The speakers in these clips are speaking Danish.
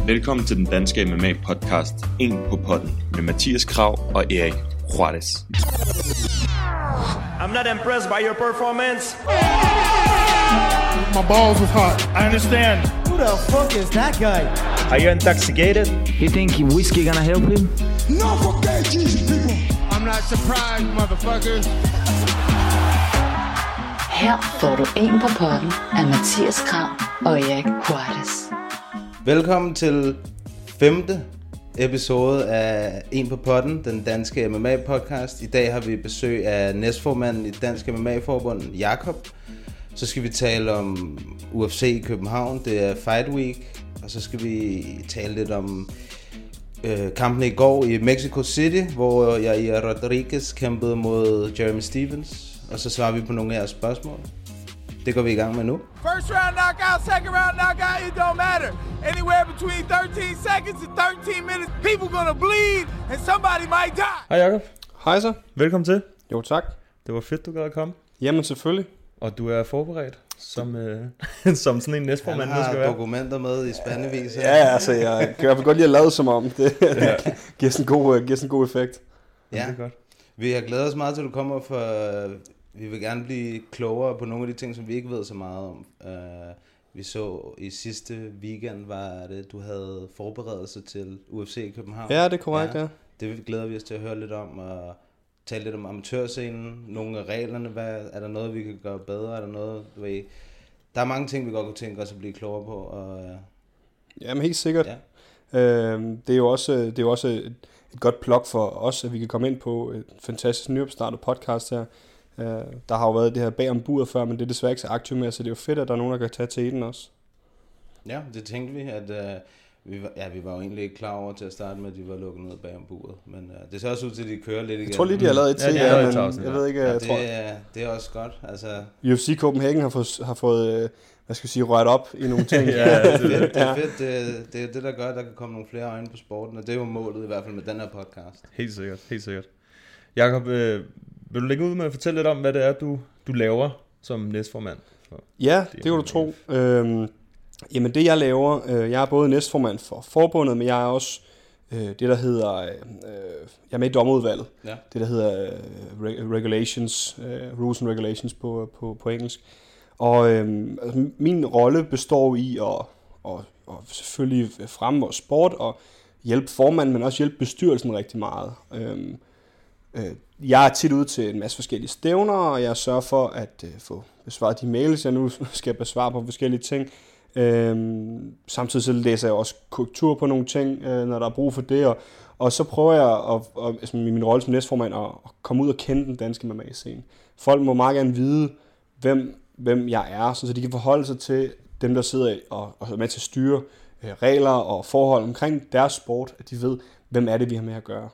Velkommen til den danske MMA-podcast, En på potten, med Mathias Krav og Erik Juarez. I'm not impressed by your performance. My balls was hot. I understand. Who the fuck is that guy? Are you intoxicated? You think whiskey gonna help him? No, for gay Jesus people. I'm not surprised, motherfuckers. Her får du En på potten af Mathias Krav og Erik Juarez. Velkommen til 5. episode af En på potten, den danske MMA-podcast. I dag har vi besøg af næstformanden i Dansk MMA-forbund, Jakob. Så skal vi tale om UFC i København, det er Fight Week. Og så skal vi tale lidt om kampen i går i Mexico City, hvor Yair Rodriguez kæmpede mod Jeremy Stephens. Og så svarer vi på nogle af jeres spørgsmål. Det går vi i gang med nu. First round knockout, second round knockout, it don't matter. Anywhere between 13 seconds and 13 minutes, people gonna bleed, and somebody might die. Hej Jakob. Hej så. Velkommen til. Jo tak. Det var fedt, du gad at komme. Jamen selvfølgelig. Og du er forberedt som sådan en næstformand, Han skal har være. dokumenter med i spandevis. Ja, altså jeg kan i hvert fald godt lide at lade som om. Det giver sådan en god effekt. Ja, det er godt. Vi har glædet os meget til, at du kommer, for vi vil gerne blive klogere på nogle af de ting, som vi ikke ved så meget om. Vi så i sidste weekend, var det, du havde forberedelse til UFC i København. Ja, det er korrekt, ja. Det glæder vi os til at høre lidt om, og tale lidt om amatørscenen, nogle af reglerne, er der noget, vi kan gøre bedre, er der noget, du ved, der er mange ting, vi godt kunne tænke os at blive klogere på. Og, Jamen helt sikkert. Ja. Det er jo også et godt plug for os, at vi kan komme ind på et fantastisk nyopstartet podcast her. Der har jo været det her bag om buret før, men det er desværre ikke så aktivt mere, så det er jo fedt, at der er nogen, der kan tage til den også. Ja, det tænkte vi, at vi var jo egentlig ikke klar over til at starte med, at de var lukket ned bag om buret, men det ser også ud til, at de kører lidt igen. Jeg tror lige, de har lavet et til, men jeg ved ikke, jeg tror... Det er også godt, altså... UFC Copenhagen har fået hvad skal jeg sige, rørt op i nogle ting. Det er fedt, det er det, der gør, at der kan komme nogle flere øjne på sporten, og det er jo målet i hvert fald med den her podcast. Helt sikkert. Jakob, vil du lægge ud med at fortælle lidt om, hvad det er, du laver som næstformand? Ja, det kan du tro. Jamen det jeg laver, jeg er både næstformand for forbundet, men jeg er også det der hedder, jeg er med i dommerudvalget. Ja. Det der hedder regulations, rules and regulations på engelsk. Og altså, min rolle består i at selvfølgelig fremme vores sport og hjælpe formanden, men også hjælpe bestyrelsen rigtig meget. Jeg er tit ude til en masse forskellige stævner, og jeg sørger for at få besvaret de mails, jeg nu skal besvare på forskellige ting. Samtidig så læser jeg også korrektur på nogle ting, når der er brug for det, og så prøver jeg altså, i min rolle som næstformand at komme ud og kende den danske MMA-scene. Folk må meget gerne vide, hvem jeg er, så de kan forholde sig til dem, der sidder og er med til at styre regler og forhold omkring deres sport, at de ved, hvem er det, vi har med at gøre.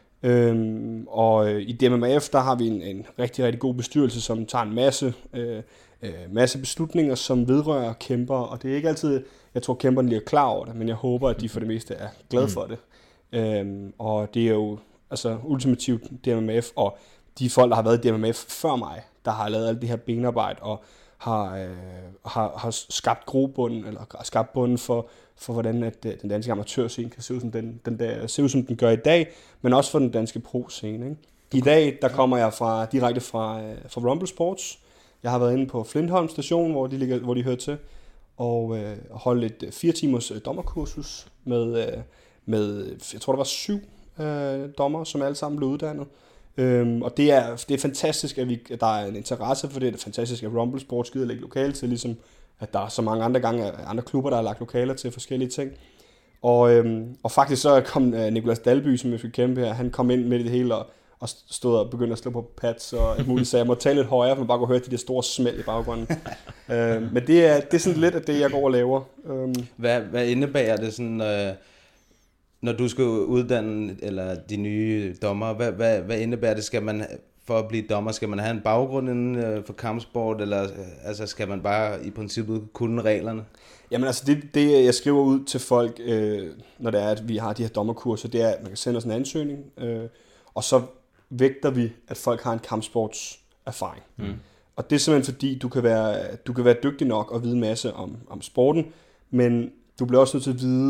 Og i DMMAF, der har vi en rigtig, rigtig god bestyrelse, som tager en masse beslutninger, som vedrører kæmper, og det er ikke altid, jeg tror kæmperne lige er klar over det, men jeg håber, at de for det meste er glade for det. Og det er jo altså ultimativt DMMAF, og de folk, der har været i DMMAF før mig, der har lavet alt det her benarbejde, og har skabt grobunden, eller skabt bunden for hvordan at den danske amatørscene kan se ud, som den gør i dag, men også for den danske pro-scene. Ikke? I dag, der kommer jeg direkte fra Rumble Sports. Jeg har været inde på Flintholm station, hvor de hører til, og holdt et 4 timers dommerkursus med jeg tror der var 7 dommer, som alle sammen blev uddannet. Og det er fantastisk, at der er en interesse for det. Det er fantastisk, at Rumble Sports gider lægge lokale til, ligesom at der er så mange andre klubber, der har lagt lokaler til forskellige ting. Og faktisk så kom Nicolas Dalby, som jeg fik kæmpe her, han kom ind midt i det hele og stod og begyndte at slå på pads og alt muligt, så jeg måtte tale lidt højere, for man bare kunne høre de der store smæld i baggrunden. Men det er sådan lidt af det, jeg går og laver. Hvad indebærer det sådan, når du skal uddanne eller de nye dommer, hvad indebærer det? Skal man for at blive dommer, skal man have en baggrund inden for kampsport, eller altså skal man bare i princippet kunne reglerne? Jamen altså det jeg skriver ud til folk, når det er, at vi har de her dommerkurser, det er, at man kan sende os en ansøgning, og så vægter vi, at folk har en kampsportserfaring. Og det er simpelthen fordi, du kan være dygtig nok og vide en masse om sporten, men du bliver også nødt til at vide,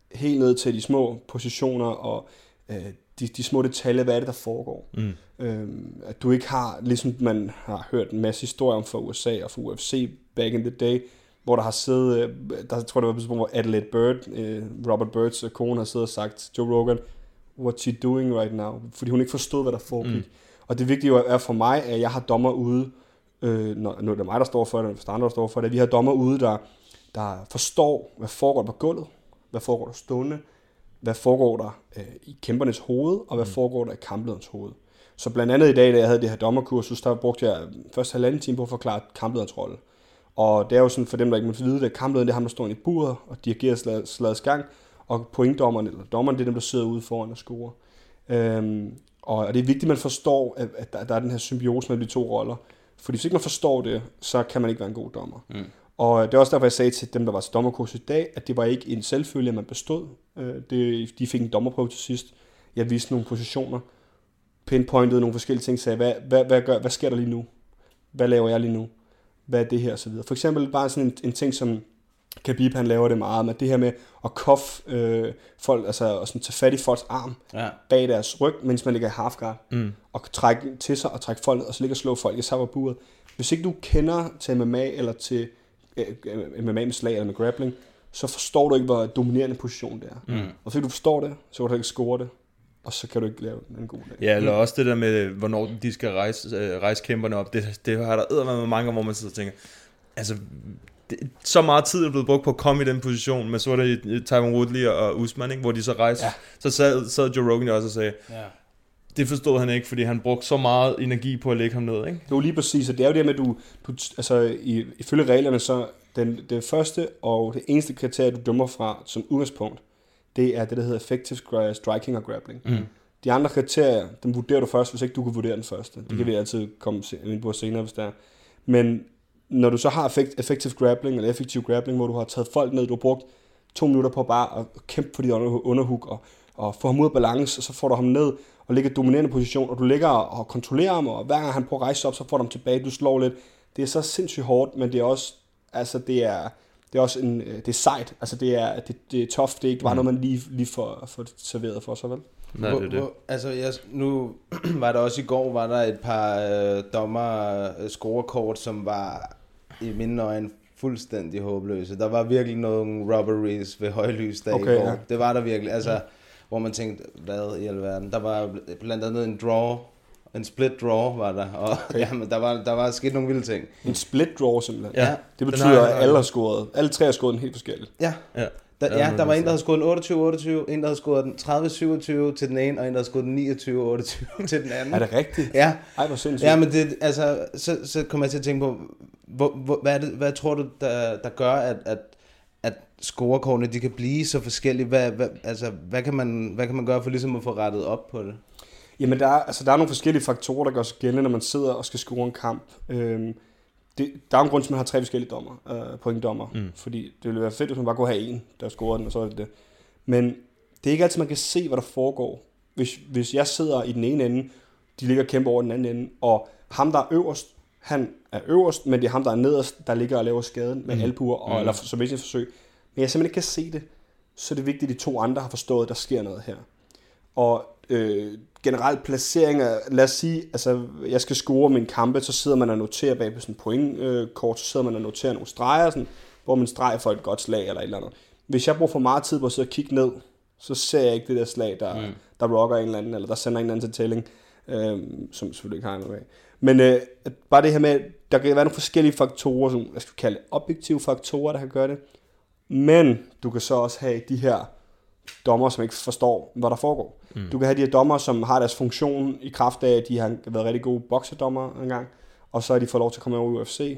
helt ned til de små positioner og de små detaljer, hvad er det, der foregår. At du ikke har, ligesom man har hørt en masse historier om fra USA og fra UFC back in the day, hvor der har siddet, der tror jeg, det var på et tidspunkt, hvor Adelaide Bird, Robert Birds kone, har siddet og sagt, Joe Rogan, what's she doing right now? Fordi hun ikke forstod, hvad der foregik. Og det vigtige er for mig, at jeg har dommer ude, når det er mig, der står for det, eller andre, der står for det, vi har dommer ude, der forstår, hvad foregår der på gulvet, hvad foregår der stående, hvad foregår der i kæmpernes hoved, og hvad foregår der i kamplederens hoved. Så blandt andet i dag, da jeg havde det her dommerkursus, der brugte jeg først 1,5 time på at forklare kamplederens rolle. Og det er jo sådan, for dem, der ikke måtte vide det, kamplederen, det er ham, der står i buret og dirigerer slagets gang, og pointdommeren, eller dommeren, det er dem, der sidder ude foran og scorer. Og det er vigtigt, at man forstår, at der er den her symbiose mellem de to roller. Fordi hvis ikke man forstår det, så kan man ikke være en god dommer. Og det er også derfor, jeg sagde til dem, der var til dommerkursus i dag, at det var ikke en selvfølge, at man bestod. De fik en dommerprøve til sidst. Jeg viste nogle positioner, pinpointede nogle forskellige ting, sagde, hvad sker der lige nu? Hvad laver jeg lige nu? Hvad er det her? Og så videre. For eksempel bare sådan en ting, som Khabib, han laver det meget, med det her med at cuff folk, altså at sådan tage fat i folks arm bag deres ryg, mens man ligger i half guard, og trække til sig og trække folk ned, og så ligge og slå folk i saberburet. Hvis ikke du kender til MMA eller til MMA med slag eller med grappling, så forstår du ikke, hvor dominerende position det er. Og hvis du forstår det, så kan du ikke score det, og så kan du ikke lave en god dag. Ja, eller også det der med, hvornår de skal rejse kæmperne op. Det har der eddermad med mange, hvor man sidder og tænker, altså, så meget tid er blevet brugt på at komme i den position, med så var det Tyron Woodley og Usman, ikke? Hvor de så rejste. Så sad Joe Rogan også og sagde, det forstod han ikke, fordi han brugte så meget energi på at lægge ham ned, ikke? Det er jo lige præcis, og det er jo det med, at du altså ifølge reglerne, så det første og det eneste kriterie, du dømmer fra som udgangspunkt, det er det, der hedder effective striking og grappling. De andre kriterier, dem vurderer du først, hvis ikke du kan vurdere den første. Det kan vi altid komme ind på senere, hvis der er. Men når du så har effective grappling, eller effektiv grappling, hvor du har taget folk ned, du har brugt 2 minutter på bare at kæmpe for dit underhook, og få ham ud af balance, og så får du ham ned, og ligger i dominerende position, og du ligger og kontrollerer ham, og hver gang han prøver at rejse op, så får du ham tilbage, du slår lidt. Det er så sindssygt hårdt, men det er også, altså det er også det er sejt, altså det er tough, det er ikke bare noget, man lige får serveret for sig, vel? Nej, det er det. Altså, nu var der også i går, var der et par dommer-scorekort, som var i mine øjne fuldstændig håbløse. Der var virkelig nogle robberies ved højlys der i går. Ja. Det var der virkelig, altså, hvor man tænkte, hvad i alverden. Der var blandt andet en draw, en split draw var der, og jamen, der var sket nogle vilde ting. En split draw simpelthen? Ja. Det betyder, at alle tre har scoret den helt forskelligt. Ja. Der var en, der havde scoret den 28-28, en, der havde scoret den 30-27 til den ene, og en, der havde scoret den 29-28 til den anden. Er det rigtigt? Ja. Ej, hvor sindssygt. Ja, men det, altså, så kommer jeg til at tænke på, hvad tror du, der gør, at scorekortene, de kan blive så forskellige? Hvad kan man gøre for ligesom at få rettet op på det? Jamen, der er nogle forskellige faktorer, der gør sig gældende, når man sidder og skal score en kamp. Der er en grund til, at man har 3 forskellige pointdommer, fordi det ville være fedt, hvis man bare kunne have en, der scorer den, og så er det. Men det er ikke altid, man kan se, hvad der foregår. Hvis jeg sidder i den ene ende, de ligger og kæmper over den anden ende, og ham, der er øverst, han er øverst, men det er ham, der er nederst, der ligger og laver skaden med albuer, eller submission-forsøg. Men jeg simpelthen ikke kan se det, så er det vigtigt, at de 2 andre har forstået, at der sker noget her. Og generelt placering af, lad os sige, altså jeg skal score min kampe, så sidder man og noterer bag på sådan en pointkort, så sidder man og noterer nogle streger, sådan, hvor man streger for et godt slag eller et eller andet. Hvis jeg bruger for meget tid på at sidde og kigge ned, så ser jeg ikke det der slag, der rocker en eller anden, eller der sender en anden til tælling, som selvfølgelig ikke har noget af. Men bare det her med, der kan være nogle forskellige faktorer, som jeg skal kalde objektive faktorer, der kan gøre det. Men du kan så også have de her dommer, som ikke forstår, hvad der foregår. Du kan have de her dommer, som har deres funktion i kraft af, at de har været rigtig gode boksedommer engang, og så er de fået lov til at komme over i UFC.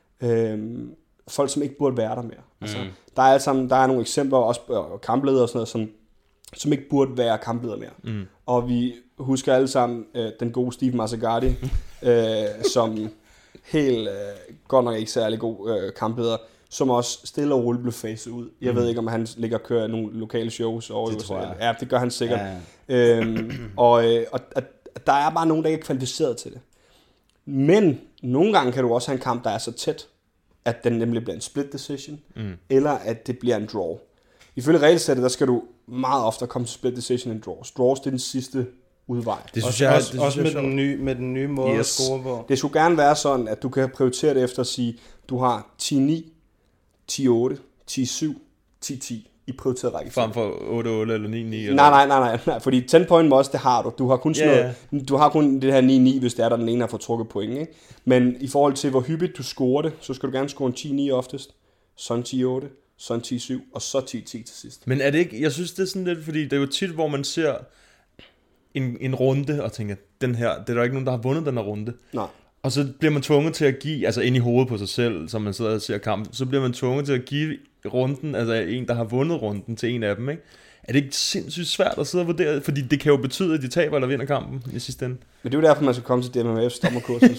Folk, som ikke burde være der mere. Altså, der er nogle eksempler, også kampledere og sådan noget, som ikke burde være kampledere mere. Og vi husker alle sammen den gode Steve Mazzagatti, som helt godt nok ikke særlig god kampledere, som også stille og roligt blev facet ud. Jeg ved ikke, om han ligger og kører nogle lokale shows over i USA. Ja, det gør han sikkert. Ja. Og der er bare nogen, der ikke er kvalificeret til det. Men nogle gange kan du også have en kamp, der er så tæt, at den nemlig bliver en split decision, eller at det bliver en draw. Ifølge regelsættet, der skal du meget ofte komme til split decision and draws. Draws, det er den sidste udvej. Det synes Også med den nye måde at score på. Det skulle gerne være sådan, at du kan prioritere det efter at sige, du har 10-9, 10-8, 10-7, 10-10 i prioriteret rækkefølge. Frem for 8-8 eller 9-9? Nej, fordi 10 point most, det har du. Du har kun sådan noget, du har kun det her 9-9, hvis det er, der den ene har fået trukket point, ikke? Men i forhold til, hvor hyppigt du scorer det, så skal du gerne score en 10-9 oftest, så en 10-8, så en 10-7, og så 10-10 til sidst. Men er det ikke, jeg synes det er sådan lidt, fordi det er jo tit, hvor man ser en runde, og tænker, det er der ikke nogen, der har vundet den her runde. Nej. Og så bliver man tvunget til at give, altså ind i hovedet på sig selv, som man sidder og ser kampen, så bliver man tvunget til at give runden, altså en, der har vundet runden til en af dem, ikke? Er det ikke sindssygt svært at sidde og vurdere? Fordi det kan jo betyde, at de taber eller vinder kampen i sidste ende. Men det er jo derfor, man skal komme til DMMF's dommerkursus.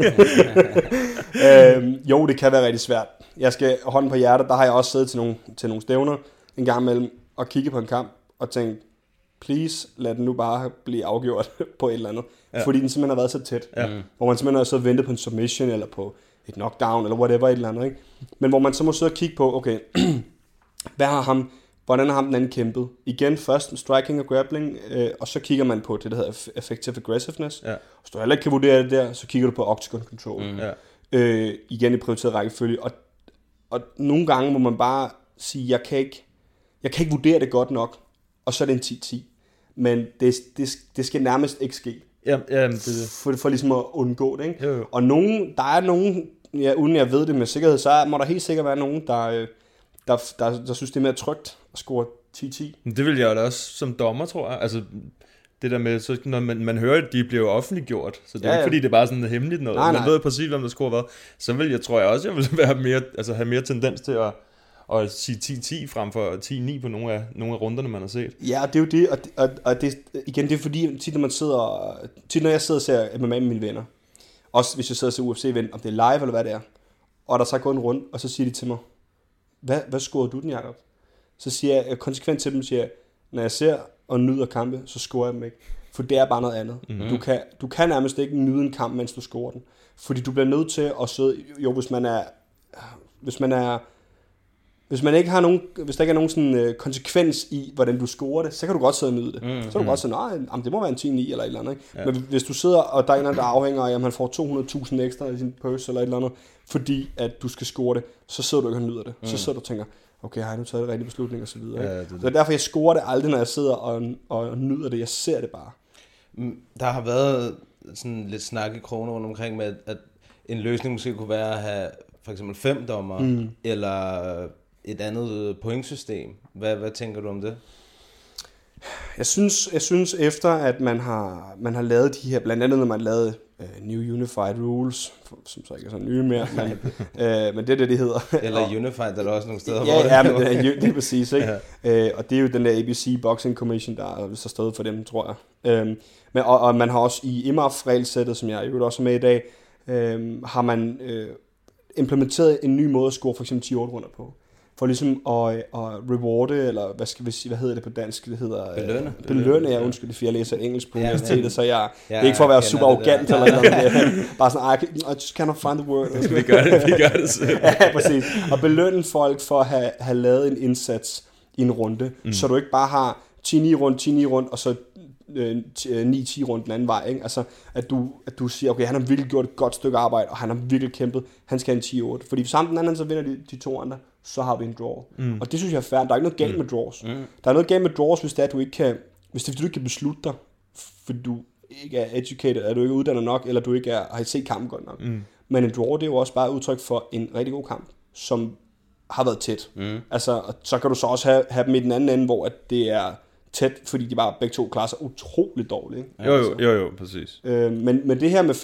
Jo, det kan være rigtig svært. Jeg skal hånden på hjertet, der har jeg også siddet til nogle stævner en gang imellem og kigge på en kamp og tænkt, please, lad den nu bare blive afgjort på et eller andet. Ja. Fordi den simpelthen har været så tæt. Ja. Hvor man simpelthen har så ventet på en submission, eller på et knockdown, eller whatever, et eller andet. Ikke? Men hvor man så må sidde og kigge på, okay, hvordan har den anden kæmpet? Igen først striking og grappling, og så kigger man på det, der hedder effective aggressiveness. Ja. Hvis du heller ikke kan vurdere det der, så kigger du på octagon control. Igen i prioriteret rækkefølge. Og nogle gange må man bare sige, jeg kan ikke vurdere det godt nok, og så er det en 10-10. Men det skal nærmest ikke ske. For ligesom at undgå det, ikke? Jo. Og der er nogen, uden jeg ved det med sikkerhed, så må der helt sikkert være nogen, der synes, det er mere trygt at score 10-10. Det vil jeg da også som dommer, tror jeg. Altså, det der med, så når man hører, at de bliver offentliggjort, så det er ikke fordi, det er bare sådan noget hemmeligt noget. Nej. Man ved præcis, om der scorer hvad. Så vil jeg, tror jeg også, jeg vil have mere tendens til at sige 10-10 frem for 10-9 på nogle af runderne, man har set. Ja, og det er jo det, og det, igen, det er fordi, tit når jeg sidder og ser MMA med mine venner, også hvis jeg sidder og ser UFC-ven, om det er live eller hvad det er, og der så går en runde, og så siger de til mig, hvad scorede du den, Jacob? Så siger jeg konsekvent til dem, når jeg ser og nyder kampe, så scorer jeg dem ikke. For det er bare noget andet. Mm-hmm. Du kan nærmest ikke nyde en kamp, mens du scorer den. Fordi du bliver nødt til at sidde, hvis der ikke er nogen sådan, konsekvens i, hvordan du scorer det, så kan du godt sidde og nyde det. Så kan du godt sige, nej, det må være en 10-9 eller et eller andet. Ikke? Ja. Men hvis du sidder, og der er en der afhænger af, at man får 200.000 ekstra i sin purse eller et eller andet, fordi at du skal score det, så sidder du ikke og nyder det. Så sidder du og tænker, okay, har jeg nu taget det rigtige beslutning og så videre. Ja, det. Så det er derfor, jeg scorer det aldrig, når jeg sidder og nyder det. Jeg ser det bare. Der har været sådan lidt snak i krogen rundt omkring med, at en løsning måske kunne være at have for eksempel 5 dommer, eller et andet pointsystem. Hvad tænker du om det? Jeg synes efter, at man har lavet de her, blandt andet når man lavede New Unified Rules, som så ikke er så nye mere, men det det hedder. Eller Unified, der er også nogle steder, hvor det er præcis, ikke? Ja. Og det er jo den der ABC Boxing Commission, der så stået for dem, tror jeg. Og man har også i IMAF-regelsættet, som jeg jo også er med i dag, har man implementeret en ny måde at score for eksempel 10-8 runder på. For ligesom at rewarde, eller hvad hedder det på dansk? Det hedder belønne. Jeg undskyld, det, for jeg læser engelsk på universitetet, så det er ikke for at være super arrogant eller noget. Bare sådan, I just cannot find the word. Vi gør det selv. Ja, præcis. Og belønne folk for at have lavet en indsats i en runde, så du ikke bare har 10-9 rundt, og så 9-10 rundt den anden vej, ikke? Altså, at du siger, okay, han har virkelig gjort et godt stykke arbejde, og han har virkelig kæmpet, han skal have en 10-8. Fordi hvis sammen den anden, så vinder de 2 andre, så har vi en draw. Og det synes jeg er fair. Der er ikke noget galt med draws. Der er noget galt med draws, hvis du ikke kan beslutte dig, fordi du ikke er educated, eller du ikke er uddannet nok, eller du ikke har set kampen godt nok. Men en draw, det er jo også bare udtryk for en rigtig god kamp, som har været tæt. Altså, så kan du så også have dem i den anden ende, hvor at det er tæt, fordi de bare begge to klarer sig utroligt dårligt. Jo, præcis. Men det her med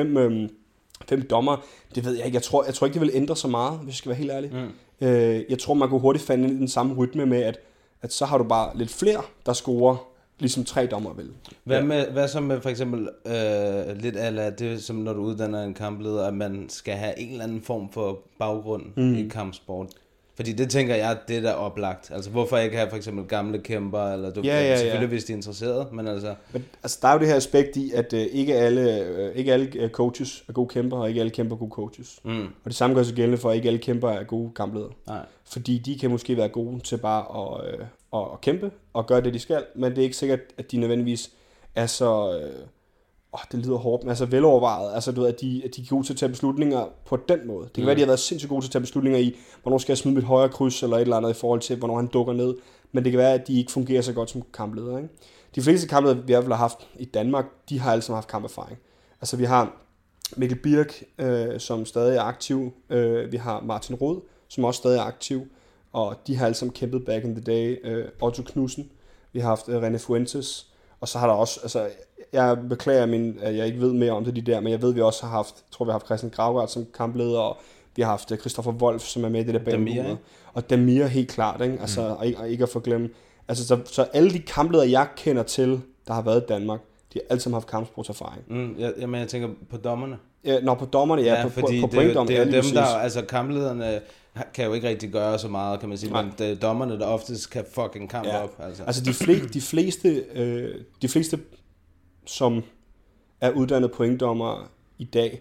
fem dommer, det ved jeg ikke. Jeg tror ikke, det vil ændre så meget, hvis jeg skal være helt ærlig. Jeg tror, man kunne hurtigt finde ind i den samme rytme med, at så har du bare lidt flere, der scorer, ligesom 3 dommer vel. Hvad så med for eksempel lidt ala det, som når du uddanner en kampleder, at man skal have en eller anden form for baggrund i kampsport? Fordi det tænker jeg, det der er oplagt. Altså hvorfor ikke have for eksempel gamle kæmper, eller selvfølgelig hvis de er interesserede, men altså... Men, altså der er jo det her aspekt i, at ikke alle coaches er gode kæmper, og ikke alle kæmper er gode coaches. Og det samme gør sig gældende for, at ikke alle kæmper er gode kampledere. Nej. Fordi de kan måske være gode til bare at kæmpe, og gøre det de skal, men det er ikke sikkert, at de nødvendigvis er så... det lyder hårdt, men altså velovervejet, altså du ved, at de er gode til at tage beslutninger på den måde. Det kan være, at de har været sindssygt gode til at tage beslutninger i, hvornår skal jeg smide mit højre kryds, eller et eller andet i forhold til, hvornår han dukker ned. Men det kan være, at de ikke fungerer så godt som kampledere. Ikke? De fleste kampledere, vi har haft i Danmark, de har alle sammen haft kamperfaring. Altså vi har Mikkel Birk, som stadig er aktiv. Vi har Martin Rod, som også stadig er aktiv. Og de har alle sammen kæmpet back in the day. Otto Knudsen. Vi har haft René Fuentes. Og så har der også, altså, jeg beklager, at jeg ikke ved mere om det de der, men jeg ved, at vi også har haft, tror vi har haft Christian Graugard som kampleder, og vi har haft Christopher Wolf, som er med i det der bagområde. Og Damir helt klart, ikke? Altså, og ikke at forglemme. Altså, så alle de kampledere, jeg kender til, der har været i Danmark, de har altid haft kampsportserfaring. Jamen, jeg tænker på dommerne. På dommerne, ja, på pointdommerne. Det er jo dem, der, altså kamplederne kan jo ikke rigtig gøre så meget, kan man sige, men det er dommerne, der oftest kan fucking kamp op. Altså de fleste, som er uddannet pointdommer i dag,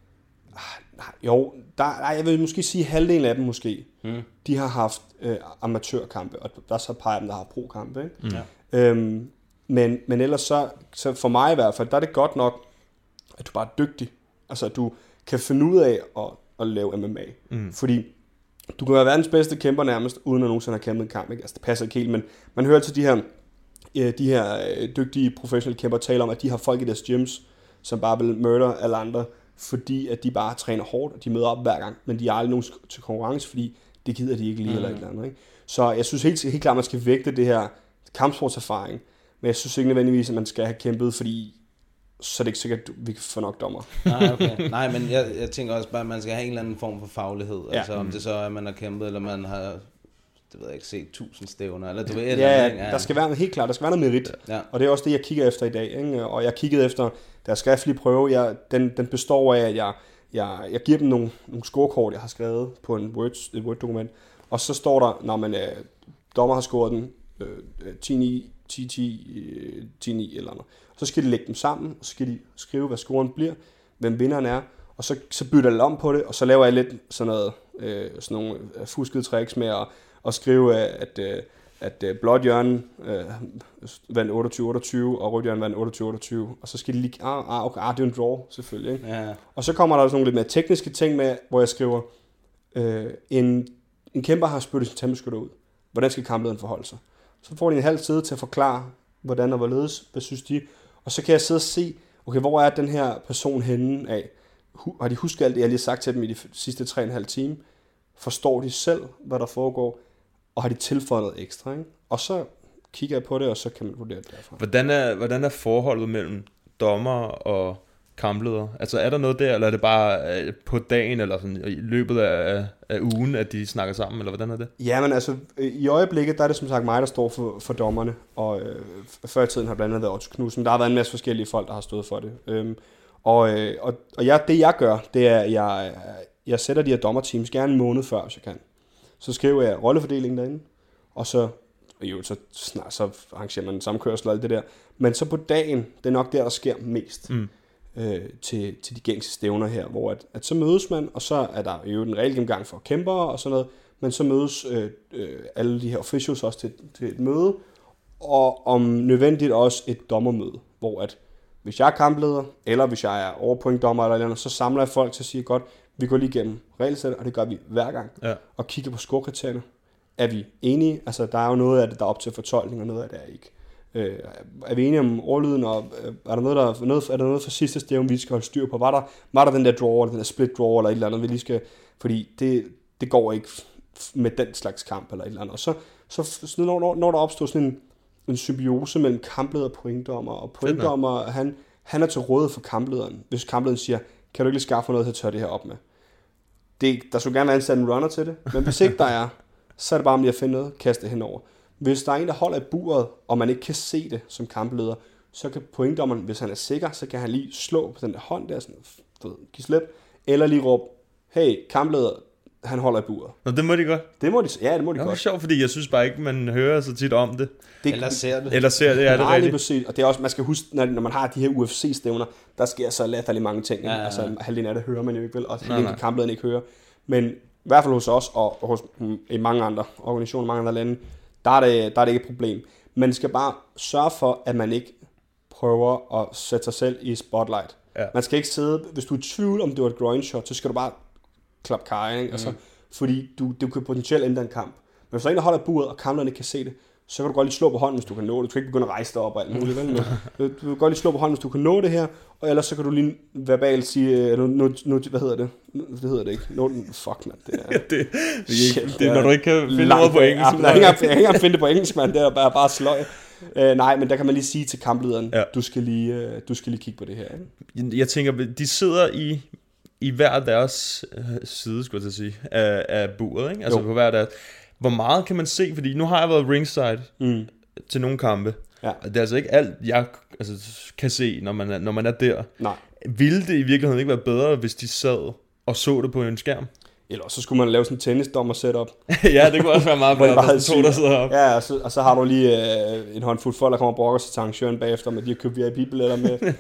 jeg vil måske sige halvdelen af dem måske, de har haft amatørkampe, og der er så et par af dem, der har pro-kampe. Ikke? Ja. Men ellers så for mig i hvert fald, der er det godt nok, at du bare er dygtig. Altså at du kan finde ud af at lave MMA. Fordi du kan være verdens bedste kæmper nærmest, uden at nogensinde have kæmpet en kamp. Ikke? Altså det passer ikke helt, men man hører altid de her dygtige professionelle kæmper tale om, at de har folk i deres gyms, som bare vil murder alle andre, fordi at de bare træner hårdt, og de møder op hver gang, men de er aldrig nogen til konkurrence, fordi det gider de ikke lige eller et eller andet. Ikke? Så jeg synes helt klart, at man skal vægte det her kampsportserfaring, men jeg synes ikke nødvendigvis, at man skal have kæmpet, fordi så er det ikke sikkert, at vi kan få nok dommer. Nej, men jeg tænker også bare, at man skal have en eller anden form for faglighed. Ja. Altså om det så er, at man har kæmpet, eller man har, det ved jeg ikke, set 1000 stævner, eller du ved et eller andet. Der skal være helt klart, der skal være noget merit. Ja. Og det er også det, jeg kigger efter i dag. Ikke? Og jeg kiggede efter, der skriftlige prøve, den består af, at jeg giver dem nogle scorekort, jeg har skrevet på et Word-dokument, og så står der, når man dommer har scoret den 10-9, 10-10, 10-9 eller noget. Så skal de lægge dem sammen, og så skal de skrive, hvad scoren bliver, hvem vinderen er, og så bytter jeg om på det, og så laver jeg lidt sådan nogle fuskede tricks med at skrive, at blåt hjørne vandt 28-28, og rødt hjørne vandt 28-28, og så skal de lige, det er jo en draw selvfølgelig, ikke? Ja. Og så kommer der også nogle lidt mere tekniske ting med, hvor jeg skriver, en kæmper har spyttet sin tandbeskytter ud. Hvordan skal kamplederen forholde sig? Så får de en halv side til at forklare, hvordan og hvorledes, hvad synes de, og så kan jeg sidde og se, okay, hvor er den her person henne af? Har de husket alt det, jeg lige har sagt til dem i de sidste 3,5 timer? Forstår de selv, hvad der foregår? Og har de tilføjet noget ekstra? Ikke? Og så kigger jeg på det, og så kan man vurdere det derfra. Hvordan er forholdet mellem dommer og kampleder? Altså er der noget der, eller er det bare på dagen, eller sådan, i løbet af ugen, at de snakker sammen, eller hvordan er det? Ja, men altså i øjeblikket, der er det som sagt mig, der står for dommerne, og før i tiden har blandt andet været Otto Knudsen. Der har været en masse forskellige folk, der har stået for det. Det jeg gør, det er, at jeg sætter de her dommerteams gerne en måned før, hvis jeg kan. Så skriver jeg rollefordelingen derinde, og så arrangerer man en samkørsel og alt det der. Men så på dagen, det er nok der sker mest til de gængse stævner her, hvor at så mødes man, og så er der jo en reel gennemgang for kæmpere og sådan noget, men så mødes alle de her officials også til et møde, og om nødvendigt også et dommermøde, hvor at hvis jeg er kampleder, eller hvis jeg er overpointdommer eller andet, så samler jeg folk til at sige, godt, vi går lige igennem regelsættet, og det gør vi hver gang, og kigger på scorekriterierne. Er vi enige? Altså, der er jo noget af det, der er op til fortolkning, og noget af det er ikke. Er vi enige om ordlyden, og er der noget for sidste stævne, vi skal holde styr på? Var der den der draw, eller den der split draw, eller et eller andet, vi lige skal... Fordi det går ikke med den slags kamp, eller et eller andet. Og så når der opstår sådan en symbiose mellem kampleder og pointdommer, og pointdommer, han er til rådighed for kamplederen, hvis kamplederen siger, kan du ikke lige skaffe noget til at tørre det her op med? Der skulle gerne være ansat en runner til det, men hvis ikke der er, så er det bare om lige at finde noget, kaste det henover. Hvis der er en, der holder i buret, og man ikke kan se det som kampleder, så kan pointdommeren, hvis han er sikker, så kan han lige slå på den der hånd der, sådan, give slip, eller lige råbe, hey, kampleder, han holder i buret. Nå, det må de godt. Det må de Det er godt. sjovt, fordi jeg synes bare ikke, man hører så tit om det. Eller ser det. Eller ser det, er det Nej, lige rigtigt. præcis. Og det er også, man skal huske, når man har de her UFC-stævner, der sker så latterligt mange ting. Ja. Altså, halvdelen af det hører man jo ikke vel, og halvdelen af kamplederne ikke hører. Men i hvert fald hos os, og hos i mange andre organisationer, mange andre lande, der er det ikke et problem. Man skal bare sørge for, at man ikke prøver at sætte sig selv i spotlight. Ja. Man skal ikke sidde, hvis du er i tvivl om det var et groin shot, så skal du bare klappe kaj, ikke? Altså, fordi du kan potentielt ændre en kamp. Men hvis der er en, der holder buret, og kamperne kan se det, så kan du godt lige slå på hånden, hvis du kan nå det. Du kan ikke begynde at rejse dig op og alt muligt. Vel? Du kan godt lige slå på hånden, hvis du kan nå det her, og ellers så kan du lige verbalt sige, hvad hedder det? Det hedder det ikke. Fuck, man. Det er, det er, når du ikke kan finde noget på engelsk. Jeg kan ikke engang finde det på engelsk, man. Det er bare sløj. Nej, men der kan man lige sige til kamplederen, du skal lige kigge på det her. Ikke? Jeg tænker, de sidder i hver deres side, skulle jeg sige, af buret, ikke? Altså på hver deres. Hvor meget kan man se? Fordi nu har jeg været ringside til nogle kampe. Ja. Og det er altså ikke alt, jeg kan se, når man er der. Nej. Ville det i virkeligheden ikke være bedre, hvis de sad og så det på en skærm? Eller så skulle man lave sådan en tennisdommer setup. Ja, det kunne også være meget bedre, hvis to der sidder op. Ja, og så har du lige en håndfuld folk, der kommer og brokker sig til arrangøren bagefter, med de har købt VIP-billetter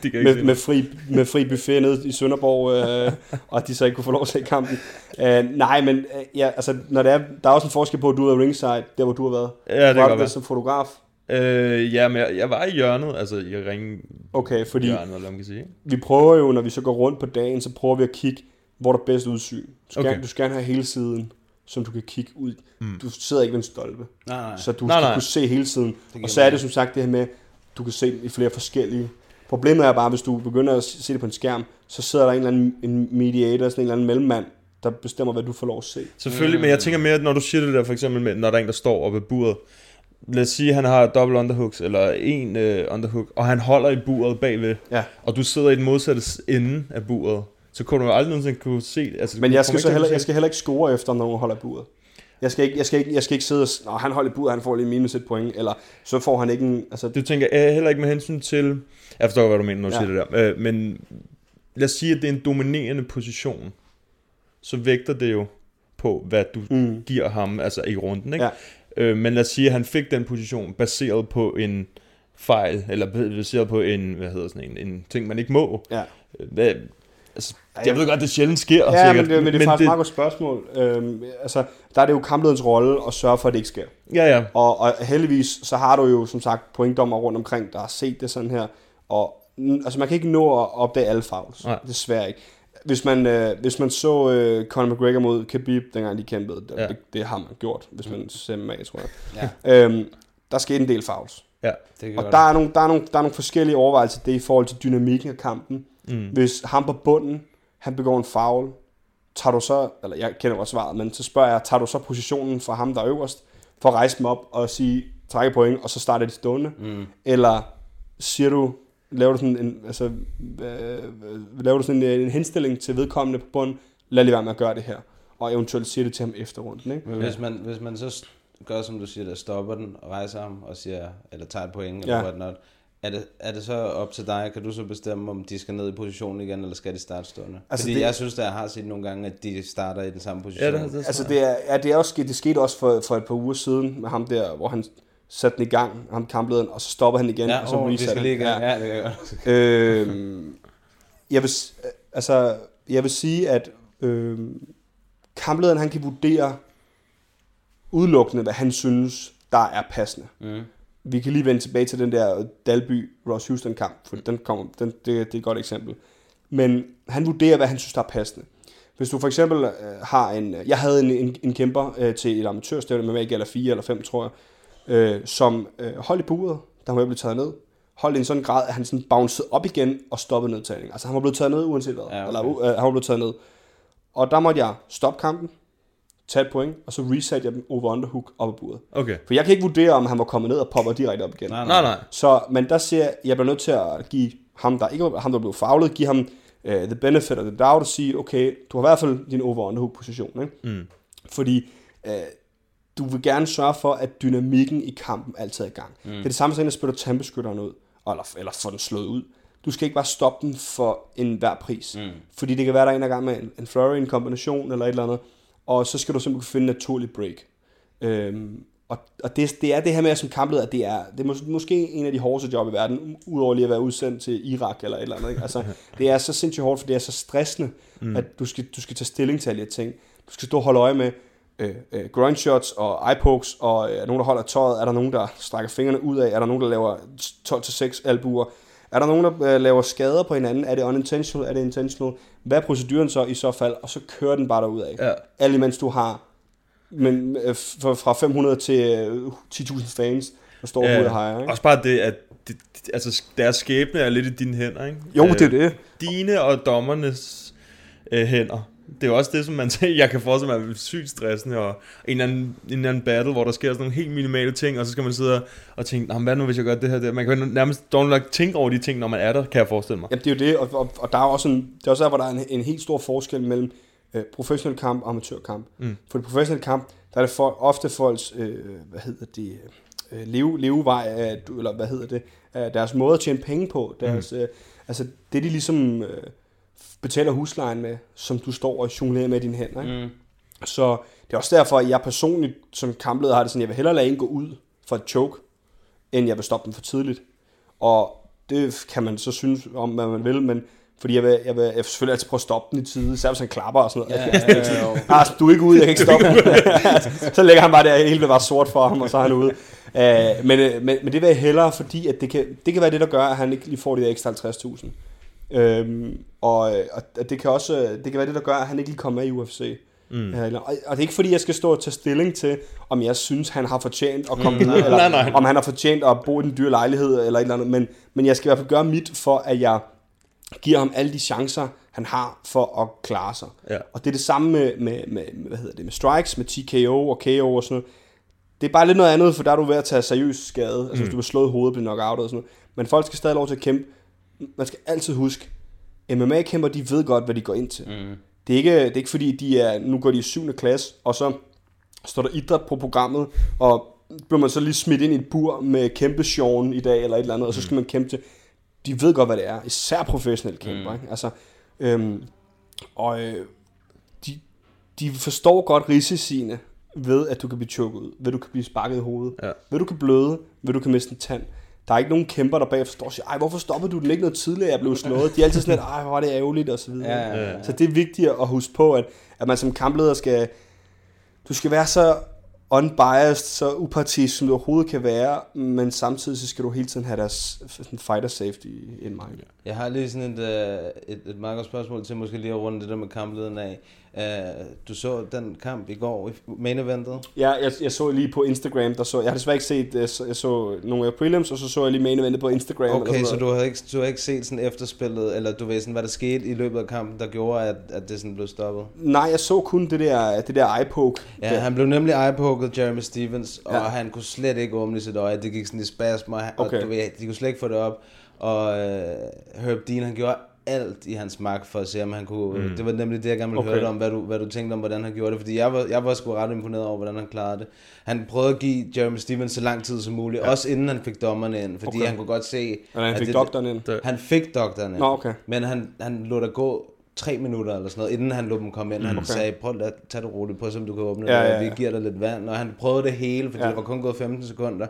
med fri buffet nede i Sønderborg, og de så ikke kunne få lov til i kampen. Nej, men ja, altså, når der er også en forskel på, at du er ringside, der hvor du har været. Ja, det var du som fotograf? Ja, men jeg var i hjørnet, altså i ringen. Okay, fordi hjørnet, eller hvad man kan sige. Vi prøver jo, når vi så går rundt på dagen, så prøver vi at kigge, hvor der er bedst udsyn. Du skal have hele siden, som du kan kigge ud. Du sidder ikke ved en stolpe. Nej. Så du skal kunne se hele siden. Og så er det som sagt det her med, du kan se i flere forskellige. Problemet er bare, hvis du begynder at se det på en skærm, så sidder der en eller anden en mediator, sådan en eller anden mellemmand, der bestemmer, hvad du får lov at se. Selvfølgelig, men jeg tænker mere, at når du siger det der, for eksempel med, når der er en, der står oppe ved buret. Lad os sige, at han har double underhooks, eller en underhook, og han holder i buret bagved, og du sidder i den modsatte ende af buret. Så kunne du jo aldrig nogensinde kunne se det. Altså, men jeg skal heller ikke score efter, når nogen holder i buret. Jeg skal ikke sidde og han holder i buret, han får lige minus et point, eller så får han ikke en... Altså... Du tænker heller ikke med hensyn til... Jeg forstår, hvad du mener, når du siger det der. Men lad os sige, at det er en dominerende position. Så vægter det jo på, hvad du giver ham, altså i runden, ikke? Ja. Men lad os sige, at han fik den position baseret på en fejl, eller baseret på en, en ting, man ikke må. Ja. Altså, jeg ved godt, det sjældent sker. Ja, men det er faktisk et meget godt spørgsmål. Der er det jo kamplederens rolle at sørge for, at det ikke sker. Ja. Og heldigvis, så har du jo som sagt pointdommer rundt omkring, der har set det sådan her. Og altså, man kan ikke nå at opdage alle fouls. Desværre ikke. Hvis man så Conor McGregor mod Khabib, dengang de kæmpede, det har man gjort, hvis man ser MMA, tror jeg. Ja. Der skete en del fouls. Ja, og der er nogle forskellige overvejelser det i forhold til dynamikken af kampen. Hvis ham på bunden, han begår en foul, tager du så, eller jeg kender også svaret, men så spørger jeg, tager du så positionen fra ham, der er øverst, for at rejse dem op og sige, trække point, og så starter de stående? Eller siger du, laver du sådan en henstilling til vedkommende på bunden, lad lige være med at gøre det her, og eventuelt siger det til ham efter runden, ikke? Hvis man så gør, som du siger, der stopper den, og rejser ham, og siger, eller tager et point, eller whatnot, er det så op til dig? Kan du så bestemme, om de skal ned i positionen igen, eller skal de starte stående? Altså fordi jeg synes, at jeg har set nogle gange, at de starter i den samme position. Det skete også for et par uger siden med ham der, hvor han satte den i gang, ham kamplederen, og så stopper han igen, og så resetter han. Ja, det gør jeg. Jeg vil sige, at kamplederen, han kan vurdere udelukkende, hvad han synes, der er passende. Vi kan lige vende tilbage til den der Dalby Ross Houston kamp, for det er et godt eksempel. Men han vurderer, hvad han synes, der er passende. Hvis du for eksempel har jeg havde en kæmper til et amatørstævne med gælder 4 eller 5, tror jeg, som holdt i buret, da han var blevet taget ned. Holdt i en sådan grad, at han sådan bouncede op igen og stoppede nedtagningen. Altså han var blevet taget ned uanset hvad. Ja, okay. Eller han var blevet taget ned. Og der måtte jeg stoppe kampen, tage et point, og så reset jeg dem over underhook op ad buret. Okay. For jeg kan ikke vurdere, om han var kommet ned og popper direkte op igen. Nej. Så, men der siger jeg bliver nødt til at give ham, der blev foulet, give ham the benefit of the doubt, og sige, okay, du har i hvert fald din over underhook position, ikke? Fordi du vil gerne sørge for, at dynamikken i kampen altid er i gang. Det er det samme som, at spiller tandbeskytteren ud, eller få den slået ud. Du skal ikke bare stoppe den for enhver pris. Fordi det kan være, der er en gang med en flurry, en kombination eller et eller andet, og så skal du simpelthen finde en naturlig break. Og det er det her med som kampleder, at det er måske en af de hårdeste job i verden, udover lige at være udsendt til Irak eller et eller andet. Ikke? Altså, det er så sindssygt hårdt, for det er så stressende, at du skal tage stilling til alle de ting. Du skal stå og holde øje med groin shots og eye pokes, og er der nogen, der holder tøjet? Er der nogen, der strækker fingrene ud af? Er der nogen, der laver 12-6 albuer? Er der nogen, der laver skader på hinanden? Er det unintentional? Er det intentional? Hvad er proceduren så i så fald? Og så kører den bare derudad. Ja. Alt imens du har fra 500 til 10.000 fans, der står ude og hejer. Ikke? Også bare det, at altså, deres skæbne er lidt i dine hænder, ikke? Jo, det er det. Dine og dommernes hænder. Det er jo også det, som man siger, jeg kan forestille mig, er sygt stressende, og en eller anden battle, hvor der sker sådan nogle helt minimale ting, og så skal man sidde og tænke, hvad nu hvis jeg gør det her der? Man kan jo nærmest dårligt tænke over de ting, når man er der, kan jeg forestille mig. Ja, det er jo det, og der er også det er også der, hvor der er en helt stor forskel mellem professionel kamp og amatørkamp. For det professionelle kamp, der er det ofte folks, levevej, eller deres måde at tjene penge på, deres, altså det de ligesom betaler huslejen med, som du står og jonglerer med i dine hænder. Ikke? Så det er også derfor, at jeg personligt som kampleder har det sådan, jeg vil hellere lade en gå ud for et choke, end jeg vil stoppe dem for tidligt. Og det kan man så synes om, hvad man vil, men fordi jeg vil selvfølgelig altid prøve at stoppe den i tide, især hvis han klapper og sådan noget. Ja. Du er ikke ude, jeg kan ikke stoppe Så lægger han bare der, hele vil være sort for ham, og så er han ude. Men det vil jeg hellere, fordi at det kan være det, der gør, at han ikke lige får de der ekstra 50.000. Og det kan være det, der gør, at han ikke lige kommer med i UFC. Og det er ikke fordi, jeg skal stå og tage stilling til, om jeg synes, han har fortjent at komme videre, eller om han har fortjent at bo i den dyre lejlighed, eller et eller andet. Men jeg skal i hvert fald gøre mit, for at jeg giver ham alle de chancer, han har for at klare sig. Ja. Og det er det samme med strikes, med TKO og KO og sådan noget. Det er bare lidt noget andet, for der er du ved at tage seriøs skade. Altså hvis du bliver slået i hovedet, bliver knock-out og sådan noget. Men folk skal stadig lov til at kæmpe. Man skal altid huske, MMA-kæmper, de ved godt, hvad de går ind til. Det er ikke fordi, nu går de i 7. klasse, og så står der idræt på programmet, og bliver man så lige smidt ind i et bur med kæmpesjorn i dag, eller et eller andet, og så skal man kæmpe til. De ved godt, hvad det er. Især professionelle kæmper. Ikke? Altså, de forstår godt risiciene ved, at du kan blive chokket ud, ved du kan blive sparket i hovedet, ved du kan bløde, ved du kan miste en tand. Der er ikke nogen kæmper, der bagefter står og siger, hvorfor stoppede du den ikke noget tidligere, jeg blev slået? De er altid sådan lidt, hvor er det ærgerligt, og så videre. Ja. Så det er vigtigt at huske på, at man som kampleder skal være så unbiased, så upartisk, som du overhovedet kan være, men samtidig så skal du hele tiden have deres fighter safety in mind. Jeg har lige sådan et meget godt spørgsmål til måske lige at runde det der med kamplederen af. Du så den kamp i går i main eventet? Ja, jeg så lige på Instagram, jeg har desværre ikke set, jeg så nogle af prelims, og så jeg lige main eventet på Instagram. Okay, så du har ikke set sådan efterspillet, eller du ved sådan, hvad der skete i løbet af kampen, der gjorde, at det sådan blev stoppet? Nej, jeg så kun det der eye poke. Ja, han blev nemlig eye poket, Jeremy Stephens, og han kunne slet ikke åbne sit øje, det gik sådan i spasmer, og du ved, de kunne slet ikke få det op, og Herb Dean, han gjorde alt i hans magt for at se, om han kunne. Det var nemlig det, jeg gerne ville høre om, hvad du tænkte om, hvordan han gjorde det, fordi jeg var sgu ret imponeret over, hvordan han klarede det. Han prøvede at give Jeremy Stephens så lang tid som muligt, også inden han fik dommerne ind, fordi han kunne godt se, han fik doktoren ind. Han fik doktoren ind. Okay. Men han lod der gå 3 minutter eller sådan noget, inden han lod dem komme ind. Han sagde, prøv at tage det roligt på, så du kan åbne det, vi giver dig lidt vand, og han prøvede det hele, fordi det var kun gået 15 sekunder.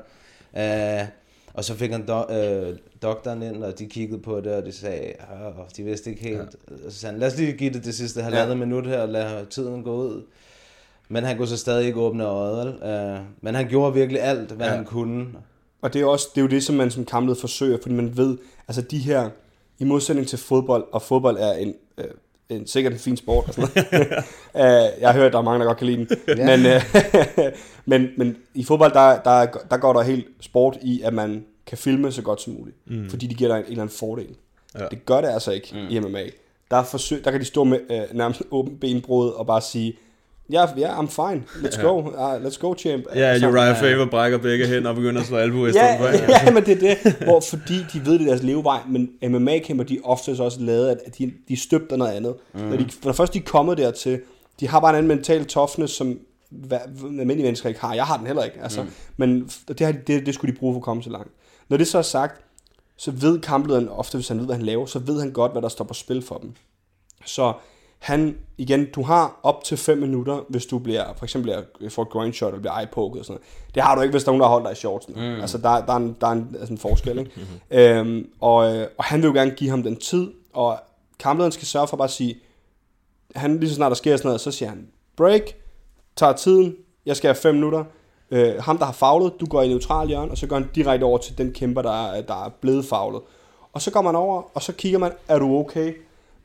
Og så fik han doktoren ind, og de kiggede på det, og de sagde, de vidste ikke helt. Så sagde han, lad os lige give det sidste halvandet minut her, og lade tiden gå ud. Men han kunne så stadig ikke åbne øjet. Men han gjorde virkelig alt, hvad han kunne. Og det er jo det, som man som kampleder forsøger, fordi man ved, altså de her, i modsætning til fodbold, og fodbold er sikkert en fin sport. Og sådan jeg har hørt, at der er mange, der godt kan lide den. Men i fodbold, der går der helt sport i, at man kan filme så godt som muligt. Fordi de giver dig en eller anden fordel. Ja. Det gør det altså ikke i MMA. Der kan de stå med nærmest åbent benbrud og bare sige, I'm fine. Let's go, champ. Ja, Uriah Faber brækker begge hænder og begynder at slå albu i stedet for. Ja, men det er det. Fordi de ved, det er deres levevej, men MMA-kæmper, de oftest også lavet, at de støbter noget andet. Når først de er kommet dertil, de har bare en anden mental toughness, som almindelige mennesker ikke har. Jeg har den heller ikke. Altså. Men det skulle de bruge for at komme så langt. Når det så er sagt, så ved kamplederen ofte, hvis han ved, hvad han laver, så ved han godt, hvad der står på spil for dem. Så igen, du har op til 5 minutter, hvis du for eksempel får et groin shot, eller bliver eye-poket og sådan noget. Det har du ikke, hvis der er nogen, der holder dig i shortsen. Altså, der er en forskel, ikke? Og han vil jo gerne give ham den tid, og kamplederen skal sørge for bare at sige, han lige så snart der sker sådan noget, så siger han, break, tager tiden, jeg skal have 5 minutter. Ham, der har faulet, du går i neutral hjørne, og så går han direkte over til den kæmper, der er blevet faulet. Og så går man over, og så kigger man, er du okay?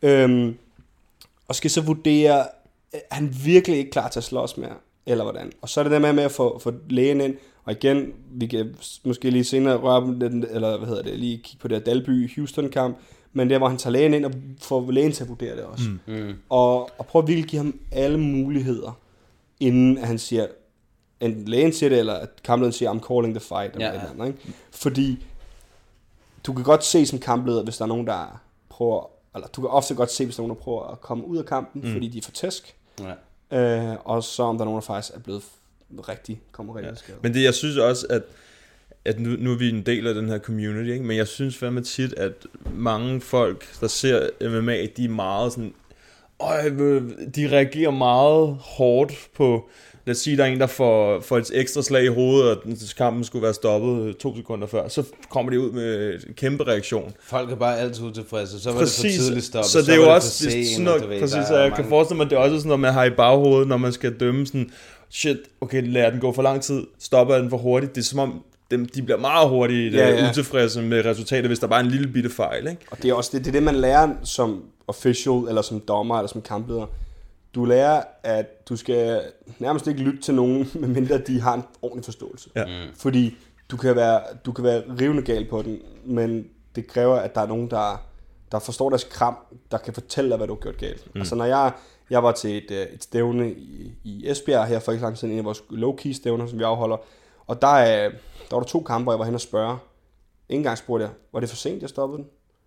Og skal så vurdere, er han virkelig ikke klar til at slås mere, eller hvordan? Og så er det der med at få lægen ind, og igen, vi kan måske lige senere røre den, eller lige kigge på det her Dalby-Houston-kamp, men der, hvor han tager lægen ind og får lægen til at vurdere det også. Og prøv at virkelig give ham alle muligheder, inden han siger, enten lægen siger det, eller at kamplederen siger, I'm calling the fight, eller et eller andet, ikke? Fordi du kan godt se som kampleder, hvis der er nogen, der prøver, eller du kan ofte godt se, hvis der er nogen, der prøver at komme ud af kampen, fordi de er for tæsk. Og så om der er nogen, der faktisk er blevet kommer rigtig skadet. Men det, jeg synes også, at nu er vi en del af den her community, ikke? Men jeg synes fandme tit, at mange folk, der ser MMA, de er meget sådan, de reagerer meget hårdt på, lad os sige, der er en, der får et ekstra slag i hovedet, og kampen skulle være stoppet 2 sekunder før, så kommer de ud med en kæmpe reaktion. Folk er bare altid utilfredse, så var det for tidligt stoppet, så det er jo også sådan noget, præcis, så jeg kan forestille mig, at det er også sådan noget, man har i baghovedet, når man skal dømme sådan, shit, okay, lad den gå for lang tid, stopper den for hurtigt, det er som om, de bliver meget hurtigt utilfredse med resultatet, hvis der bare er en lille bitte fejl, ikke? Og det er også det, man lærer som official, eller som dommer, eller som kampleder. Du lærer, at du skal nærmest ikke lytte til nogen, medmindre de har en ordentlig forståelse. Ja. Fordi du kan være rivende gal på den, men det kræver, at der er nogen, der forstår deres kram, der kan fortælle dig, hvad du har gjort galt. Altså når jeg var til et stævne i Esbjerg her for ikke lang tid siden, en af vores low-key stævner, som vi afholder, og der var der 2 kamper, jeg var hen og spørge. En gang spurgte jeg, var det for sent, jeg stoppede den?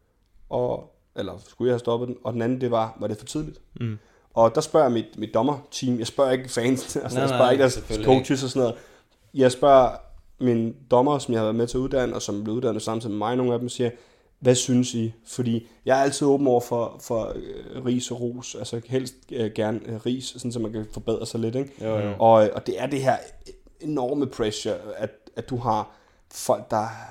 Eller skulle jeg have stoppet den? Og den anden, det var det for tidligt? Og der spørger jeg mit dommerteam, jeg spørger ikke fans, altså jeg spørger ikke deres coaches og sådan noget. Jeg spørger mine dommer, som jeg har været med til at uddanne, og som blev uddannet samtidig med mig, nogle af dem siger, hvad synes I? Fordi jeg er altid åben over for ris og ros, altså helst gerne ris, sådan så man kan forbedre sig lidt, ikke? Jo. Og det er det her enorme pressure, at du har folk,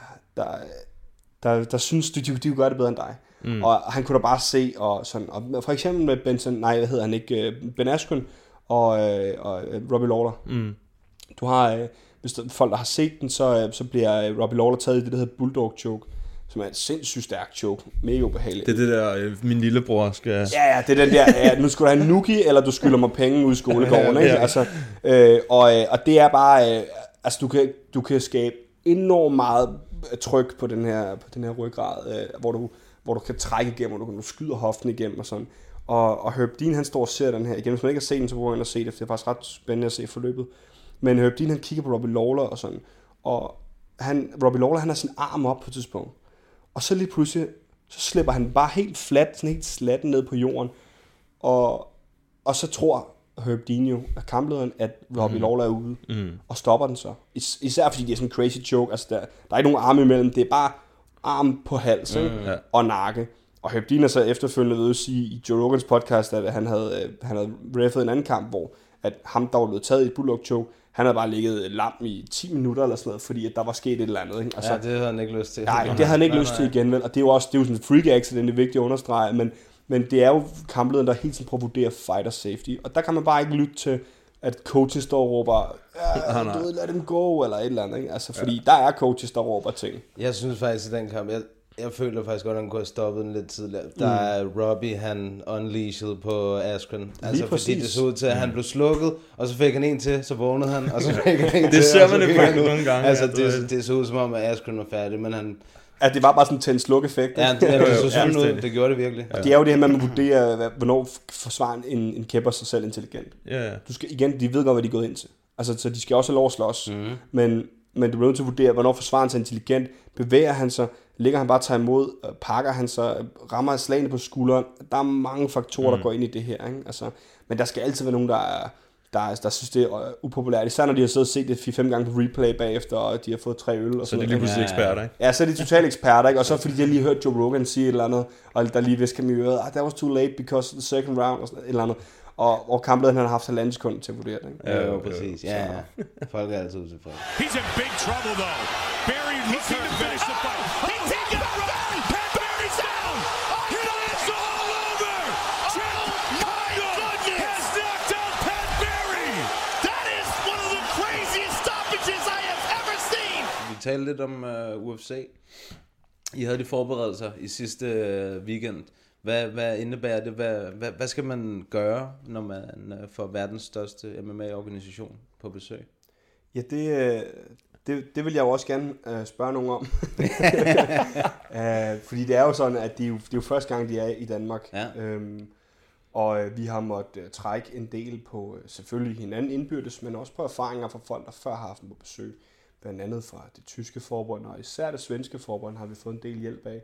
der synes, de gør det bedre end dig. Og han kunne da bare se, og sådan, og for eksempel med Ben Askren og Robbie Lawler. Du har, hvis der, folk der har set den, så bliver Robbie Lawler taget i det, der hedder Bulldog Choke, som er et sindssygt stærkt choke, mega ubehageligt. Det er det der, min lillebror skal... Ja, det er den der, nu skal du have en nookie, eller du skylder mig penge ude i skolegården, ikke? Altså, og det er bare, altså du kan skabe enormt meget tryk på den her ryggrad, hvor du kan trække igennem, og du skyder hoften igennem og sådan. Og Herb Dean, han står og ser den her igen. Hvis man ikke har set den, så prøver han at se det, for det er faktisk ret spændende at se forløbet. Men Herb Dean, han kigger på Robbie Lawler og sådan. Og Robbie Lawler, han har sin arm op på et tidspunkt. Og så lige pludselig, så slipper han bare helt fladt, sådan helt slatten ned på jorden. Og så tror Herb Dean jo, at kamplederen, at Robbie Lawler er ude. Og stopper den så. Især fordi det er sådan en crazy choke. Altså der er ikke nogen arme imellem. Det er bare arm på hals og nakke. Og Herb Dean er så efterfølgende ved at sige i Joe Rogans podcast, at han havde reffet en anden kamp, hvor at ham, der var blevet taget i et bulldog choke, han havde bare ligget lam i 10 minutter eller sådan noget, fordi at der var sket et eller andet. Ikke? Altså, ja, det havde han ikke lyst til. Nej, det havde han ikke lyst til igen, vel? Og det er jo sådan en freak accident, det er vigtigt at understrege, men det er jo kamplederen, der hele tiden prøver at vurdere fighter safety, og der kan man bare ikke lytte til, at coaches står og råber, lad dem gå, eller et eller andet, ikke? Altså, fordi der er coaches, der råber ting. Jeg synes faktisk, i den kamp, jeg føler faktisk godt, at han kunne have stoppet den lidt tidligere. Der er Robbie, han unleashed på Askren. Altså fordi det så ud til, at han blev slukket, og så fik han en til, så vågnede han, og så fik han en til. Det ser man det faktisk nogle gange. Altså det så ud som om, at Askren var færdig, men han... Ja, det var bare sådan en tænd-sluk-effekt. Ja, det så sådan ud. Det gjorde det virkelig. Og det er jo det her, man vurderer, hvornår forsvarer en kæmper sig selv intelligent. Du skal, igen, de ved godt, hvad de er gået ind til. Altså, så de skal også have lov at slås. Men du bliver nødt til at vurdere, hvornår forsvarer han sig intelligent. Bevæger han sig? Ligger han bare at tage imod? Pakker han sig? Rammer slagene på skulderen? Der er mange faktorer, der går ind i det her. Ikke? Altså, men der skal altid være nogen, der synes, det er upopulært. Især når de har siddet og set det 4-5 gange på replay bagefter, og de har fået 3 øl. Og så det er lige pludselig eksperter, ikke? Ja, så er de totalt eksperter, ikke? Og så fordi de har lige hørt Joe Rogan sige et eller andet, og der lige visker mig i øret, that was too late because the second round, og sådan et eller andet. Og kamplederen han har haft 1,5 sekund til at vurdere det, ikke? Ja, præcis. Ja. Folk er altid tilfredse. He's in big trouble, though. Barry looking to finish the fight. He takes it down! Pat Barry's down! It's all over! Joe Michael has knocked out Pat Barry! That is one of the craziest stoppages I have ever seen! Vi talte lidt om UFC. I havde de forberedelser i sidste weekend. Hvad indebærer det? Hvad skal man gøre, når man får verdens største MMA-organisation på besøg? Ja, det vil jeg jo også gerne spørge nogen om. Fordi det er jo sådan, at det er jo første gang, de er i Danmark. Ja. Og vi har måttet trække en del på selvfølgelig hinanden indbyrdes, men også på erfaringer fra folk, der før har haft dem på besøg. Blandt andet fra det tyske forbund, og især det svenske forbund har vi fået en del hjælp af.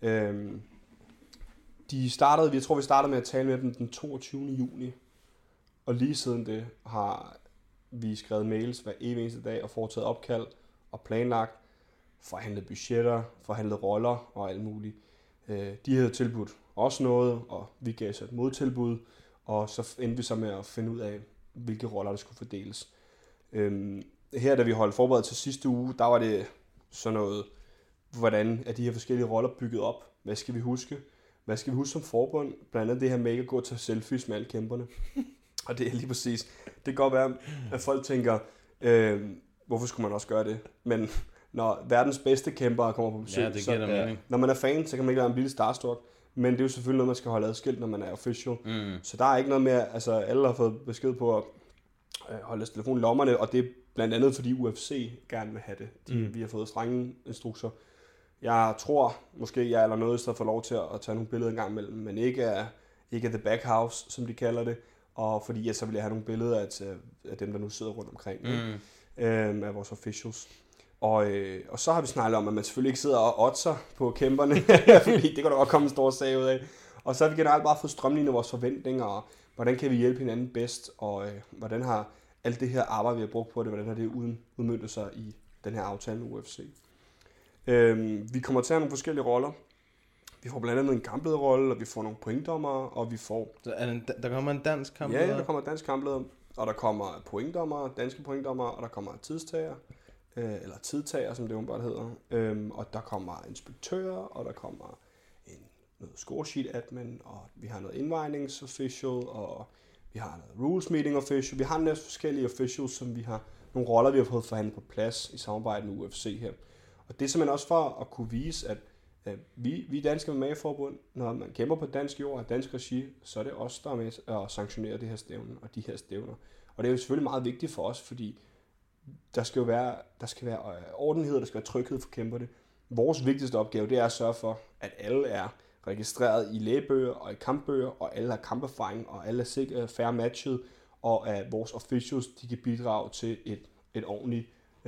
Vi startede med at tale med dem den 22. juni, og lige siden det har vi skrevet mails hver eneste dag og foretaget opkald og planlagt, forhandlet budgetter, forhandlet roller og alt muligt. De havde tilbudt også noget, og vi gav så et modtilbud, og så endte vi så med at finde ud af, hvilke roller der skulle fordeles. Her, da vi holdt forberedt til sidste uge, der var det sådan noget, hvordan er de her forskellige roller bygget op? Hvad skal vi huske? Hvad skal vi huske som forbund? Blandt andet det her med ikke at gå og tage selfies med alle kæmperne. Og det er lige præcis. Det kan godt være, at folk tænker, hvorfor skulle man også gøre det? Men når verdens bedste kæmpere kommer på besøg, når man er fan, så kan man ikke være en lille starstruck. Men det er jo selvfølgelig noget, man skal holde adskilt, når man er official. Så der er ikke noget mere, altså alle har fået besked på at holde telefonen i lommerne, og det er blandt andet fordi UFC gerne vil have det. Vi har fået strenge instrukser. Jeg tror måske, jeg eller noget sted får lov til at tage nogle billeder en gang imellem, men ikke af The Backhouse, som de kalder det, og fordi så vil jeg have nogle billeder af dem, der nu sidder rundt omkring, af vores officials. Og så har vi snakket om, at man selvfølgelig ikke sidder og oddser på kæmperne, fordi det kan der godt komme en stor sag ud af. Og så har vi generelt bare fået strømlignet vores forventninger, og hvordan kan vi hjælpe hinanden bedst, og hvordan har alt det her arbejde, vi har brugt på det, hvordan har det udmøntet sig i den her aftale med UFC. Vi kommer til at have nogle forskellige roller. Vi får blandt andet en kamplederrolle, og vi får nogle pointdommer, og vi får... Der kommer en dansk kampleder? Ja, der kommer en dansk kampleder, og der kommer pointdommer, danske pointdommer, og der kommer tidstager, eller tidtager, som det jo bare hedder. Og der kommer inspektører, og der kommer noget scoresheet admin, og vi har noget indvejningsofficial, og vi har noget rules meeting official. Vi har næsten forskellige officials, som vi har nogle roller, vi har fået forhandlet på plads i samarbejde med UFC her. Og det er simpelthen også for at kunne vise, at vi danske MMA-forbund, når man kæmper på dansk jord og dansk regi, så er det os, der er med at sanktionere det her stævne og de her stævner. Og det er jo selvfølgelig meget vigtigt for os, fordi der skal være ordenhed, der skal være tryghed for kæmperne. Vores vigtigste opgave, det er at sørge for, at alle er registreret i lægebøger og i kampbøger, og alle har kamperfaring, og alle er fair matchet, og at vores officials, de kan bidrage til et ordentligt,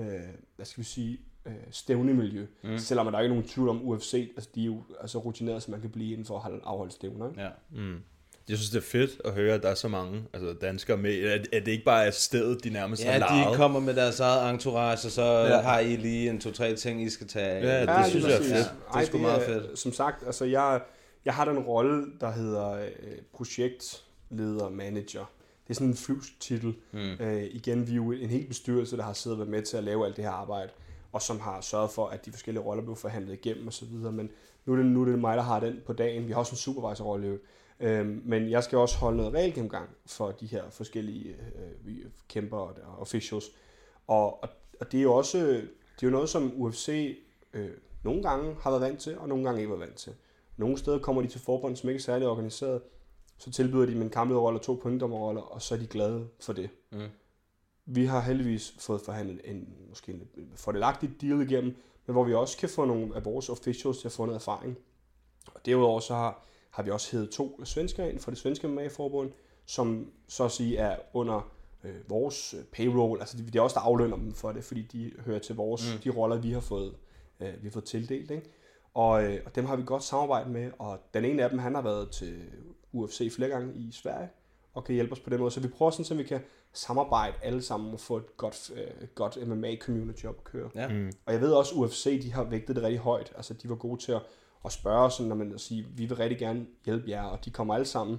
stævnemiljø. Selvom der er ikke nogen tvivl om UFC, altså de er jo rutineret, så man kan blive inden for at afholde stævner. Ikke? Ja. Jeg synes, det er fedt at høre, at der er så mange danskere med. At det ikke bare er stedet, de nærmest har lejet. Ja, de kommer med deres eget entourage, og så har I lige en 2-3 ting, I skal tage. Ja, det synes jeg er fedt. Det er sgu meget fedt. Som sagt, altså jeg har den rolle, der hedder projektleder manager. Det er sådan en flyvsk titel. Igen, vi er jo en hel bestyrelse, der har siddet og været med til at lave alt det her arbejde, og som har sørget for, at de forskellige roller blev forhandlet igennem og så videre. Men nu er det mig, der har den på dagen. Vi har også en supervisorrolle. Men jeg skal også holde noget regelgennemgang for de her forskellige kæmper og officials. Og det er jo også noget, som UFC nogle gange har været vant til, og nogle gange ikke været vant til. Nogle steder kommer de til forbund, som ikke er særlig organiseret, så tilbyder de med en kamplederrolle og 2 pointdommerroller, og så er de glade for det. Vi har heldigvis fået forhandlet en fordelagtig deal igennem, men hvor vi også kan få nogle af vores officials til at få noget erfaring. Og derudover så har vi også hævet 2 svenskere ind fra det svenske MMA-forbund, som så at sige er under vores payroll. Altså det er også der aflønner dem for det, fordi de hører til vores de roller, vi har fået tildelt. Ikke? Og dem har vi godt samarbejde med, og den ene af dem, han har været til UFC flere gange i Sverige, og kan hjælpe os på den måde. Så vi prøver sådan, at vi kan samarbejde alle sammen og få et godt MMA-community op at køre. Ja. Og jeg ved også, UFC, de har vægtet det rigtig højt. Altså, de var gode til at spørge sådan, når man siger, vi vil rigtig gerne hjælpe jer, og de kommer alle sammen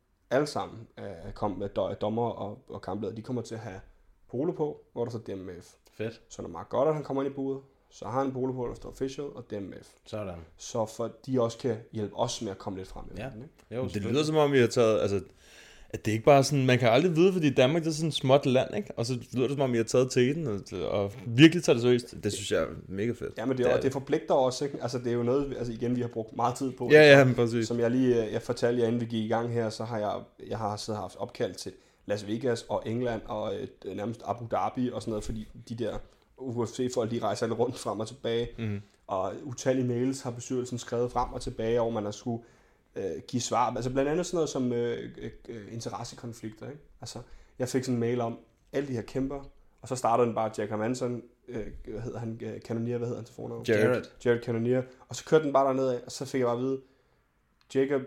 dommer og kampleder, de kommer til at have polo på, hvor der står DMF. Fedt. Så når Mark Goddard, han kommer ind i buret, så har han en polo på, der står official og DMF. Sådan. Så for de også kan hjælpe os med at komme lidt frem. Ja. Jo, det lyder som om, vi har taget, altså, at det ikke bare er sådan, man kan aldrig vide, fordi Danmark det er sådan et småt land, ikke? Og så lyder det som om, vi har taget teten og virkelig tager det seriøst. Det synes jeg er mega fedt. Ja, men det forpligter også, ikke? Altså, det er jo noget, altså igen, vi har brugt meget tid på. Ja, præcis. Som jeg fortalte jer, inden vi gik i gang her, så har jeg har siddet og haft opkald til Las Vegas og England og nærmest Abu Dhabi og sådan noget, fordi de der UFC-folk, de rejser lidt rundt frem og tilbage. Og utallige mails har bestyrelsen skrevet frem og tilbage, hvor man har skulle give svar. Altså blandt andet sådan noget som interessekonflikter, ikke? Altså, jeg fik sådan en mail om alle de her kæmper, og så startede den bare Jack Hermansson, hvad hedder han, Cannonier, hvad hedder han til fornavn? Jared Cannonier. Og så kørte den bare derned af, og så fik jeg bare at vide, Jacob,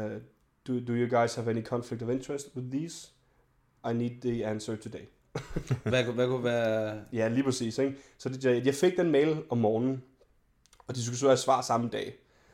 do you guys have any conflict of interest with these? I need the answer today. Hvad kunne være... Ja, lige præcis, ikke? Så jeg fik den mail om morgenen, og de skulle så have svar samme dag.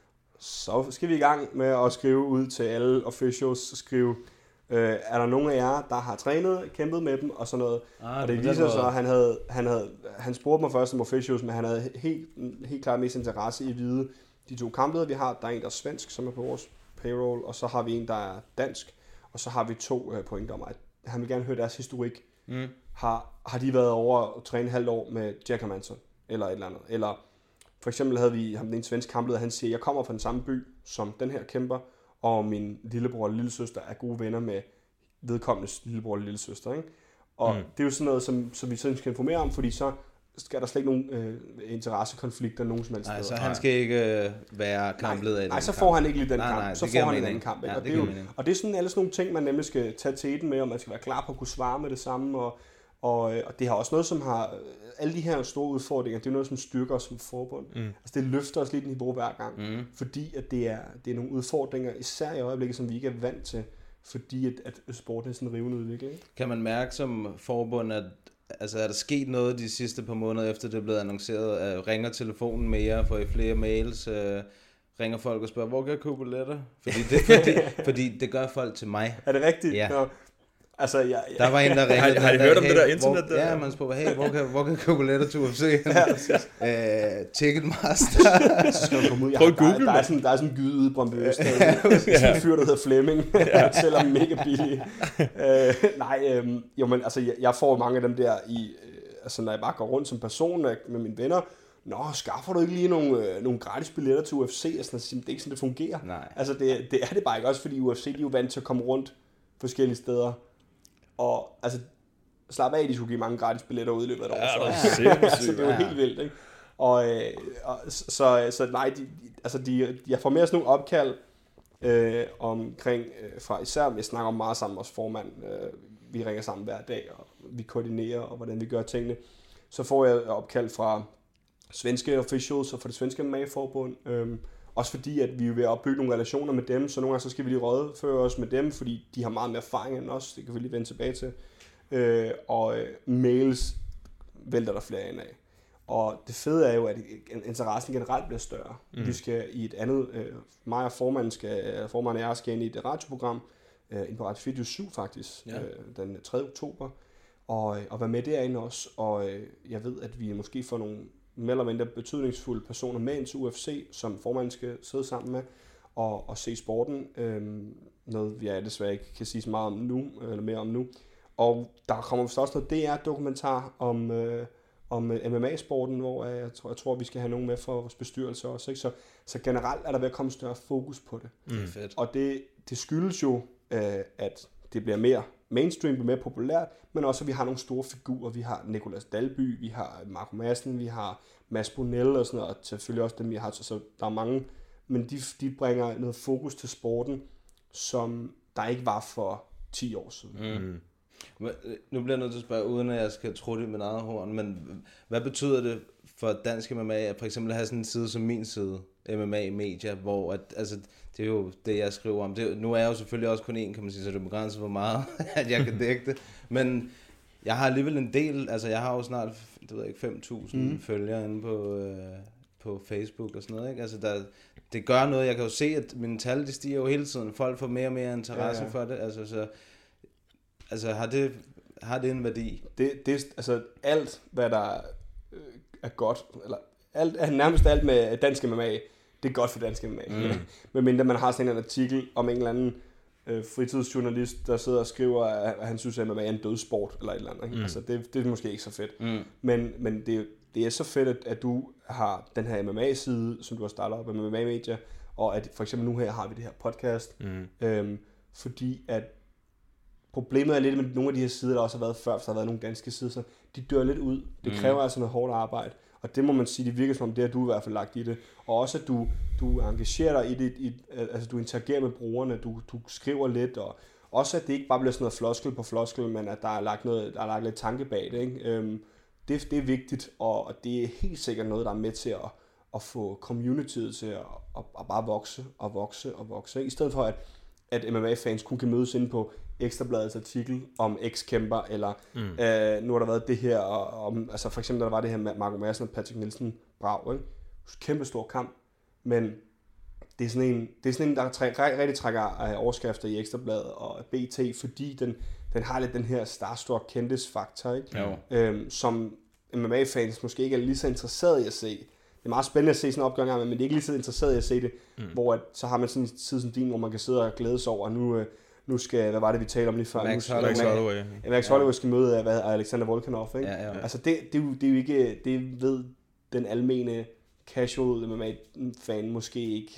Så skal vi i gang med at skrive ud til alle officials, skrive, er der nogen af jer, der har trænet, kæmpet med dem, og sådan noget. Og det viser sig, at han spurgte mig først som officials, men han havde helt klart mest interesse i at vide, de 2 kampleder, vi har, der er en, der er svensk, som er på vores payroll, og så har vi en, der er dansk, og så har vi 2 pointdommer. Han vil gerne høre deres historik. Har de været over at træne halvt år med Jack Hermansson, eller et eller andet, eller for eksempel havde vi ham den svenske kampleder, han siger, jeg kommer fra den samme by som den her kæmper, og min lillebror og lillesøster er gode venner med vedkommendes lillebror og lillesøster, ikke? Og det er jo sådan noget, som vi sådan skal informere om, fordi så skal der slet ikke nogen interessekonflikter nogen som helst. Nej, så han skal ikke være kampleder i den kamp. Nej, så får han ikke lige den kamp, så får han en anden kamp. Ja, og det er sådan alle sådan nogle ting, man nemlig skal tage til den med, og man skal være klar på at kunne svare med det samme, og det har også noget, som har... Alle de her store udfordringer, det er noget, som styrker os som forbund. Altså det løfter os lidt et niveau hver gang, fordi at det er nogle udfordringer, især i øjeblikket, som vi ikke er vant til, fordi at sporten er sådan en rivende udvikling. Kan man mærke som forbund, at altså, er der sket noget de sidste par måneder, efter det er blevet annonceret? Ringer telefonen mere, får I flere mails? Ringer folk og spørger, hvor kan jeg købe billetter? Fordi det gør folk til mig. Er det rigtigt? Ja. Nå. Altså, der var en, der ringede. Har I hørt om det der internet? Ja, man spørger, hey, hvor kan jeg købe billetter til UFC? Ticketmaster. Så skal du komme ud. Prøv at google, der er sådan en gyde ude i Brøndby Øst. Sådan en fyr, der hedder Flemming. Selvom mega billig. Jo, men altså, jeg får mange af dem der altså, når jeg bare går rundt som person med mine venner. Nå, skaffer du ikke lige nogle gratis billetter til UFC? Altså, det er ikke sådan, det fungerer. Nej. Altså, det er det bare ikke. Også fordi UFC, de er jo vant til at komme rundt forskellige steder. Og altså, slap af, de skulle give mange gratis billetter ud i løbet af et år. Altså, det er jo helt vildt, ikke? Så nej, jeg får mere sådan nogle opkald omkring, fra især, jeg snakker meget sammen med vores formand, vi ringer sammen hver dag, og vi koordinerer, og hvordan vi gør tingene. Så får jeg opkald fra svenske officials og fra det svenske MMA-forbund, også fordi, at vi er ved at opbygge nogle relationer med dem, så nogle gange så skal vi lige rådføre os med dem, fordi de har meget mere erfaring end os, det kan vi lige vende tilbage til. Mails vælter der flere ind af. Og det fede er jo, at interessen generelt bliver større. Vi skal i et andet, mig og formanden og jeg skal ind i et radioprogram, ind på Radio 24/7 faktisk, den 3. oktober, og være med derinde også. Og jeg ved, at vi måske får nogle mere eller mindre betydningsfulde personer med ind til UFC, som formanden skal sidde sammen med, og se sporten. Noget, vi desværre ikke kan sige så meget om nu, eller mere om nu. Og der kommer vist også noget DR-dokumentar om MMA-sporten, hvor jeg tror, vi skal have nogen med for vores bestyrelse også. Ikke? Så generelt er der ved at komme større fokus på det. Fedt. Og det skyldes jo, at det bliver mere mainstream, bliver mere populært, men også, at vi har nogle store figurer. Vi har Nicolas Dalby, vi har Marco Madsen, vi har Mads Bonell og sådan noget, og selvfølgelig også dem, vi har. Så der er mange, men de bringer noget fokus til sporten, som der ikke var for 10 år siden. Nu bliver jeg nødt til at spørge, uden at jeg skal tro det i min eget horn, men hvad betyder det for dansk MMA, at for eksempel have sådan en side som min side, MMA Media, hvor altså, det er jo det, jeg skriver om. Nu er jeg jo selvfølgelig også kun én, kan man sige, så det er begrænset for meget, at jeg kan dække det. Men Jeg har alligevel en del, altså jeg har jo snart, det ved jeg ikke, 5.000 følgere inde på Facebook og sådan noget, ikke? Altså det gør noget, jeg kan jo se, at mine tal, de stiger jo hele tiden, folk får mere og mere interesse for det, altså har det en værdi? Det altså alt, hvad der er godt, eller nærmest alt med dansk MMA, det er godt for dansk MMA. Medmindre man har sådan en artikel om en eller anden fritidsjournalist, der sidder og skriver, at han synes, at MMA er en dødssport, eller et eller andet. Altså, det er måske ikke så fedt. Men det er så fedt, at du har den her MMA-side, som du har startet op med MMA Media, og at for eksempel nu her har vi det her podcast, fordi at problemet er lidt med nogle af de her sider, der også har været før, hvis der har været nogle danske sider, så de dør lidt ud. Det kræver altså noget hårdt arbejde. Og det må man sige, det virker som om det har du i hvert fald lagt i det. Og også at du engagerer dig i det, altså du interagerer med brugerne, du skriver lidt, og også at det ikke bare bliver sådan noget floskel på floskel, men at der er lagt lidt tanke bag det, ikke? Det er vigtigt, og det er helt sikkert noget, der er med til at få communityet til at bare vokse. I stedet for at MMA-fans kun kan mødes inde på Ekstrabladets artikel om X-kæmper, eller nu har der været det her, om, altså for eksempel der var det her med Marco Madsen og Patrick Nielsen Brav, ikke? Kæmpe stor kamp, men det er sådan en der rigtig trækker overskrifter i Ekstrabladet og BT, fordi den har lidt den her starstruck kendisfaktor, ikke? Som MMA-fans måske ikke er lige så interesseret i at se. Det er meget spændende at se sådan en opgang, men det er ikke lige så interesseret i at se det, hvor at, så har man sådan en side som din, hvor man kan sidde og glæde sig over, nu skal, hvad var det, vi talte om lige før? Max Holloway skal møde Alexander Volkanov, ikke? Ja. Altså, det er jo ikke, det ved den almene casual MMA-fan måske ikke,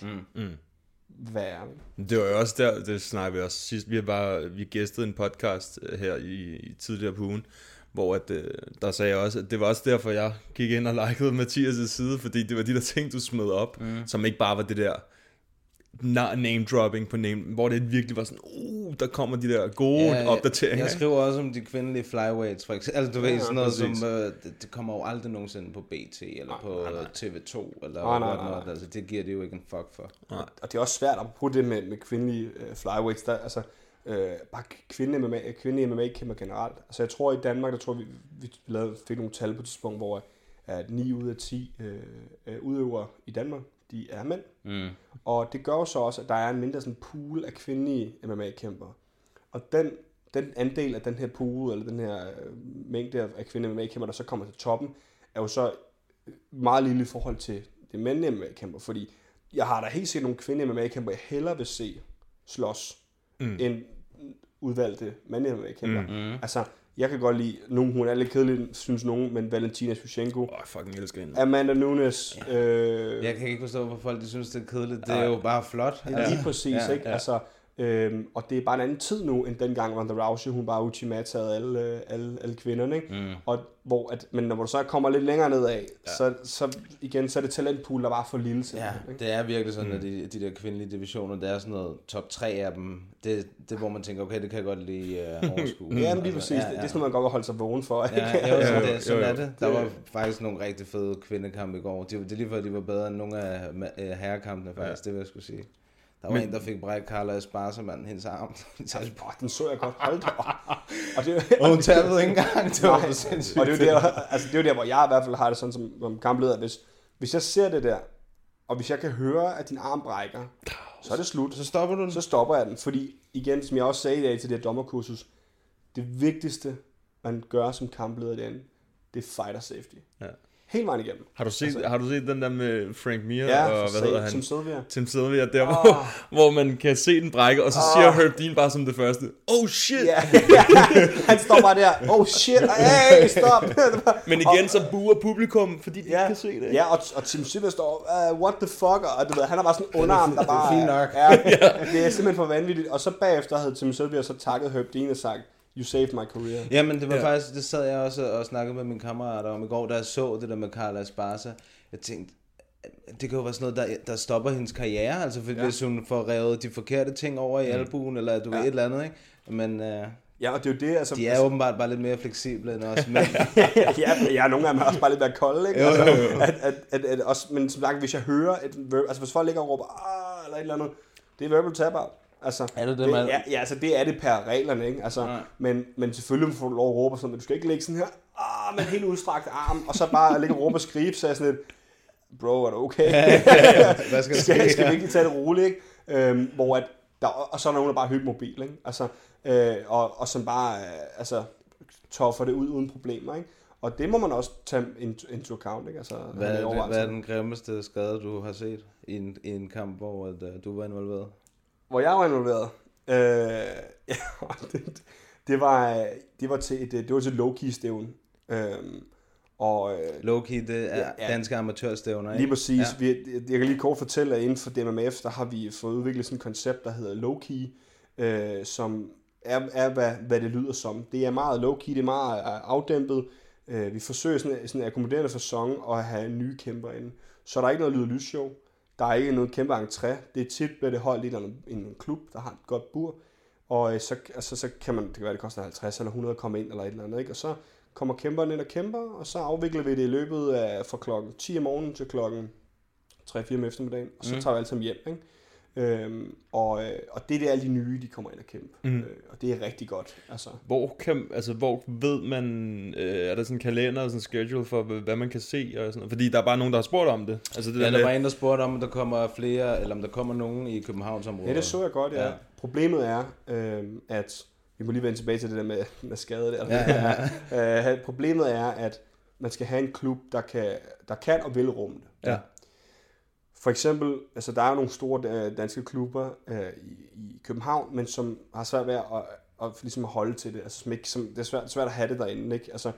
hvad er. Det var jo også der, det snakkede vi også sidst, vi gæstede en podcast her i tidligere på ugen, hvor at, der sagde jeg også, at det var også derfor, jeg gik ind og likede Mathias' side, fordi det var de der ting, du smed op, som ikke bare var det der name-dropping på name, hvor det virkelig var sådan, der kommer de der gode opdateringer. Jeg skriver også om de kvindelige flyweights, for eksempel. Altså, du ved, sådan noget som, det kommer jo aldrig nogensinde på BT, eller på TV2, eller noget. Altså, det giver det jo ikke en fuck for. Og det er også svært at bruge det med kvindelige flyweights, der, altså, bare kvindelige MMA-kæmper generelt. Altså, jeg tror i Danmark, vi fik nogle tal på et tidspunkt, hvor 9 ud af 10 udøvere i Danmark, de er mænd. Og det gør jo så også, at der er en mindre sådan pool af kvindelige MMA-kæmpere. Og den andel af den her pool, eller den her mængde af kvindelige MMA-kæmper, der så kommer til toppen, er jo så meget lille i forhold til det mændelige MMA-kæmper. Fordi jeg har da helt set nogle kvindelige MMA-kæmper, jeg hellere vil se slås, end udvalgte mandlige MMA-kæmper. Altså, jeg kan godt lide, hun er lidt kedelig, synes nogen, men Valentina Shevchenko. Fucking elsker hende. Amanda Nunes. Jeg kan ikke forstå, hvorfor folk de synes, det er kedeligt. Det er jo bare flot. Lige præcis, ikke? Ja. Altså, og det er bare en anden tid nu, end dengang Ronda Rousey, hun bare ultimatede alle kvinderne, ikke? Og men når du så kommer lidt længere nedad, så igen, så er det talentpool, der var for lille. Ja, det er virkelig sådan, at de der kvindelige divisioner, der er sådan noget top 3 af dem, det hvor man tænker, okay, det kan jeg godt lige overskue. Ja, men lige præcis. Det er sådan noget, man godt kan holde sig vågen for, ikke? Ja, sådan er det. Der var faktisk nogle rigtig fede kvindekampe i går. Det er lige før, de var bedre end nogle af herrekampene, faktisk, det vil jeg skulle sige. Der var en, der fik brækket Carla Esparza, mand, hendes arm. Den så jeg godt holdt og hun tabede ikke engang. Det var sindssygt. Og det er jo der, hvor jeg i hvert fald har det sådan som kampleder. Hvis jeg ser det der, og hvis jeg kan høre, at din arm brækker, så er det slut. Så stopper du den? Så stopper jeg den. Fordi igen, som jeg også sagde i dag til det her dommerkursus, det vigtigste, man gør som kampleder derinde, det er fighter safety. Ja. Hele vejen igennem. Har du set den der med Frank Mir og hvad hedder han? Tim Sylvia der, hvor man kan se den brække, og så siger Herb Dean bare som det første, oh shit! Yeah. Han står bare der, oh shit, hey, stop! Men igen, så buer publikum, fordi de kan se det. Ja, og Tim Sylvia står, what the fuck, og du ved, han har bare sådan en underarm, der bare... Fint nok. Det er simpelthen for vanvittigt. Og så bagefter havde Tim Sylvia så takket Herb Dean og sagt, you saved my career. Jamen det var faktisk, det sad jeg også og snakkede med mine kammerater om i går, da jeg så det der med Carla Esparza. Jeg tænkte, det kan jo være sådan noget, der stopper hendes karriere, altså hvis hun får revet de forkerte ting over i albuen, eller du ved et eller andet, ikke? Men ja, og det er jo det, altså... De er åbenbart bare lidt mere fleksible end os, men... ja, nogle af dem er også bare lidt mere kolde, ikke? Altså, men som sagt, hvis jeg hører, altså hvis folk ligger og råber, eller et eller andet, det er verbal tap-out. Altså, Er det det, man... ja, altså det er det per reglerne, ikke? Altså, men selvfølgelig får du lov at råbe og sådan, men du skal ikke ligge sådan her, med en helt udstrakt arm, og så bare ligge og råbe og skrive, så er sådan lidt, bro, er du okay? Hvad skal der ske? Skal vi ikke tage det roligt, ikke? Hvor at og så er der nogen, der bare er mobil, ikke? Altså, og som bare toffer det ud uden problemer, ikke? Og det må man også tage into account, ikke? Altså, hvad er den grimmeste skade, du har set i en kamp, hvor du var involveret? Hvor jeg var involveret? Det var til low-key-stævn. Low-key, det er danske amatørstævner, ikke? Lige præcis. Ja. Jeg kan lige kort fortælle, at inden for DMMF, der har vi fået udviklet sådan et koncept, der hedder low-key, som er hvad det lyder som. Det er meget low-key, det er meget afdæmpet. Vi forsøger sådan en akkommoderende facon at have nye kæmper inde. Så der er ikke noget lyd- og lysshow. Der er ikke noget kæmpe entré. Det er tit, bliver det holdt i en klub, der har et godt bur. Og så kan man, det kan være, det koster 50 eller 100 at komme ind eller et eller andet, ikke? Og så kommer kæmperne ind og kæmper, og så afvikler vi det i løbet af fra klokken 10 om morgenen til klokken 3-4 om eftermiddagen, og så tager vi alle sammen hjem, ikke? Og det er alle de nye, de kommer ind og kæmpe. Og det er rigtig godt. Altså. Hvor ved man, er der sådan en kalender og sådan en schedule for, hvad man kan se? Og sådan noget? Fordi der er bare nogen, der har spurgt om det. Altså det der var en, der spurgte om der kommer flere, eller om der kommer nogen i Københavnsområdet. Ja, det så jeg godt, ja. Problemet er, at vi må lige vende tilbage til det der med skade der. Problemet er, at man skal have en klub, der kan og vil rumme det. Ja. For eksempel, altså der er nogle store danske klubber i København, men som har svært ved at ligesom at holde til det. Altså det er svært at have det derinde, ikke? Altså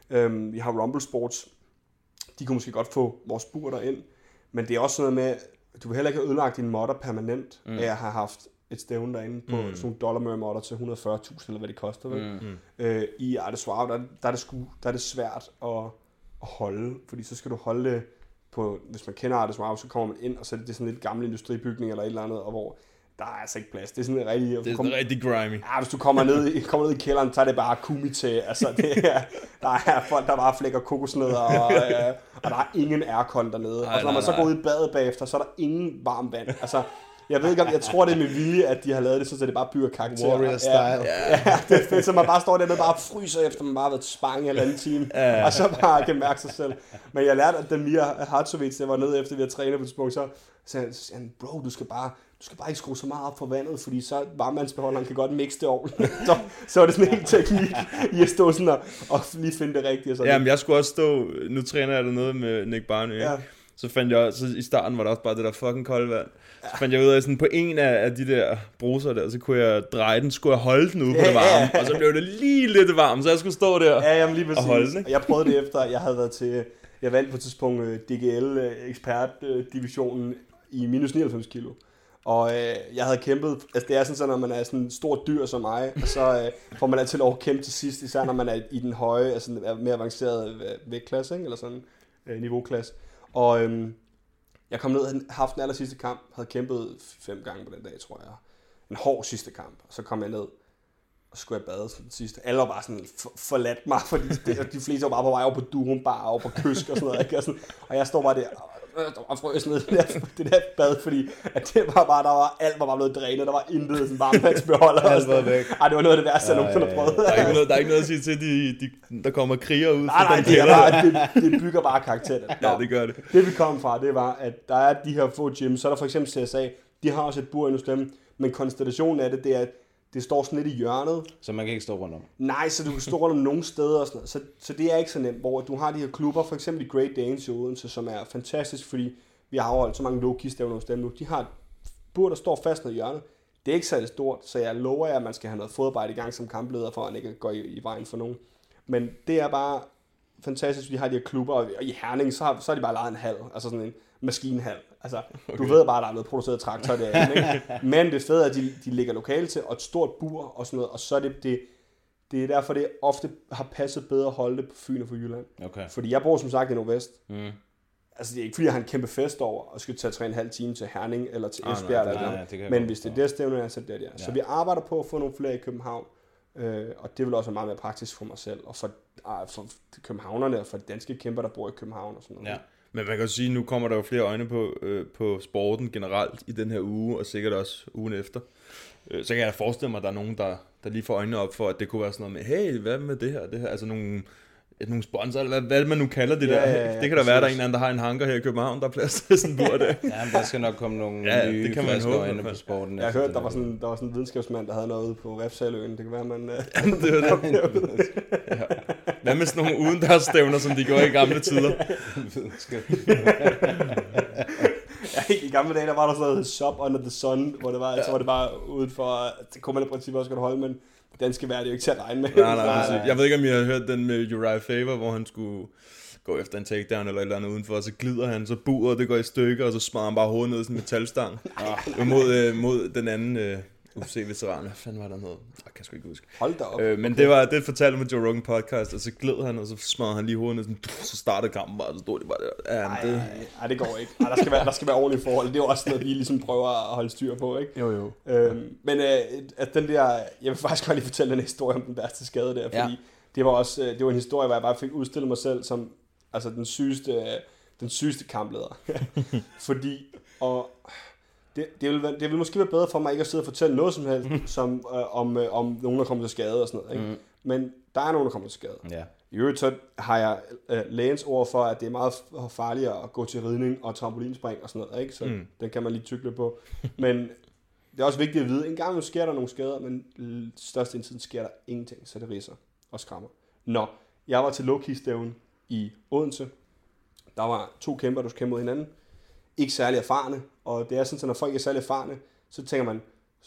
vi har Rumble Sports. De kunne måske godt få vores bur derind, men det er også sådan noget med, du vil heller ikke have ødelagt din modder permanent af at have haft et stævne derinde på sådan nogle dollarmøre-modder til 140.000, eller hvad det koster, vel? I Ardeswar, der er det svært at holde, fordi så skal du holde det på, hvis man kender Ardeswar, så kommer man ind, og så er det sådan lidt gammel industribygning eller et eller andet, og hvor der er altså ikke plads. Det er sådan en rigtig grimy. Ja, hvis du kommer ned i kælderen, så er det bare kumite. Altså, der er folk, der bare flækker kokosnødder, og der er ingen aircon dernede. Og når man så går ud i badet bagefter, så er der ingen varmt vand. Altså, jeg ved ikke om, jeg tror det er med vilje, at de har lavet det, så det bare bygger karakterer. Warrior style. Ja, det er fedt, så man bare står dernede og bare fryser efter, man bare har været spange i en anden time, og så bare kan mærke sig selv. Men jeg lærte, at Damir Hartzovic, der var nede efter, vi havde trænet på et tidspunkt, så sagde han, bro, du skal bare ikke skrue så meget op for vandet, fordi så varmvandsbeholderen kan godt mixe det ordentligt. Så var det sådan en teknik i at stå sådan og lige finde det rigtige. Sådan. Jamen, jeg skulle også stå, nu træner jeg dernede med Nick Barney, ikke? Så fandt jeg, så i starten var der også bare det der fucking kolde vand. Så fandt jeg ud af, sådan på en af de der bruser der, så kunne jeg dreje den, skulle jeg holde den ude på det varme, og så blev det lige lidt varmt, så jeg skulle stå der lige og holde den. Jeg prøvede det efter, jeg havde været jeg vandt på et tidspunkt DGL ekspertdivisionen i minus 99 kilo. Og jeg havde kæmpet, altså det er sådan, når man er sådan en stor dyr som mig, og så får man altid lov at kæmpe til sidst, især når man er i den høje, altså mere avancerede vægtklasse, ikke? Eller sådan niveauklasse. Og jeg kom ned og havde haft den aller sidste kamp, havde kæmpet 5 gange på den dag, tror jeg. En hård sidste kamp, og så kom jeg ned, og så skulle jeg bade sådan sidst. Alle var bare sådan forladt mig, fordi de fleste var bare på vej over på Durum Bar, over på Kysk og sådan noget, ikke? Og jeg står bare der, og frøs ned det der bad, fordi at det var bare, alt var bare blevet drænet, der var intet sådan varmvandsbeholder. Alt var væk. Ej, det var noget af det værste, jeg nogensinde har prøvet. Der er ikke noget at sige til, der kommer kriger ud. Nej, det bygger bare karakteren. Ja, det gør det. Det vi kom fra, det var, at der er de her få gyms, så er der for eksempel CSA, de har også et bur hos dem, men konstellationen af det er, at det står sådan lidt i hjørnet. Så man kan ikke stå rundt om? Nej, så du kan stå rundt om nogle steder og sådan noget. Så det er ikke så nemt, hvor du har de her klubber, for eksempel i Great Danes i Odense, som er fantastisk, fordi vi har afholdt så mange low-key-stævner hos dem nu. De har et bur, der står fast ned i hjørnet. Det er ikke særlig stort, så jeg lover jer, at man skal have noget fodarbejde i gang som kampleder, for at ikke gå i vejen for nogen. Men det er bare fantastisk, vi har de her klubber, og i Herning, så er de bare lejet en hal, altså sådan en maskinehal. Altså, okay. Du ved bare, at der er blevet produceret traktor derinde, ikke? Men det fede er, at de ligger lokale til, og et stort bur og sådan noget, og så er det er derfor, det ofte har passet bedre at holde det på Fyn og på Jylland. Okay. Fordi jeg bor som sagt i Nordvest. Altså, det er ikke fordi, jeg har en kæmpe fest over, og skal tage 3,5 timer til Herning, eller til Esbjerg, eller noget. Men hvis det er det stævne, så det er det. Ja. Så vi arbejder på at få nogle flere i København, og det vil også være meget mere praktisk for mig selv, og for københavnerne, og for de danske kæmper, der bor i København og sådan noget. Ja. Men man kan jo sige, at nu kommer der jo flere øjne på sporten generelt i den her uge, og sikkert også ugen efter. Så kan jeg forestille mig, at der er nogen, der lige får øjnene op for, at det kunne være sådan noget med, hey, hvad med det her? Altså nogle sponsorer, eller hvad man nu kalder det der. Ja, det kan da være, der er en anden, der har en hangar her i København, der er plads til sådan en bur der. Ja, men der skal nok komme nogle nye flasker øjne på sporten. Jeg har hørt, der var sådan en videnskabsmand, der havde noget ude på Refsaløen. Det kan være, man... det var det. Ja. Hvad med sådan nogle udendørsstævner, som de gjorde i gamle tider? Ja, i gamle dage, der var der sådan noget Shop Under the Sun, hvor det var, så var det bare ude for, det kunne man i princippet også godt holde, men danske vejr, det er jo ikke til at regne med. Nej. Jeg ved ikke, om I har hørt den med Uriah Faber, hvor han skulle gå efter en takedown eller et eller andet udenfor, og så glider han, så buret, det går i stykker, og så smadrer han bare hovedet ned i sådan en metalstang. Mod den anden UFC-veteran. Hvad fanden var der noget? Jeg kan sgu ikke huske. Hold da op. Men okay. det fortalte med Joe Rogan podcast, og så gled han, og så smadrede han lige hovedet ned, sådan, så startede kampen bare, og så stod det bare der. Nej, det går ikke. Der skal være ordentlige forhold. Det er jo også noget, vi ligesom prøver at holde styr på, ikke? Jo. Men at den der, jeg vil faktisk godt lige fortælle den historie om den værste skade der, fordi det var en historie, hvor jeg bare fik udstillet mig selv som altså den sygeste kampleder. Fordi, og det vil måske være bedre for mig ikke at sidde og fortælle noget som helst, som, om nogen, der kommer til skade og sådan noget. Ikke? Men der er nogen, der kommer til skade. Ja. I øvrigt så har jeg lægens ord for, at det er meget farligere at gå til ridning og trampolinspring og sådan noget. Ikke? Så den kan man lige tykle på. Men det er også vigtigt at vide, en gang sker der nogle skader, men størstedelen tiden sker der ingenting, så det ridser og skræmmer. Jeg var til low-key-stævnen i Odense. Der var 2 kæmper, der kæmpede mod hinanden. Ikke særlig erfarne, og det er sådan, at når folk er særlig erfarne, så tænker man,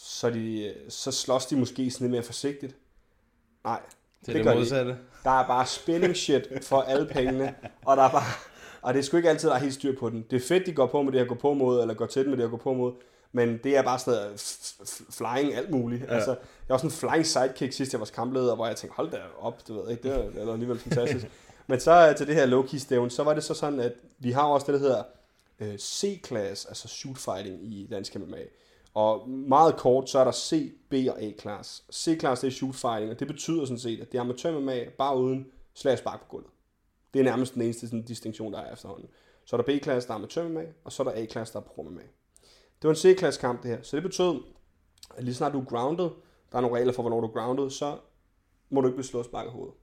så slås de måske sådan lidt mere forsigtigt. Nej, det gør de. Der er bare spinning shit for alle pengene, og der er bare, og det er sgu ikke altid, der er helt styr på den. Det er fedt, de går på med det her gå på mod, eller går til med det her gå på mod, men det er bare sådan noget flying alt muligt. Ja. Altså, jeg var sådan en flying sidekick sidst, jeg var kampleder, hvor jeg tænkte, hold da op, du ved ikke, det er alligevel fantastisk. Men så til det her low-key stævn, så var det så sådan, at vi har også det, der hedder C-class, altså shoot fighting i dansk MMA. Og meget kort, så er der C, B og A-class. C-class, det er shoot fighting, og det betyder sådan set, at det er amatør MMA, bare uden slag og spark på gulvet. Det er nærmest den eneste sådan, distinktion, der er efterhånden. Så er der B-class, der er amatør MMA, og så er der A-class, der er pro MMA. Det var en C-class kamp, det her. Så det betød, at lige snart du er grounded, der er nogle regler for, hvornår du er grounded, så må du ikke blive slået spark i hovedet.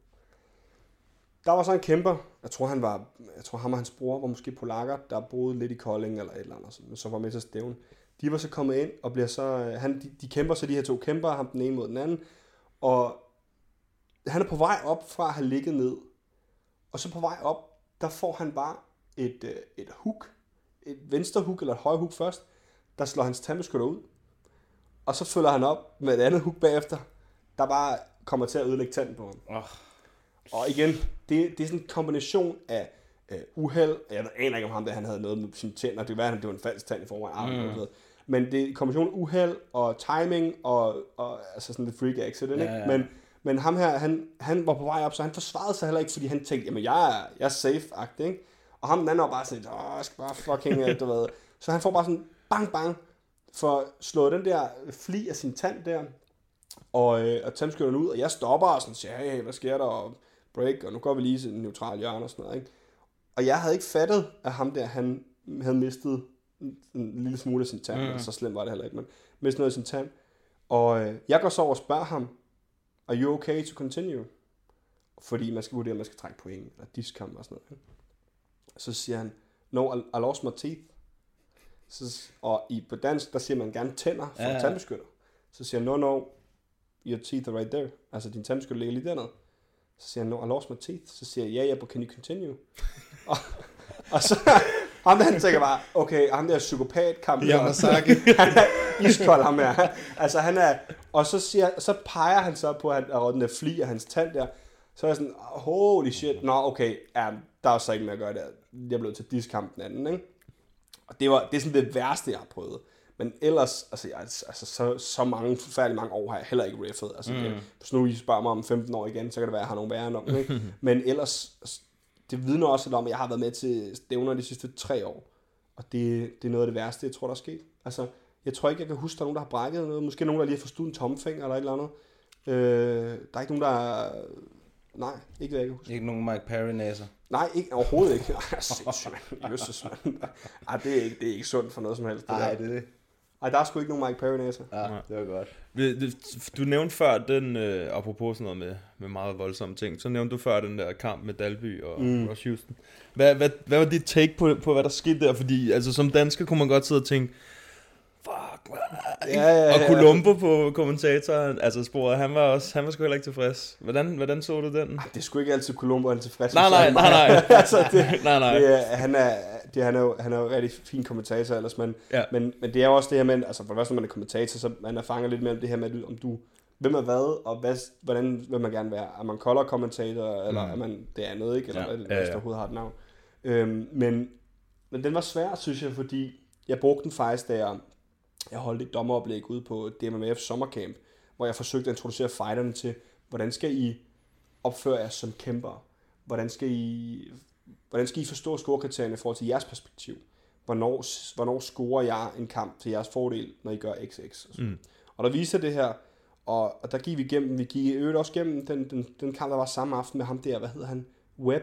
Der var så en kæmper, jeg tror ham og hans bror var måske polakker, der boede lidt i Kolding eller et eller andet, men så var med til stævn. De var så kommet ind og bliver så, de kæmper så de her 2 kæmper, ham den ene mod den anden, og han er på vej op fra at have ligget ned, og så på vej op, der får han bare et hook, et venstre hook eller et højre hook først, der slår hans tandbeskytter ud, og så følger han op med et andet hook bagefter, der bare kommer til at ødelægge tanden på ham. Og igen, det er sådan en kombination af uheld. Jeg aner ikke om ham, der han havde noget med sine tænder. Det kan være, at det var en falsk tand i forvejen. Men det er en kombination af uheld og timing og altså sådan lidt freak accident. Ja. Men ham her, han var på vej op, så han forsvarede sig heller ikke, fordi han tænkte, jamen jeg er safe-agtig. Ikke? Og ham den anden var bare sådan, jeg skal bare fucking, du ved. Så han får bare sådan bang bang for slået den der fli af sin tand der. Og tandbeskytteren ud, og jeg stopper og sådan siger, hey, hvad sker der? Og break, og nu går vi lige til en neutral hjørne og sådan noget, ikke? Og jeg havde ikke fattet, at ham der, han havde mistet en lille smule af sin tand, så slemt var det heller ikke, men mistet noget af sin tand. Og jeg går så over og spørger ham, are you okay to continue? Fordi man skal vurdere, at man skal trække point, eller diskamp og sådan noget. Ikke? Så siger han, no, I lost my teeth. Og på dansk, der siger man gerne tænder for tandbeskytter. Så siger han, no, your teeth are right there. Altså, din tandbeskytter ligger lige dernede. Så siger han, no, I lost my teeth. Så siger jeg, yeah, but can you continue? og så, ham der, han tænker bare, okay, ham der er psykopat-kamp. Yamasaki. Han er iskold, ham her. Altså, han er, og så peger han så på, den der fli af hans tand der. Så er jeg sådan, holy shit, nå, okay, der er så ikke mere at gøre der. Jeg blev til diskamp den anden, ikke? Og det er sådan det værste, jeg har prøvet. Men ellers, altså så mange, forfærdeligt mange år har jeg heller ikke riffet. Altså, hvis nu I spørger mig om 15 år igen, så kan det være, at jeg har nogle værre nok. Ikke? Men ellers, det vidner også om, at jeg har været med til stævner de sidste 3 år. Og det er noget af det værste, jeg tror, der er sket. Altså, jeg tror ikke, jeg kan huske, at der er nogen, der har brækket noget. Måske nogen, der lige har forstået en tommelfinger eller et eller andet. Der er ikke nogen, der... Nej, ikke hvad jeg kan huske. Ikke nogen Mike Perry-næser? Nej, ikke, overhovedet ikke. Sindssygt, mand. Jesus, mand. Det er ikke sundt for noget som helst. Nej, det er det. Ej, der er sgu ikke nogen Mike Perry næse. Ja, det var godt. Du nævnte før den, apropos sådan noget med meget voldsomme ting, så nævnte du før den der kamp med Dalby og Ross Houston. Hvad var dit take på, hvad der skete der? Fordi altså, som dansker kunne man godt sidde og tænke, fuck, Ja. Og Columbo på kommentatoren, altså sporet, han var sgu heller ikke tilfreds. Hvordan så du den? Det er sgu ikke altid Columbo, han er tilfreds. Nej. Altså, nej. Han er jo rigtig fin kommentator ellers, men det er jo også det her med, altså for det første, når man er kommentator, så man erfanger lidt mellem det her med, om du hvem er hvad, og hvordan vil man gerne være? Er man color kommentator, eller er man det andet, ikke? Eller hvis der overhovedet har et navn. Men den var svær, synes jeg, fordi jeg brugte den faktisk, da jeg holdt et dommeroplæg ude på DMMF sommercamp, hvor jeg forsøgte at introducere fighterne til, hvordan skal I opføre jer som kæmper? Hvordan skal I forstå scorekriterierne i forhold til jeres perspektiv? Hvornår scorer jeg en kamp til jeres fordel, når I gør XX? Og der viser det her, og der gik vi igennem, også gennem den kamp, der var samme aften med ham der, hvad hedder han? Webb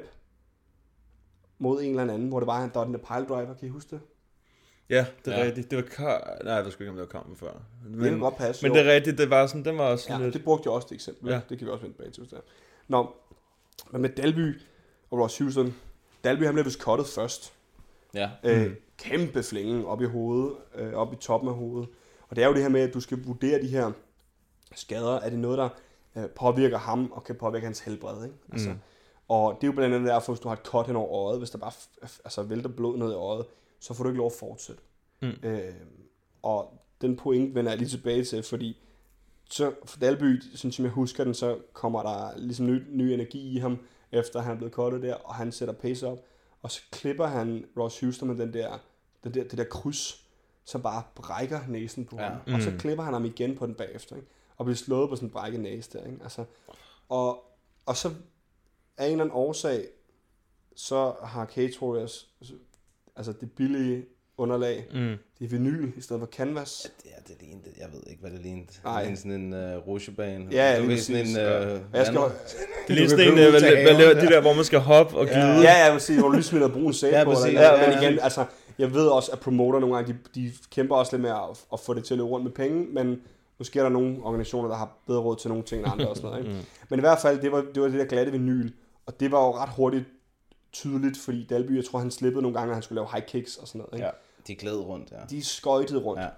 mod en eller anden, hvor det var, der var den der piledriver, kan I huske det? Ja, det er rigtigt. Det var nej, jeg ved sgu ikke, om det var kampen før. Det kan godt passe. Men det er rigtigt, det var sådan, den var også sådan lidt... det brugte jeg også det eksempel. Ja. Det kan vi også vende tilbage til. Der. Nå, men med Dalby og Ross Houston. Dalby, han blev vist cuttet først. Ja. Kæmpe flænge op i hovedet, op i toppen af hovedet. Og det er jo det her med, at du skal vurdere de her skader. Er det noget, der påvirker ham og kan påvirke hans helbred, ikke? Altså, og det er jo blandt andet derfor, hvis du har et cut hen over øjet, hvis der bare vælter blod ned i øjet, så får du ikke lov at fortsætte. Og den point vender jeg lige tilbage til, fordi så for Dalby, synes jeg husker den, så kommer der ligesom ny energi i ham, efter han er blevet cuttet der, og han sætter pace op, og så klipper han Ross Houston med det der kryds, som bare brækker næsen på ham. Og så klipper han ham igen på den bagefter, ikke? Og bliver slået på sådan en brækket næse der, ikke? Altså, og så af en eller anden årsag, så har Cage Warriors, altså det billige underlag, det er vinyl i stedet for canvas. Ja, det lignede, jeg ved ikke, hvad det lignede. Nej. Det lignede sådan en rutsjebane. Ja, det præcis. sådan en... Det lignede sådan en, de der, hvor man skal hoppe og glide. Ja, jeg vil sige, hvor du lige smider brun sæbe på. Præcis. Men igen, altså, jeg ved også, at promoter nogle gange, de kæmper også lidt med at få det til at løbe rundt med penge, men måske er der nogle organisationer, der har bedre råd til nogle ting end andre og sådan noget, ikke? Men i hvert fald, det var det der glatte vinyl, og det var jo ret hurtigt tydeligt, fordi Dalby, jeg tror, han slippede nogle gange, at han skulle lave high kicks og sådan noget, ikke? Ja, de gled rundt, ja. De skøjtede rundt. Ja.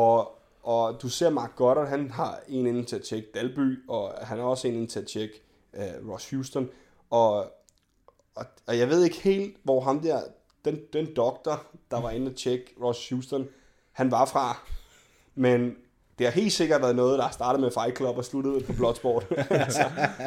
Og du ser Mark Goddard, han har en inde til at tjekke Dalby, og han har også en inde til at tjekke Ross Houston. Og jeg ved ikke helt, hvor ham der, den doktor, der var inde at tjekke Ross Houston, han var fra. Men det har helt sikkert været noget, der har startet med Fight Club og sluttet på Bloodsport. Altså,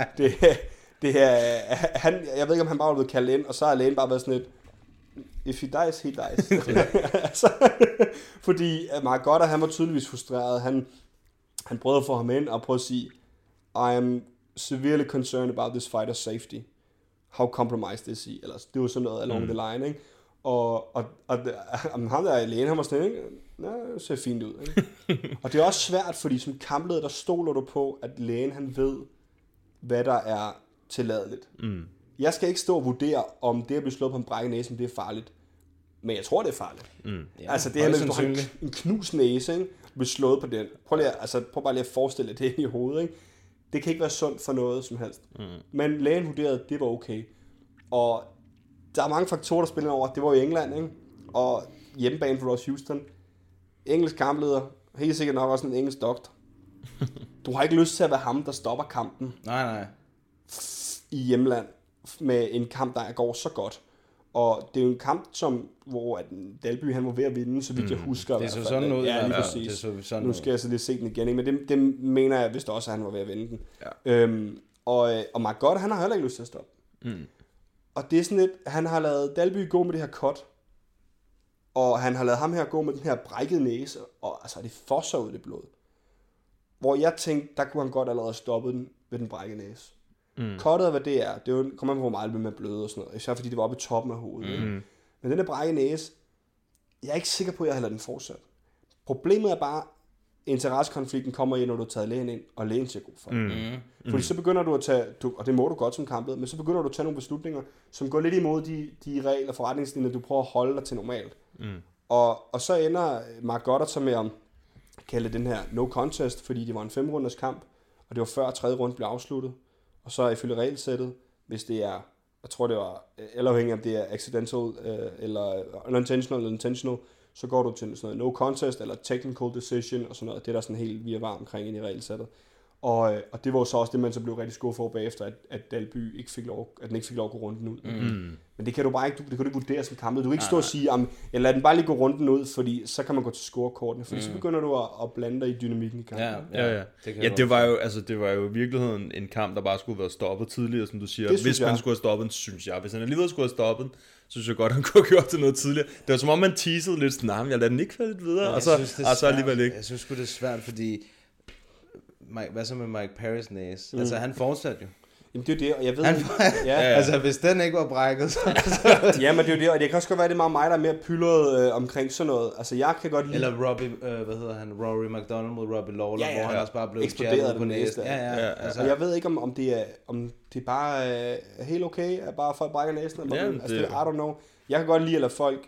det her, jeg ved ikke, om han bare var blevet kaldt ind, og så har lægen bare været sådan et, if he dies, he dies. Altså, fordi Mark Goddard, han var tydeligvis frustreret. Han prøvede at få ham ind og prøve at sige, I am severely concerned about this fighter's safety. How compromised is he? Eller det var sådan noget along the line, ikke? Og ham der lægen, han var sådan, ikke? Det ser fint ud, ikke? Og det er også svært, fordi som kampleder, der stoler du på, at lægen, han ved, hvad der er tilladeligt. Jeg skal ikke stå og vurdere, om det at blive slået på en brækket næse, det er farligt. Men jeg tror, det er farligt. Ja, altså det her med, at du har en knust næse, ikke? Bliver slået på den. Prøv bare lige at forestille dig det i hovedet, ikke? Det kan ikke være sundt for noget som helst. Men lægen vurderede, at det var okay. Og der er mange faktorer, der spiller over. Det var i England, ikke? Og hjemmebane for Ross Houston. Engelsk kampleder. Helt sikkert nok også en engelsk doktor. Du har ikke lyst til at være ham, der stopper kampen. Nej. I hjemland med en kamp, der går så godt. Og det er jo en kamp, hvor Dalby, han var ved at vinde, så vidt jeg husker. Det så sådan ud. Ja, lige præcis. Nu skal jeg så lige se den igen, ikke? Men det mener jeg vist også, at han var ved at vinde den. Ja. Og Mark Goddard, han har heller ikke lyst til at stoppe. Og det er sådan lidt, han har lavet Dalby gå med det her cut, og han har lavet ham her gå med den her brækkede næse, og altså det fosser ud det blod. Hvor jeg tænkte, der kunne han godt allerede stoppe den ved den brækkede næse. Cuttet af hvad det er, det er jo, kommer man på, hvor meget med bløde og sådan noget, især fordi det var oppe i toppen af hovedet. Men den der brækkede næse, jeg er ikke sikker på, at jeg har ladet den fortsat. Problemet er bare, interessekonflikten kommer i, når du har taget lægen ind, og lægen siger god for det. Fordi så begynder du at tage, og det må du godt som kampet, men så begynder du at tage nogle beslutninger, som går lidt imod de regler og forretningslinjer, du prøver at holde dig til normalt. Og så ender Mark Goddard så med kalde den her no contest, fordi det var en 5-runders kamp, og det var før 3. runde blev afsluttet. Og så ifølge regelsættet, hvis det er, jeg tror det var, eller afhængig om det er accidental, eller unintentional eller intentional, så går du til sådan noget no contest, eller technical decision, og sådan noget. Det er der sådan helt virvar omkring ind i regelsættet. Og det var jo så også det, man så blev rigtig skuffet over bagefter, at Dalby ikke fik lov, at den ikke fik lov at gå runden ud. Men det kan du bare ikke, det kan du ikke vurdere som kamp. Du kan ikke stå og sige, jeg lader den bare lige gå runden ud, fordi så kan man gå til scorekortene, fordi så begynder du at blande dig i dynamikken i kampen. Ja. Det var jo i virkeligheden en kamp, der bare skulle være stoppet tidligere, som du siger. Hvis man skulle have stoppet den, synes jeg. Hvis han alligevel skulle have stoppet den, så synes jeg godt, han kunne have gjort det noget tidligere. Det var som om man teasede lidt sådan, jeg lader den ikke falde lidt videre, og så alligevel ikke. Jeg synes sgu det er svært, fordi hvad så med Mike Perrys næse? Altså han fortsatte jo. Jamen det er det, og jeg ved altså hvis den ikke var brækket, så... Ja, men det er jo det, og det kan også godt være, det er meget mig, der er mere pyldret omkring sådan noget. Altså jeg kan godt lide... Eller Rory McDonald mod Robbie Lawler, hvor han også bare blev eksploderet på næsen. Altså, og jeg ved ikke, om det er bare helt okay, at bare folk brækker næsen. Eller altså, det, I don't know. Jeg kan godt lide at lade folk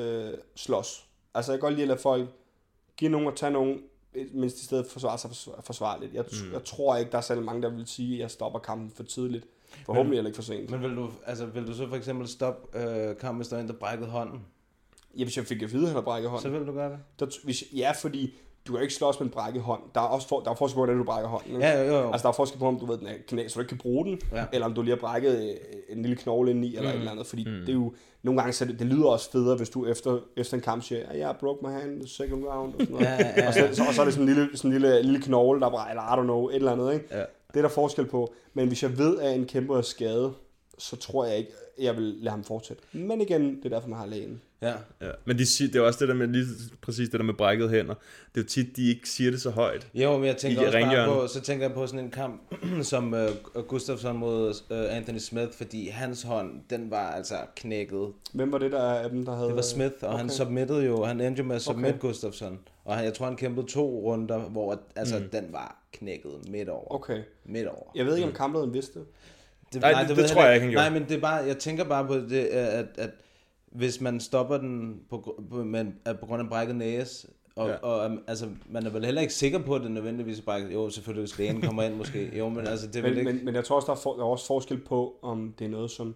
slås. Altså jeg kan godt lide at lade folk give nogen og tage nogen, mens de stedet forsvarer sig forsvarligt. Jeg tror ikke, der er særlig mange, der vil sige, at jeg stopper kampen for tidligt. Forhåbentlig eller ikke for sent. Men vil du så for eksempel stoppe kampen, hvis der er en, der brækkede hånden? Ja, hvis jeg fik at vide, at han har brækket hånden. Så vil du gøre det? Ja, fordi du kan ikke slås med en brækket hånd. Der er forskel på, hvordan du brækker hånden. Ikke? Ja, jo. Altså der er forskel på, om du ved, den er knæ, så du ikke kan bruge den, eller om du lige har brækket en lille knogle indeni, eller et eller andet. Fordi det er jo, nogle gange, så det lyder også federe, hvis du efter en kamp siger, jeg broke my hand, second round, og sådan noget. Og så er det sådan en lille knogle, der bare, eller I don't know, et eller andet, ikke? Ja. Det er der forskel på. Men hvis jeg ved, at en kæmper er skadet, så tror jeg ikke, jeg vil lade ham fortsætte. Men igen, det er derfor, man har lægen. Ja. Men det er også det der med, lige præcis det der med brækkede hænder. Det er jo tit, de ikke siger det så højt. Jo, men jeg tænker også bare på, så tænker jeg på sådan en kamp, som Gustafsson mod Anthony Smith, fordi hans hånd, den var altså knækket. Hvem var det, der af dem, der havde... Det var Smith, og han submittede jo, han endte jo med at submit Gustafsson. Og jeg tror, han kæmpede 2 runder, hvor den var knækket midt over. Okay. Midt over. Jeg ved ikke, om kamplederen vidste det. Det tror jeg ikke, han gjorde. Nej, men det er bare, jeg tænker bare på det, at hvis man stopper den på grund af brækket næse, og altså, man er vel heller ikke sikker på, at det nødvendigvis er brækket. Jo, selvfølgelig, hvis lægen kommer ind måske. Jo, men altså, det vil ikke... Men jeg tror også, der er også forskel på, om det er noget, som...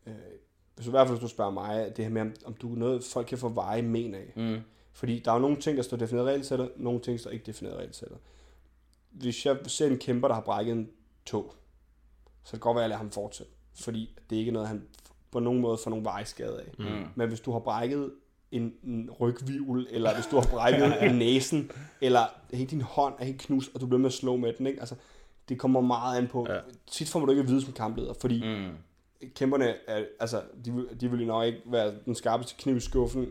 i hvert fald, hvis du spørger mig, det her med, om du er noget, folk kan få veje men af. Fordi der er jo nogle ting, der står defineret regelsættet, nogle ting, der står ikke defineret regelsættet. Hvis jeg ser en kæmper, der har brækket en tog, så kan det godt være, at jeg lader ham fortsætte. Fordi det er ikke noget, han på nogen måde får nogle vejskade af. Men hvis du har brækket en rygvivl, eller hvis du har brækket en næsen, eller hele din hånd er helt knust, og du bliver med at slå med den, ikke? Altså, det kommer meget an på. Tit får man du ikke at vide som kampleder, fordi kæmperne, altså, de vil jo nok ikke være den skarpeste kniv i skuffen,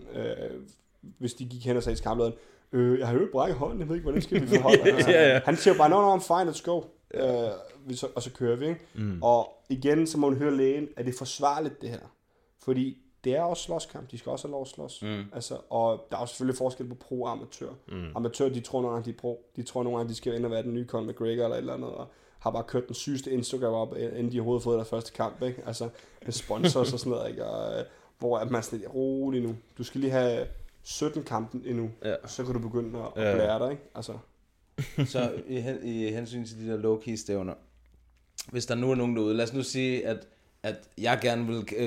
hvis de gik hen og sagde til kamplederen, jeg har jo ikke brækket hånden, jeg ved ikke, hvordan skal vi forholde. Han siger bare, no, I'm fine, let's go. Og så kører vi, ikke? Og igen, så må man høre lægen, er det forsvarligt det her? Fordi det er også slåskamp, de skal også have lov at slås. Altså, og der er også selvfølgelig forskel på pro og amatør. Amatør, de tror nogle gange, de er pro. De tror nogle gange, de skal ind og være den nye Conor McGregor eller et eller andet, og har bare kørt den sygeste Instagram op, inden de overhovedet fået deres første kamp, ikke? Altså, med sponsors og sådan noget, ikke? Og, hvor at man sådan lidt rolig nu. Du skal lige have 17 kampen endnu, så kan du begynde at blære dig, ikke? Altså. Så i hensyn til de der low-key stævner, hvis der nu er nogen derude, lad os nu sige, at jeg gerne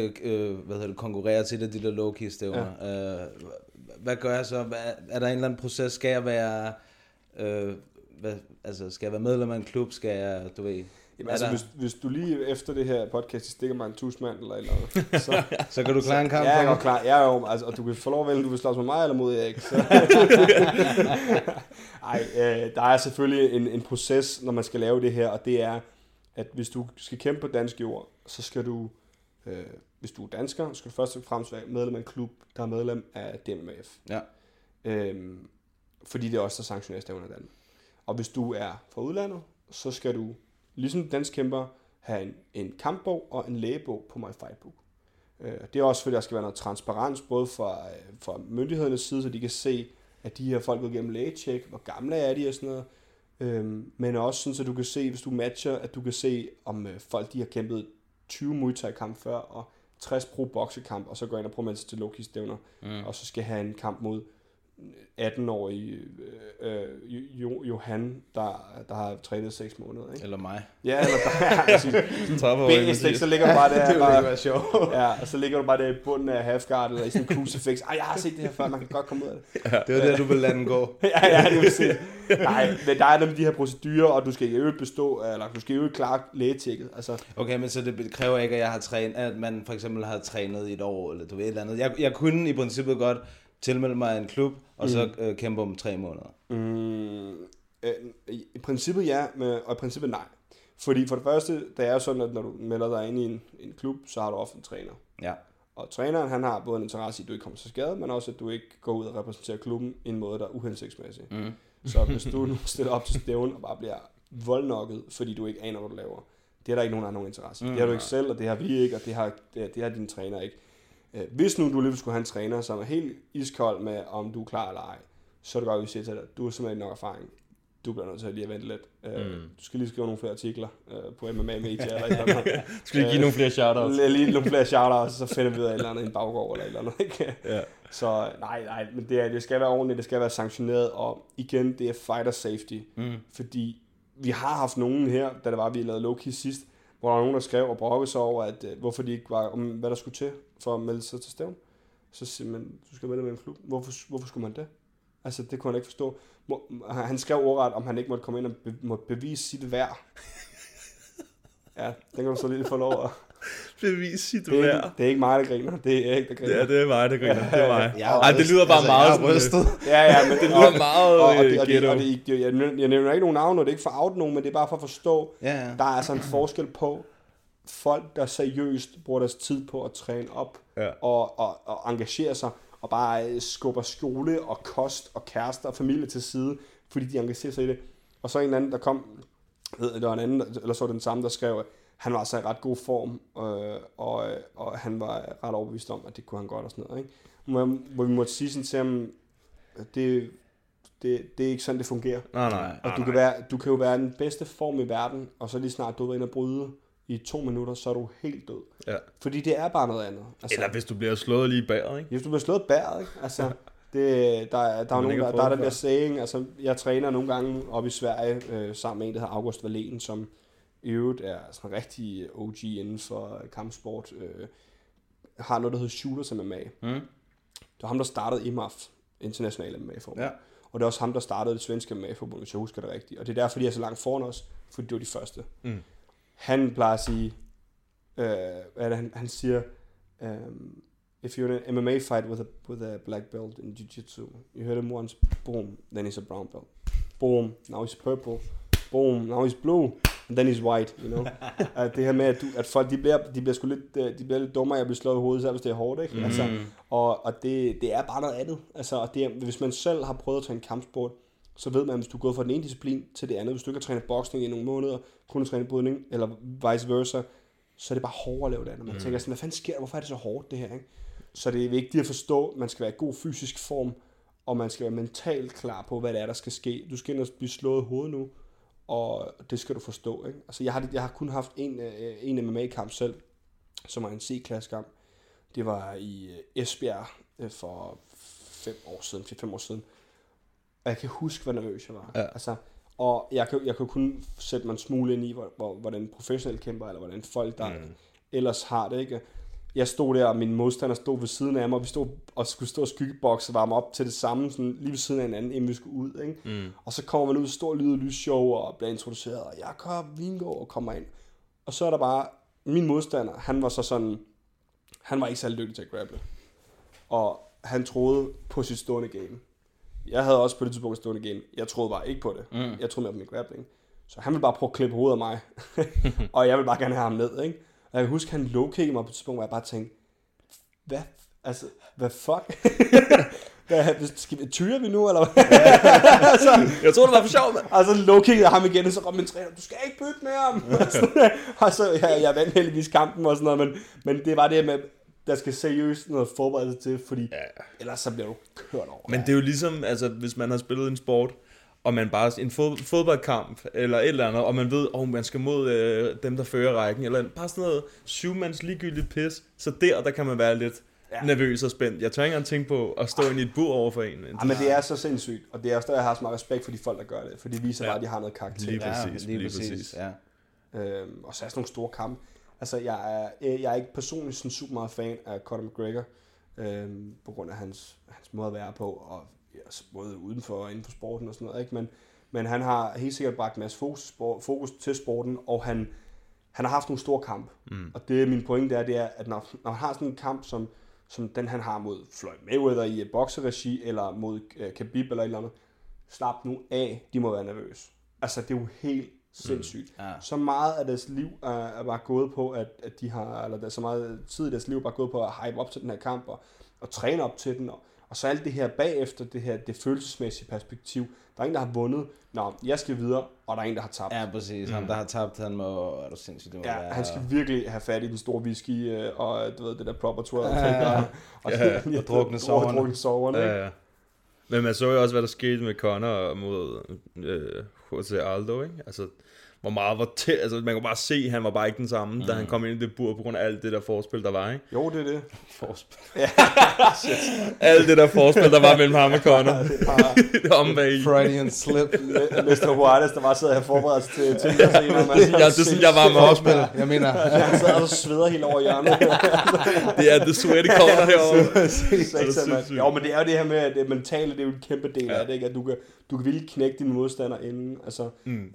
vil konkurrere til de der low-key stævner. Hvad gør jeg så? Er der en eller anden proces? Skal jeg være skal jeg være medlem af en klub? Skal jeg, du ved... Jamen, altså, hvis du lige efter det her podcast stikker mig en tusmand eller noget, så kan du klare en kamp? Ja, jeg kan klare. Jeg er jo, altså, og du kan få lov at vælge, du vil slås med mig eller mod Erik. Der er selvfølgelig en proces, når man skal lave det her, og det er, at hvis du skal kæmpe på dansk jord, så skal du, hvis du er dansker, skal du først og fremmest være medlem af en klub, der er medlem af DMMAF. Ja. Fordi det er også der sanktionerer stævner i Danmark. Og hvis du er fra udlandet, så skal du, ligesom dansk kæmper, have en kampbog og en lægebog på MyFightBook. Det er også fordi, der skal være noget transparens, både fra myndighedernes side, så de kan se, at de her folk går igennem lægetjek, hvor gamle er de og sådan noget. Men også sådan, så du kan se, hvis du matcher, at du kan se, om folk de har kæmpet 20 Muay Thai-kamp før, og 60 pro-boksekamp, og så går ind og prøver man sig til low-key stævner, og så skal have en kamp mod 18-årige Johan, der har trænet 6 måneder, ikke? Eller mig. Ja, eller der så ligger du bare der. Det ville ikke være sjovt. Ja, og så ligger du bare der i bunden af halfguard, eller i sådan en crucifix. Jeg har set det her før, man kan godt komme ud af det. Det var der, du ville lade den gå. ja, det vil sige. Nej, men der er nemlig de her procedurer, og du skal i øvrigt bestå, eller du skal i øvrigt klare lægetjekket. Altså. Okay, men så det kræver ikke, at jeg har trænet, at man for eksempel har trænet i et år, eller du ved et eller andet. Jeg kunne i princippet godt tilmelde mig en klub, og så kæmpe om 3 måneder. I princippet ja, og i princippet nej. Fordi for det første, det er jo sådan, at når du melder dig ind i en klub, så har du ofte en træner. Ja. Og træneren, han har både en interesse i, at du ikke kommer til skade, men også, at du ikke går ud og repræsenterer klubben i en måde, der er uhensigtsmæssig. Så hvis du nu stiller op til stævn og bare bliver voldnokket, fordi du ikke aner, hvad du laver, det er der ikke nogen, der har nogen interesse. Det har du ikke selv, og det har vi ikke, og det har dine træner ikke. Hvis nu du lige skulle have en træner, som er helt iskold med, om du er klar eller ej, så er det godt, at vi siger til dig, du har simpelthen nok erfaring. Du bliver nødt til at lige at vente lidt. Du skal lige skrive nogle flere artikler på MMA-medier eller et eller andet. Du skal lige give nogle flere shoutouts. Lige nogle flere shoutouts, så finder vi ud af et eller andet i en baggård eller et eller andet. Ikke? Ja. Så nej, men det skal være ordentligt, det skal være sanktioneret, og igen, det er fighter safety. Fordi vi har haft nogen her, da det var, vi lavede low-key sidst, hvor der var nogen, der skrev og brokkede sig over, at hvorfor de ikke var, hvad der skulle til for at melde sig til stævn. Så siger man, du skal melde med en klub. Hvorfor skulle man det? Altså, det kunne han ikke forstå. Han skrev ordret, om han ikke måtte komme ind og måtte bevise sit værd. Ja, den kan du så lidt få lov at... Bevise sit værd. Det er ikke mig, der griner. Det er ikke, der griner. Ja, det er mig, der griner. Det er mig. Ej, det lyder bare meget sådan... Ja, men det lyder meget ghetto. Jeg nævner ikke nogen navn, og det er ikke for at out nogen, men det er bare for at forstå, der er altså en forskel på folk, der seriøst bruger deres tid på at træne op og engagere sig, og bare skubber skole og kost og kærester og familie til side, fordi de engagerer sig i det. Og så en anden, der kom, det var en anden, eller så den samme, der skrev, at han var altså i ret god form, og han var ret overbevist om, at det kunne han godt og sådan noget. Ikke? Hvor vi måtte sige sådan til ham, det er ikke sådan, det fungerer. Nej. Og du kan jo være den bedste form i verden, og så lige snart du er inde og bryde i 2 minutter, så er du helt død. Ja. Fordi det er bare noget andet. Altså, eller hvis du bliver slået lige bæret, ikke? Hvis du bliver slået bæret, ikke? Altså, der er nogen, der er den der saying, altså, jeg træner nogle gange op i Sverige, sammen med en, der hedder August Wallén, som i øvrigt er sådan en rigtig OG inden for kampsport, har noget, der hedder Shooters MMA. Det var ham, der startede IMAF, International MMA-forbund. Ja. Og det er også ham, der startede det svenske MMA-forbund, hvis jeg husker det rigtigt. Og det er derfor, de er så langt foran os, fordi det var de første. Han plejer at sige, han siger, if you're in an MMA fight with a black belt in jiu-jitsu, you hit him once, boom, then he's a brown belt. Boom, now he's purple. Boom, now he's blue. And then he's white, you know. Det her med, at folk, de bliver sgu lidt, de bliver lidt dummere, jeg bliver slået i hovedet, selv hvis det er hårdt, ikke? Altså, og det er bare noget andet. Altså, og det er, hvis man selv har prøvet at træne kampsport, så ved man, hvis du er gået fra den ene disciplin til det andet, hvis du ikke har trænet boksning i nogle måneder, kun har trænet brydning, eller vice versa, så er det bare hårdere at lave det andet. Man tænker sådan, hvad fanden sker der? Hvorfor er det så hårdt, det her, ikke? Så det er vigtigt at forstå, at man skal være i god fysisk form, og man skal være mentalt klar på, hvad det er, der skal ske. Du skal ind og blive slået i hovedet nu, og det skal du forstå, ikke? Altså, jeg har kun haft en MMA-kamp selv, som var en C-klassekamp. Det var i Esbjerg for 5 år siden. Og jeg kan huske, hvor nervøs jeg var. Ja. Altså, og jeg kan kun sætte mig en smule ind i, hvordan professionelle kæmper, eller hvordan folk, der ellers har det, ikke? Jeg stod der, og min modstander stod ved siden af mig, og vi stod og skulle stå og skyggebokse og varme op til det samme, sådan lige ved siden af hinanden, inden vi skulle ud, ikke? Og så kommer man ud, stor lyd- og lysshow, og bliver introduceret, og Jakob Vingård, og kommer ind. Og så er der bare, min modstander, han var ikke særlig dygtig til at grapple. Og han troede på sit stående game. Jeg havde også på det tidspunkt stående game. Jeg troede bare ikke på det. Jeg troede mere på min grappling. Så han ville bare prøve at klippe hovedet af mig. Og jeg ville bare gerne have ham ned, ikke? Og jeg kan huske, han low-kickede mig på et tidspunkt, hvor jeg bare tænkte, hvad fuck? Skal vi tyre vi nu, eller hvad? Jeg tror det var for sjov, mand. Og så low-kickede ham igen, og så kom min træner, du skal ikke bytte med ham. Og så jeg vandt heldigvis kampen og sådan noget, men det var det med, der skal seriøst noget forberedelse til, fordi ellers så bliver du kørt over. Men det er jo ligesom, altså hvis man har spillet en sport, og man bare en fodboldkamp, eller et eller andet, og man ved, man skal mod dem, der fører rækken, eller bare sådan noget 7-mands ligegyldigt pis, så der kan man være lidt, nervøs og spændt. Jeg tør ikke engang tænke på at stå ind i et bur over for en. Ja, men det er så sindssygt, og det er også der, jeg har så meget respekt for de folk, der gør det, for det viser bare, at de har noget karakter. Lige præcis. Ja. Og så er sådan nogle store kampe. Altså, jeg er ikke personligt sådan super meget fan af Conor McGregor, på grund af hans måde at være på, og både udenfor og inden for sporten og sådan noget, ikke? Men han har helt sikkert bragt en masse fokus til sporten, og han har haft nogle store kampe. Og det min pointe det er, at når han har sådan en kamp, som den han har mod Floyd Mayweather i et bokseregi, eller mod Khabib eller et eller andet, slap nu af, de må være nervøse. Altså, det er jo helt sindssygt. Så meget af deres liv er bare gået på, at de har, eller så meget tid i deres liv er bare gået på at hype op til den her kamp, og træne op til den, og så alt det her bagefter, det følelsesmæssige perspektiv. Der er en, der har vundet, jeg skal videre, og der er en, der har tabt. Ja, præcis. Ham, der har tabt, han må, er du sindssygt, det må være. Han skal virkelig have fat i den store whisky, og du ved, det der proper 12. Og drukne soverne. Ja. Men man så jo også, hvad der skete med Conor mod Jose Aldo, ikke? Altså, hvor meget var til, altså man kunne bare se, at han var bare ikke den samme, da han kom ind i det bur, på grund af alt det der forspil, der var, ikke? Jo, det er det. Forspil. Alt det der forspil, der var mellem ham og Conor. Det omvej. Freudian slip. Mr. Juarez, der bare sidder her forberedt til det senere. Ja, det er sådan, jeg var med forspil. Jeg mener. Han sidder og sveder helt over hjørnet. Det er the sweaty corner herovre. Jo, men det er jo det her med, at det mentale, det er jo en kæmpe del af det, ikke? At du kan virkelig knække dine modstander inden. Altså,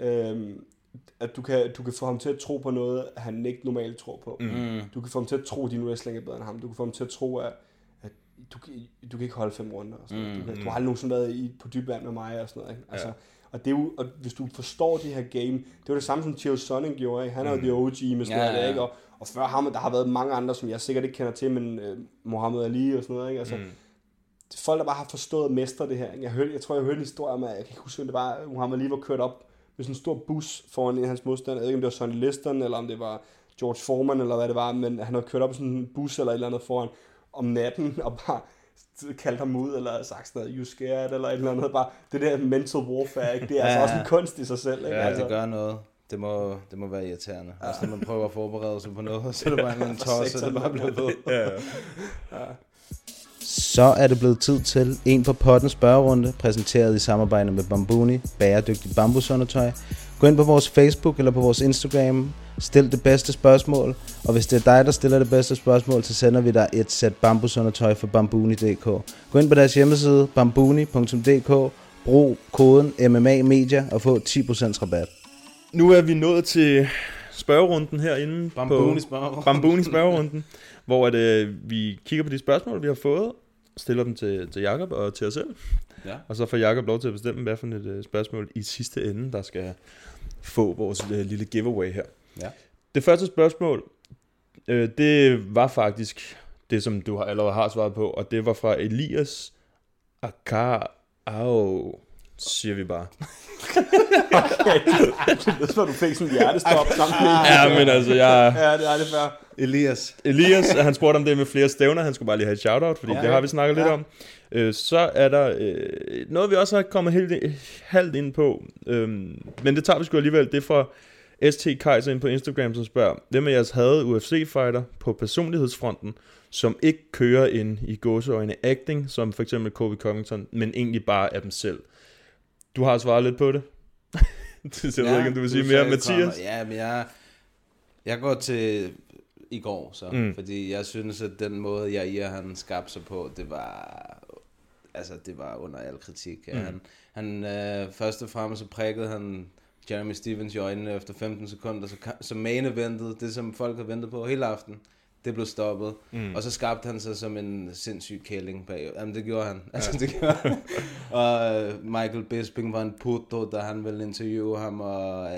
at du kan få ham til at tro på noget, han ikke normalt tror på. Du kan få ham til at tro, at din wrestling er bedre end ham. Du kan få ham til at tro, at du kan ikke holde 5 runder. Og sådan noget. Du har aldrig nogensinde været på dyb vand med mig og sådan noget. Ikke? Altså, og det er jo, og hvis du forstår de her game, det var det samme som Chael Sonnen gjorde. Ikke? Han er jo the OG med sådan noget, ikke? Og før ham, der har været mange andre, som jeg sikkert ikke kender til, men Muhammad Ali og sådan noget. Ikke? Altså, folk, der bare har forstået at mestre det her. Ikke? Jeg tror, jeg hørte en historie om, at jeg kan ikke huske, det var, Muhammad Ali var kørt op med sådan en stor bus foran en af hans modstander. Jeg ved ikke, om det var Sonny Liston, eller om det var George Foreman, eller hvad det var, men han havde kørt op i sådan en bus eller et eller andet foran om natten, og bare kaldt ham ud, eller sagt sådan noget, you scared, eller et eller andet. Bare det der mental warfare, ikke? Det er altså også en kunst i sig selv. Ikke? Ja, det gør noget. Det må være irriterende. Også når man prøver at forberede sig på noget, så er det bare en tosse, så det bare bliver ved. Så er det blevet tid til en på pottens spørgerunde, præsenteret i samarbejde med Bambuni, bæredygtigt bambusundertøj. Gå ind på vores Facebook eller på vores Instagram, stil det bedste spørgsmål, og hvis det er dig, der stiller det bedste spørgsmål, så sender vi dig et sæt bambusundertøj fra Bambuni.dk. Gå ind på deres hjemmeside, bambuni.dk, brug koden MMA Media og få 10% rabat. Nu er vi nået til spørgerunden herinde. Bambuni spørgerunden, hvor vi kigger på de spørgsmål, vi har fået, stiller dem til Jakob og til os selv. Ja. Og så får Jakob lov til at bestemme, hvad for et spørgsmål i sidste ende, der skal få vores lille giveaway her. Ja. Det første spørgsmål, det var faktisk det, som du allerede har svaret på, og det var fra Elias Akao, siger vi bare. Det var du fik sådan en hjertestop. Ja, men altså, Ja, det er det fair. Elias, han spurgte om det med flere stævner. Han skulle bare lige have et shout-out, fordi det har vi snakket lidt om. Så er der noget, vi også har kommet halvt ind på, men det tager vi sgu alligevel. Det er fra ST Kaiser ind på Instagram, som spørger, hvem af jeres havde UFC-fighter på personlighedsfronten, som ikke kører en i gåseøjne acting, som for eksempel Kobe Covington, men egentlig bare er dem selv. Du har svaret lidt på det. Så jeg ved ikke, om du vil sige mere. Mathias? Ja, men jeg går til i går, så, fordi jeg synes, at den måde, han skabte sig på, det var under al kritik. Ja. Han først og fremmest så prikkede han Jeremy Stevens i øjnene efter 15 sekunder, så main eventet, det som folk har ventet på hele aften, det blev stoppet. Og så skabte han sig som en sindssyg kælling bag. Jamen, det gjorde han. Altså, det gjorde han. Og Michael Bisping var en puto, da han ville interviewe ham, og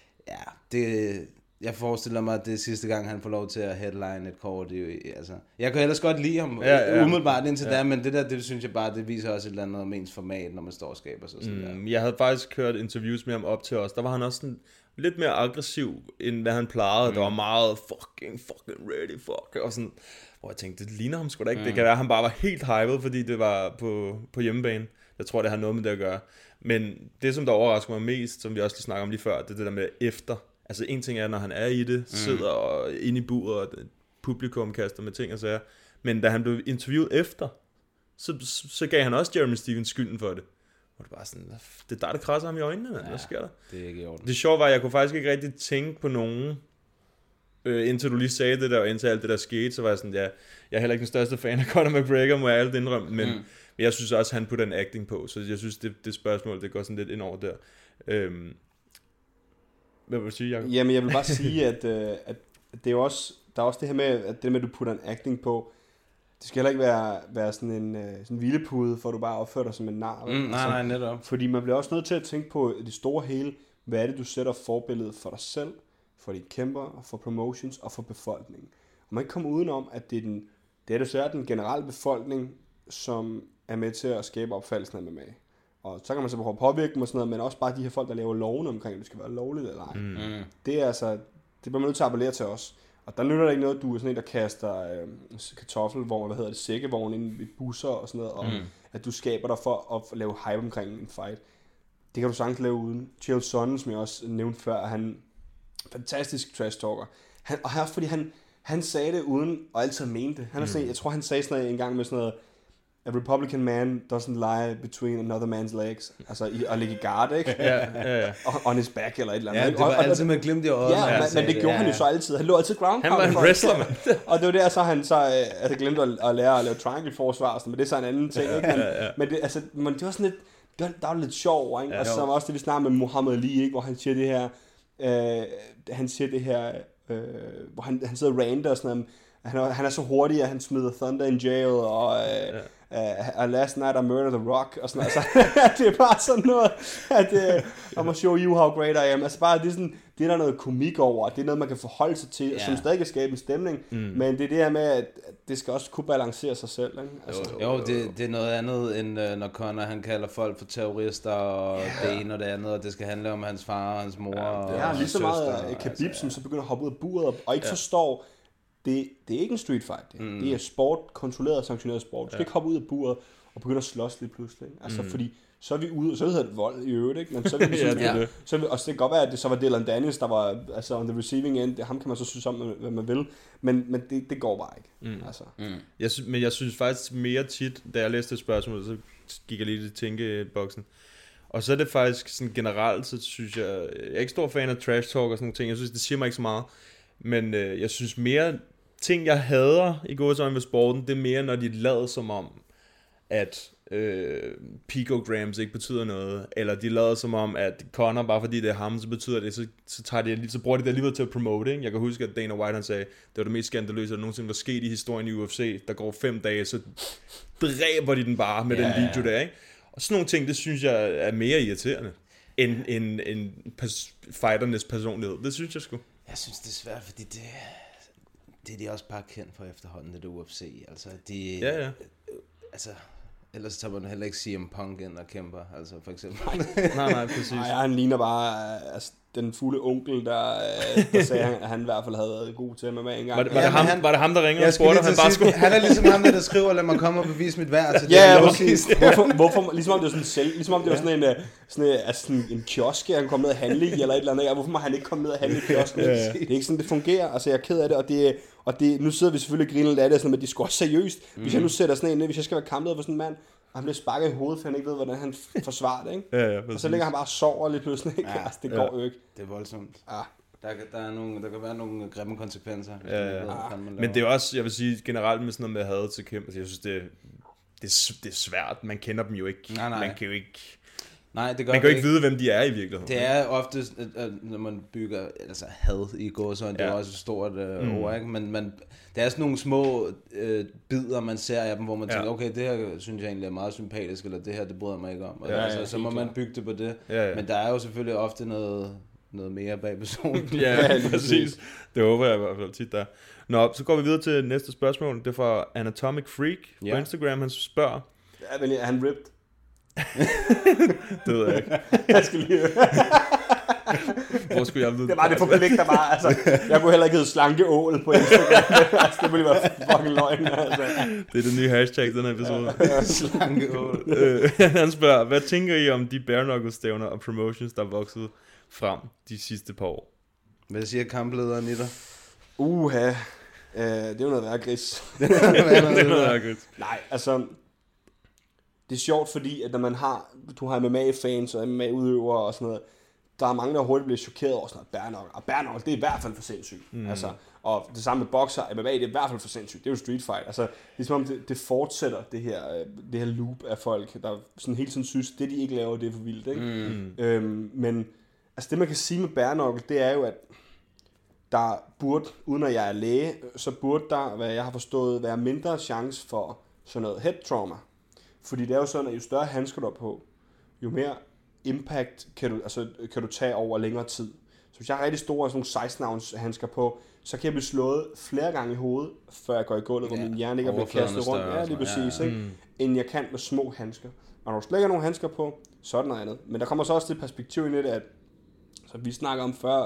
jeg forestiller mig, at det er sidste gang, han får lov til at headline et kort. Altså, jeg kan ellers godt lide ham, umiddelbart indtil da, men det synes jeg bare, det viser også et eller andet om ens format, når man står og skaber sig sådan der. Jeg havde faktisk hørt interviews med ham op til os. Der var han også sådan lidt mere aggressiv, end hvad han plejede. Der var meget fucking ready, og sådan, hvor jeg tænkte, det ligner ham sgu da ikke. Det kan være, at han bare var helt hyped, fordi det var på hjemmebane. Jeg tror, det har noget med det at gøre. Men det, som der overrasker mig mest, som vi også lige snakker om lige før, det er det der med efter. Altså en ting er, når han er i det, sidder og inde i buret, og publikum kaster med ting og sager. Men da han blev interviewet efter, så gav han også Jeremy Stephens skylden for det. Og det var sådan, det er der krasser ham i øjnene, mand. Hvad sker der? Det er ikke i orden. Det sjove var, at jeg kunne faktisk ikke rigtig tænke på nogen, indtil du lige sagde det der, og indtil alt det der skete, så var jeg sådan, jeg er heller ikke den største fan af Conor McGregor, må jeg alt indrømme, men jeg synes også, han putter en acting på, så jeg synes, det spørgsmål, det går sådan lidt ind over der. Hvad vil du sige, Jacob? Jamen, jeg vil bare sige, at det er jo også, der er også det her med, at det med, at du putter en acting på, det skal heller ikke være sådan en hvilepude, for at du bare opfører dig som en nar. Nej, netop. Fordi man bliver også nødt til at tænke på det store hele, hvad er det, du sætter forbilledet for dig selv, for dine kæmper, for promotions og for befolkningen. Og man kan komme udenom, at det er desværre den generelle befolkning, som er med til at skabe opfattelsen af MMA. Og så kan man så prøve at påvirke dem og sådan noget, men også bare de her folk, der laver lovene omkring, det skal være lovligt eller ej. Det er altså, det bliver man nødt til at appellere til os. Og der nytter det ikke noget, du er sådan en, der kaster kartoffelvogn, sækkevogn ind i busser og sådan noget, og at du skaber dig for at lave hype omkring en fight. Det kan du sagtens lave uden. Chael Sonnen, som jeg også nævnte før, han fantastisk trash talker. Og her, fordi han sagde det uden at altid mente. Han er sådan, jeg tror han sagde sådan noget en gang med sådan noget, a Republican man doesn't lie between another man's legs. Altså at ligge i guard, ikke? Ja. On his back eller et eller andet. Ja, det var altid med glimt i øjet. Ja, men det gjorde han jo så altid. Han lå altid ground pound. Han var en wrestler, man. Og det var der, så han glemte at lære at lave triangle-forsvar, men det er så en anden ting, ikke? Men det, altså, det var sådan lidt, der var lidt sjov, ikke? Og så også det, vi snakker med Muhammad Ali, ikke? Hvor han siger det her, hvor han sidder og ranter og sådan noget. Han er så hurtig, at han smider Thunder in jail, og last night I murdered the Rock, og sådan noget. Altså, det er bare sådan noget, at I'm gonna show you how great I am. Altså bare, det er sådan, det er der noget komik over, det er noget, man kan forholde sig til, som stadig kan skabe en stemning, men det er det her med, at det skal også kunne balancere sig selv, ikke? Altså, Jo, det er noget andet, end når Conor, han kalder folk for terrorister, og det ene og det andet, og det skal handle om hans far og hans mor og ja, lige så søster, meget Khabib, som så begynder at hoppe ud af buret, og ikke forstår, det er ikke en street fight. Det er sport, kontrolleret og sanktioneret sport. Du skal ikke hoppe ud af buret og begynde at slås lige pludselig. Altså, fordi så er vi ude, så hedder det vold i øvrigt, ikke? Men så er vi sådan, og så det kan godt være, at det så var Dylan Daniels, der var altså on the receiving end. Ham kan man så synes om, hvad man vil. Men det går bare ikke. Altså. Men jeg synes faktisk mere tit, da jeg læste et spørgsmål, så gik jeg lige i tænkeboksen. Og så er det faktisk sådan generelt, så synes jeg er ikke stor fan af trash talk og sådan nogle ting. Jeg synes, det siger mig ikke så meget. Men jeg synes mere, ting jeg hader i gåseøjne ved sporten, det er mere, når de lader som om, at picograms ikke betyder noget, eller de lader som om, at Conor, bare fordi det er ham, så betyder det, så bruger de det alligevel til at promote, ikke? Jeg kan huske, at Dana White, han sagde, det var det mest skandaløse, der nogensinde var sket i historien i UFC, der går 5 dage, så dræber de den bare med den video der, ikke? Og sådan nogle ting, det synes jeg er mere irriterende, end fighternes personlighed. Det synes jeg sgu. Jeg synes, det er svært, fordi det er de også bare kendt for efterhånden, det UFC. Altså, altså, ellers tager man heller ikke CM Punk ind og kæmper, altså for eksempel. nej, præcis. Nej, han ligner bare den fulde onkel, der sagde, at han i hvert fald havde været god til MMA en gang. Var det ham, der ringede og spurgte, han bare skulle... Han er ligesom ham, der skriver, lad mig komme og bevise mit værd til hvorfor, ligesom om det var sådan en kiosk, han kom ned og handle i, eller et eller andet, og hvorfor må han ikke komme ned og handle i kiosken? Det er ikke sådan, det fungerer, altså jeg er ked af det, og det nu sidder vi selvfølgelig og griner lidt af det, sådan, men det er sgu også seriøst. Hvis jeg nu sætter sådan en ned, hvis jeg skal være kampet for sådan en mand, og han bliver sparket i hovedet, for han ikke ved, hvordan han forsvarer det, ikke? Ja, og så ligger han bare og sover lige pludselig, ikke? Altså, det går jo ikke. Det er voldsomt. Der kan være nogle grimme konsekvenser. Men det er også, jeg vil sige, generelt med sådan noget med had til kæmper, jeg synes, det er svært. Man kender dem jo ikke. Nej. Man kan jo ikke... Nej, det gør man kan jo ikke vide, hvem de er i virkeligheden. Det er ofte, når man bygger altså had i gåsøjne, det er også et stort ord, ikke? Men der er sådan nogle små bidder, man ser af dem, hvor man tænker, okay, det her synes jeg egentlig er meget sympatisk, eller det her, det bryder mig ikke om. Og så må man bygge det på det. Men der er jo selvfølgelig ofte noget mere bag personen. Ja, præcis. Det håber jeg i hvert fald tit der. Nå, så går vi videre til næste spørgsmål. Det er fra Anatomic Freak på Instagram. Han spørger... Ja, men er han ripped? Det ved jeg ikke. Jeg skal lige... Hvor skulle jeg vide? Det var det forpligter bare, altså. Jeg kunne heller ikke hedde slankeål på Instagram. Altså, det ville være fucking løgn, altså. Det er det nye hashtag, den her episode. Slankeål. Han spørger, hvad tænker I om de bare knuckle stævner og promotions, der er vokset frem de sidste par år? Hvad siger kamplederen i dig? Det er jo noget værre gris. Det er noget ærgerligt. Nej, altså... Det er sjovt, fordi at når man du har MMA-fans og MMA-udøvere og sådan noget, der er mange, der hurtigt bliver chokeret over sådan noget bare-knuckle. Og bare-knuckle, det er i hvert fald for sindssygt. Altså, og det samme med bokser, MMA, det er i hvert fald for sindssygt. Det er jo street fight. Altså, det er som om, det fortsætter det her loop af folk, der sådan hele tiden synes, det de ikke laver, det er for vildt. Ikke? Men altså, det man kan sige med bare-knuckle, det er jo, at der burde, uden at jeg er læge, så burde der, hvad jeg har forstået, være mindre chance for sådan noget head trauma. Fordi det er jo sådan, at jo større handsker du er på, jo mere impact kan du tage over længere tid. Så hvis jeg har rigtig store sådan nogle 16-ounce handsker på, så kan jeg blive slået flere gange i hovedet, før jeg går i gulvet, hvor min hjerne ikke er blevet kastet rundt. Ja, lige præcis. Ikke? End jeg kan med små handsker. Og når du slet ikke har nogle handsker på, så er det noget andet. Men der kommer så også det perspektiv ind i det, at så vi snakker om før,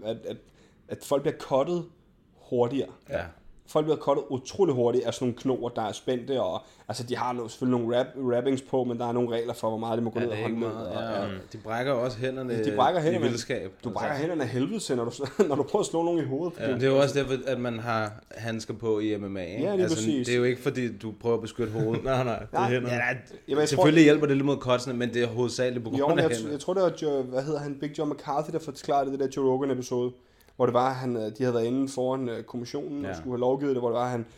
at folk bliver cuttet hurtigere. Ja. Folk bliver cuttet utrolig hurtigt af sådan nogle knoer, der er spændte, og altså de har selvfølgelig nogle wrappings på, men der er nogle regler for, hvor meget de må gå ned og holde med. De brækker også hænderne i vildskab. Du brækker hænderne af helvede til, når du prøver at slå nogen i hovedet. Ja, det er jo også derfor, at man har handsker på i MMA. Ikke? Ja, altså, det er jo ikke fordi, du prøver at beskytte hovedet. nej, det er hænderne. Selvfølgelig hjælper det lidt mod cutsene, men det er hovedsageligt på grund af hænderne. Jeg tror, det var, Big John McCarthy, der forklarede det der Joe Rogan episode, hvor det var, de havde været inde foran kommissionen og skulle have lovgivet det, hvor det var,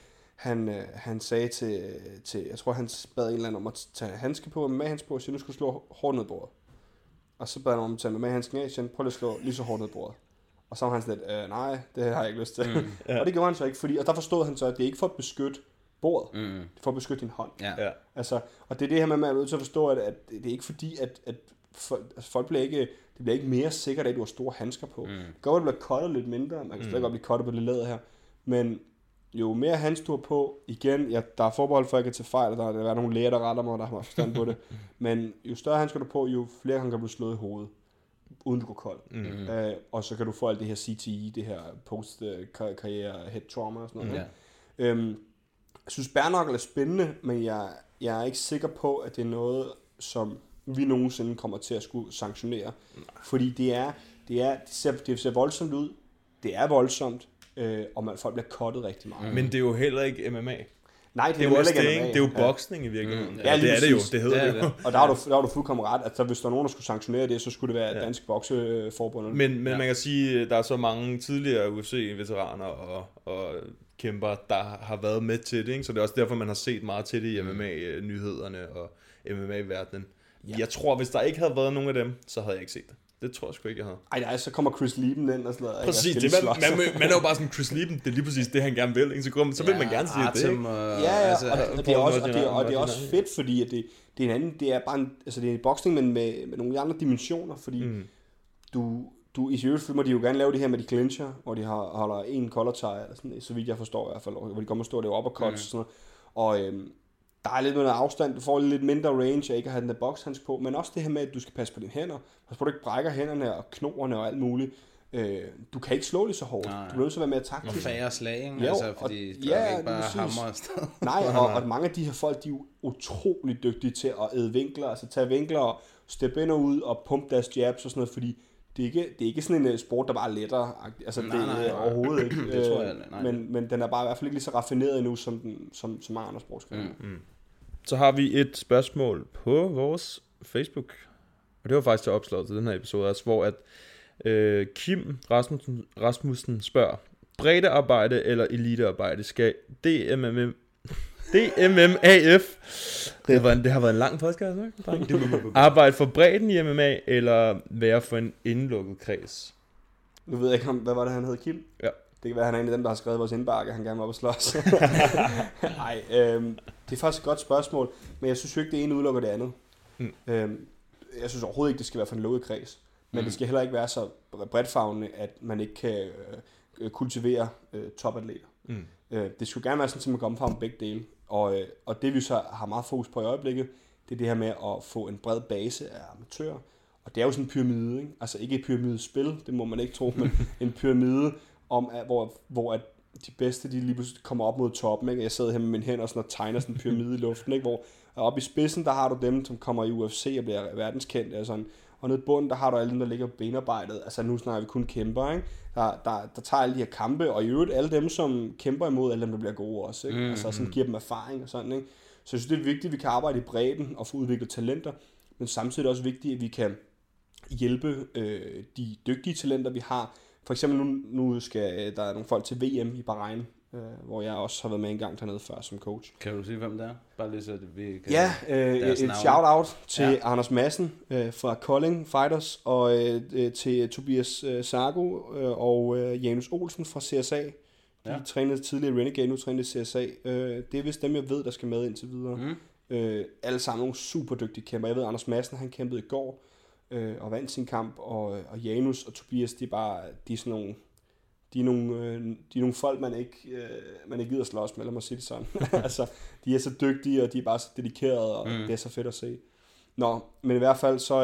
han sagde til, jeg tror, han bad en eller anden om at tage handske på, med handske på, så nu skulle slå hårdt ned bordet. Og så bad han om at tage med handsken af, så prøv at slå lige så hårdt ned bordet. Og så var han sådan lidt, nej, det har jeg ikke lyst til. Og det gjorde han så ikke, fordi, og der forstod han så, at det er ikke for at beskytte bordet, det er for at beskytte din hånd. Ja. Altså, og det er det her med, at man er nødt til at forstå, at det er ikke fordi, at folk bliver ikke, det bliver ikke mere sikkert, at du har store handsker på. Det kan godt, at du bliver cuttet lidt mindre, man kan slet godt blive cuttet på det læder her, men jo mere handsker du har på, igen, der er forbehold for, at jeg kan tage fejl, der er nogle læger, der retter mig, der har forstand på det, men jo større handsker du på, jo flere gange kan du blive slået i hovedet, uden du går kold. Og så kan du få alt det her CTE, det her post-karriere head trauma og sådan noget. Jeg synes, bare-knuckle er spændende, men jeg er ikke sikker på, at det er noget, som vi nogensinde kommer til at skulle sanktionere. Fordi det ser voldsomt ud, det er voldsomt, og folk bliver cuttet rigtig meget. Men det er jo heller ikke MMA. Nej, det er jo også det, ikke? Det er jo boksning i virkeligheden. Ja, det er det jo. Det hedder det jo. Og der har du fuldkommen ret. Altså, hvis der er nogen, der skulle sanktionere det, så skulle det være Dansk Bokseforbund. Men man kan sige, at der er så mange tidligere UFC-veteraner og kæmper, der har været med til det. Ikke? Så det er også derfor, man har set meget til det i MMA-nyhederne og MMA-verdenen. Jeg tror, hvis der ikke havde været nogen af dem, så havde jeg ikke set det. Det tror jeg sgu ikke, jeg havde. Ej, så kommer Chris Lieben ind og sådan noget. Præcis, man er jo bare sådan, Chris Lieben, det er lige præcis det, han gerne vil. Ikke? Så vil man gerne sige Artem, det, ikke? Og det er også fedt, fordi at det er en anden, det er bare det er boksning, men med nogle andre dimensioner, fordi du i øvrigt må de jo gerne lave det her med de clincher, hvor de holder en collar tie, eller sådan, så vidt jeg forstår i hvert fald, hvor de kommer og står det uppercuts og sådan noget. Og der er lidt noget afstand, du får lidt mindre range af ikke at have den der bokshandsk på, men også det her med, at du skal passe på dine hænder, passe på, at du ikke brækker hænderne og knoerne og alt muligt. Du kan ikke slå lige så hårdt. Du bliver nødt til at være mere taktisk. Og færre slag, ikke? Altså, fordi du ikke bare hammer afsted. Nej, og mange af de her folk, de er jo utrolig dygtige til at æde vinkler, altså tage vinkler og steppe ind og ud og pumpe deres jabs og sådan noget, fordi det er ikke sådan en sport, der bare er lettere. Altså, nej, overhovedet ikke. Det tror jeg, nej. Men den er bare i hvert fald ikke lige så raffineret endnu, som mange andre sportsgrene. Så har vi et spørgsmål på vores Facebook, og det var faktisk til opslaget til den her episode, altså, hvor at Kim Rasmussen spørger, breddearbejde eller elitearbejde, skal DMMAF, det har været en lang podcast, ikke? Arbejde for bredden i MMA, eller være for en indelukket kreds? Nu ved jeg ikke, hvad var det, han hed, Kim? Ja. Det kan være, han er en af dem, der har skrevet vores indbakke, han gerne vil op og slås. Nej, det er faktisk et godt spørgsmål, men jeg synes jo ikke, det ene udelukker det andet. Jeg synes overhovedet ikke, det skal være for en lukket kreds. Men det skal heller ikke være så bredtfavnende, at man ikke kan kultivere topatleter. Det skulle gerne være sådan, at man kommer fra begge dele. Og det vi så har meget fokus på i øjeblikket, det er det her med at få en bred base af amatører. Og det er jo sådan en pyramide, ikke? Altså ikke et pyramidespil, det må man ikke tro, men en pyramide, hvor at de bedste, de lige pludselig kommer op mod toppen, ikke? Jeg sidder her med mine hænder og tegner sådan en pyramide i luften, ikke? Hvor oppe i spidsen, der har du dem, som kommer i UFC og bliver verdenskendt, og sådan. og nede i bunden, der har du alle dem, der ligger på benarbejdet. Altså nu snakker vi kun kæmper, ikke? Der tager alle de her kampe, og i øvrigt alle dem, som kæmper imod, alle dem, der bliver gode også, ikke? Altså sådan giver dem erfaring og sådan, ikke? Så jeg synes, det er vigtigt, at vi kan arbejde i bredden og få udviklet talenter, men samtidig også vigtigt, at vi kan hjælpe de dygtige talenter, vi har. For eksempel nu skal der er nogle folk til VM i Bahrain, hvor jeg også har været med en gang dernede før som coach. Kan du sige, hvem det er? Bare lige så vi kan... Ja, et shout-out til Anders Madsen fra Kolding Fighters, og til Tobias Sargo og Janus Olsen fra CSA. De trænede tidligere Renegade, nu trænede CSA. Det er vist dem, jeg ved, der skal med indtil videre. Alle sammen nogle super dygtige kæmper. Jeg ved, Anders Madsen, han kæmpede i går og vandt sin kamp, og Janus og Tobias, de er sådan nogle... De er nogle folk, man ikke gider slås med, lad mig sige det sådan. Altså, de er så dygtige, og de er bare så dedikerede, og det er så fedt at se. Nå, men i hvert fald, så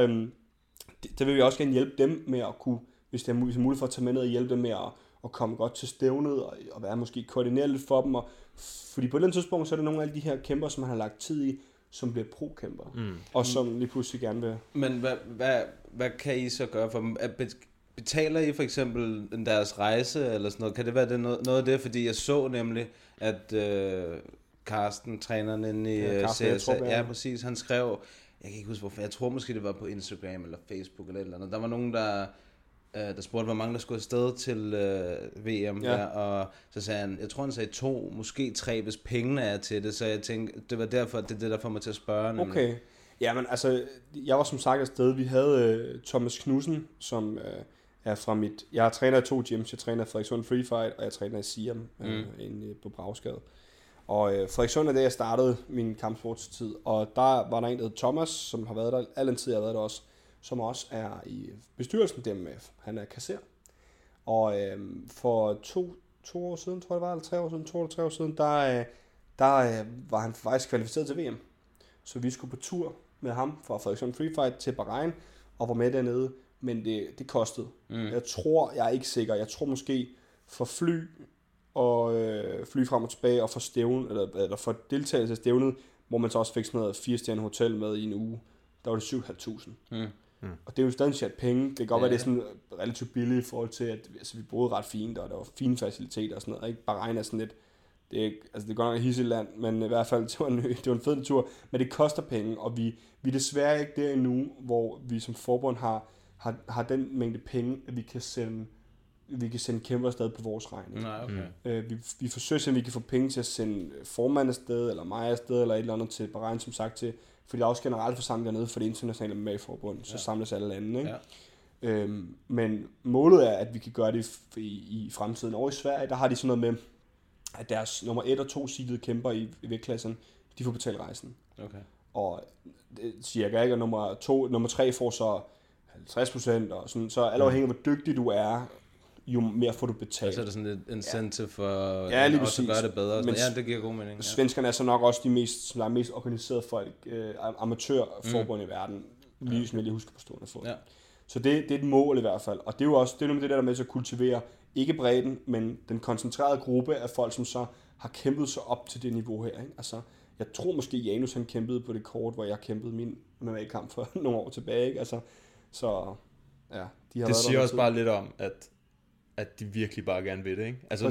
der vil vi også gerne hjælpe dem med at kunne, hvis det er muligt for at tage med ned og hjælpe dem med at komme godt til stævnet, og være måske koordineret lidt for dem. Fordi på et eller andet tidspunkt, så er der nogle af alle de her kæmper, som man har lagt tid i, som bliver pro-kæmper, og som lige pludselig gerne vil... Men hvad kan I så gøre for dem? Betaler I for eksempel deres rejse eller sådan noget? Kan det være noget af det? Fordi jeg så nemlig, at Carsten, træneren inde i CSA, ja præcis, han skrev, jeg kan ikke huske hvorfor, jeg tror måske det var på Instagram eller Facebook eller et eller andet. Der var nogen, der spurgte, hvor mange der skulle afsted til VM, og så sagde han, jeg tror han sagde 2, måske 3, hvis pengene er til det, så jeg tænkte, det var derfor, det er det, der får mig til at spørge. Nemlig. Okay, ja, men altså, jeg var som sagt afsted, vi havde Thomas Knudsen, som er fra jeg træner i 2 gyms, jeg træner i Frederikssund Free Fight, og jeg træner i Siam inde på Bragsgade. Og Frederikssund er det, jeg startede min kampsportstid, og der var der en, der hed Thomas, som har været der, al den tid jeg har været der også, som også er i bestyrelsen DMF. Han er kasser. Og for 2 år siden, tror jeg det var, eller 3 år siden, 2 eller 3 år siden, der var han faktisk kvalificeret til VM. Så vi skulle på tur med ham fra Frederikssund Free Fight til Bahrain, og var med dernede, men det kostede. Jeg er ikke sikker, jeg tror måske for fly og fly frem og tilbage, og for stævn, eller for deltagelse af stævnet, hvor man så også fik sådan noget 4-stjerne hotel med i en uge, der var det 7.500. Og det er jo stadig chat penge. Det kan godt være, det er sådan relativt billigt i forhold til, at vi boede ret fint, og der var fine faciliteter og sådan noget. Ikke? Bahrain er sådan lidt, det er godt nok et hissigt land, men i hvert fald, det var en fed tur. Men det koster penge, og vi er desværre ikke der endnu, hvor vi som forbund har den mængde penge, at vi kan sende kæmper afsted på vores regning. Nej, okay. Vi forsøger, at vi kan få penge til at sende formanden afsted, eller mig afsted, eller et eller andet til Bahrain, som sagt, fordi der er også generelt forsamlinger nede for det internationale MMA-forbund, så samles alle lande. Ikke? Ja. Men målet er, at vi kan gøre det i fremtiden. Over i Sverige, der har de sådan noget med, at deres nummer 1 og 2 seedede kæmper i vægtklassen, de får betalt rejsen. Okay. Og cirka, ikke? Og nummer 3 får så 50%, og sådan, så alt afhængig af, hvor dygtig du er, jo mere får du betalt. Så er det sådan et incentive for også at gøre det bedre. Men, ja, det giver god mening. Ja. Svenskerne er så nok også de mest organiserede folk, amatørforbund i verden, lige som jeg lige husker på stående fod. Ja. Så det er et mål i hvert fald. Og det er jo også det der med at kultivere, ikke bredden, men den koncentrerede gruppe af folk, som så har kæmpet sig op til det niveau her. Ikke? Altså, jeg tror måske Janus han kæmpede på det kort, hvor jeg kæmpede min MMA-kamp for nogle år tilbage. Ikke? Altså, så ja, de har det siger også bare lidt om, at de virkelig bare gerne vil det, ikke? Altså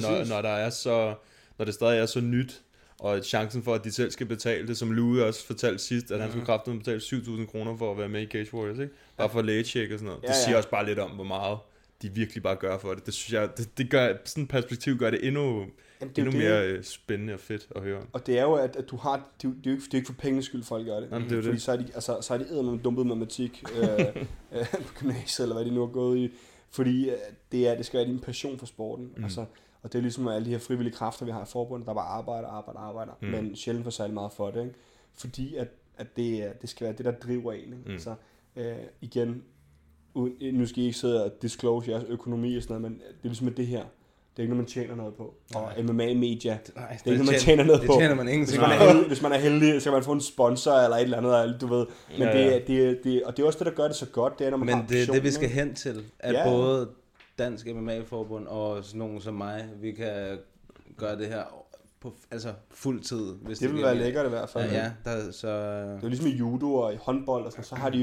når det stadig er så nyt, og chancen for, at de selv skal betale det, som Louis også fortalte sidst, at han skulle kraftigt betale 7.000 kroner for at være med i Cage Warriors, ikke? Bare for lægecheck og sådan noget. Det siger også bare lidt om, hvor meget de virkelig bare gør for det. Det synes jeg, det gør, sådan et perspektiv gør det endnu mere spændende og fedt at høre. Og det er jo, at du har, det er jo ikke for penges skyld, folk gør det. Jamen, det er fordi så er de eddermed dumpet matematik på gymnasiet, eller hvad de nu har gået i. Fordi det skal være din passion for sporten. Altså, og det er ligesom alle de her frivillige kræfter, vi har i forbundet, der bare arbejder, men sjældent for særlig meget for det. Ikke? Fordi at det skal være det, der driver en. Ikke? Altså, igen, nu skal I ikke sidde og disclose jeres økonomi og sådan noget, men det er ligesom med det her. Det er ikke noget, man tjener noget på. Og MMA-media, det er ikke noget, man tjener noget på. Det tjener man ingenting. Hvis man er heldig, så kan man få en sponsor eller et eller andet, du ved. Men og det er også det, der gør det så godt, det er, når man har det er det, vi skal hen til. At både Dansk MMA-forbund og sådan nogen som mig, vi kan gøre det her på fuld tid. Hvis det vil være lækkert i hvert fald. Ja, så... Det er jo ligesom i judo og i håndbold, og så har de jo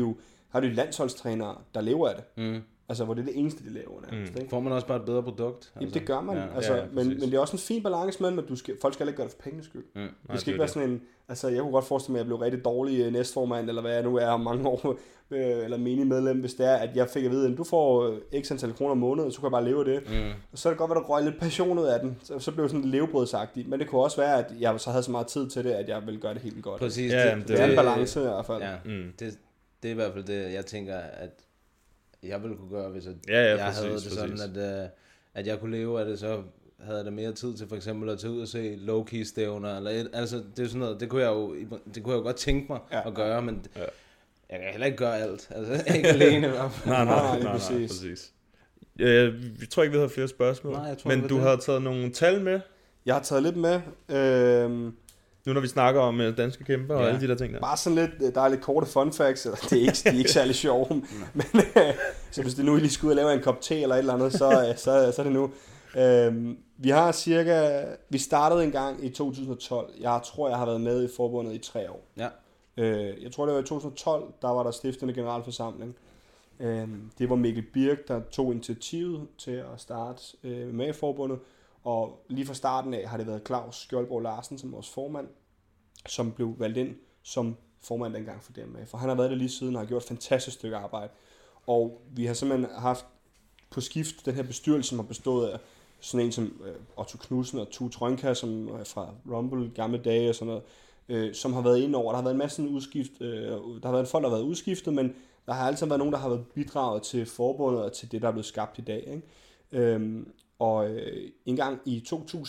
har du landsholdstrænere, der lever af det. Altså, hvor det er det eneste, de laver. Nærmest, ikke? Får man også bare et bedre produkt? Altså. Jamen, det gør man. Men det er også en fin balance med, at folk skal ikke gøre det for pengenes skyld. Det skal ikke være sådan en... Altså, jeg kunne godt forestille mig, at jeg blev rigtig dårlig næstformand, eller hvad jeg nu er om mange år, eller menig medlem, hvis det er, at jeg fik at vide, at du får x antal kroner om måneden, så kan jeg bare leve af det. Og så er det godt, at der røg lidt passion ud af den. Så blev det sådan lidt levebrødsagtigt. Men det kunne også være, at jeg så havde så meget tid til det, at jeg ville gøre det helt godt. Præcis. Det er en balance i hvert fald. Ja, det er i hvert fald det, jeg tænker, at jeg ville kunne gøre, hvis jeg havde det sådan, at jeg kunne leve af det, så havde jeg da mere tid til for eksempel at tage ud og se low-key stævner, eller altså det er sådan noget, det kunne jeg jo godt tænke mig at gøre, men jeg kan heller ikke gøre alt, altså ikke alene i hvert fald. Nej, præcis. Jeg tror ikke, vi havde flere spørgsmål, men du har taget nogle tal med. Jeg har taget lidt med. Nu når vi snakker om danske kæmper og alle de der ting der. Bare sådan lidt, der er lidt korte fun facts, de er ikke særlig sjove, men så hvis det nu lige skal ud og lave en kop te eller et eller andet, så er det nu. Vi startede en gang i 2012. Jeg tror, jeg har været med i forbundet i 3 år. Ja. Jeg tror, det var i 2012, der var der stiftende generalforsamling. Det var Mikkel Birk, der tog initiativet til at starte med forbundet. Og lige fra starten af har det været Claus Skjoldborg Larsen som vores formand, som blev valgt ind som formand dengang for DMA. For han har været det lige siden og har gjort et fantastisk stykke arbejde. Og vi har simpelthen haft på skift den her bestyrelse, som har bestået af sådan en som Otto Knudsen og Tue Trønka, som er fra Rumble gamle dage og sådan noget, som har været inde over. Der har været en masse udskift, der har været folk, der har været udskiftet, men der har altid været nogen, der har været bidraget til forbundet og til det, der er blevet skabt i dag, ikke? En gang i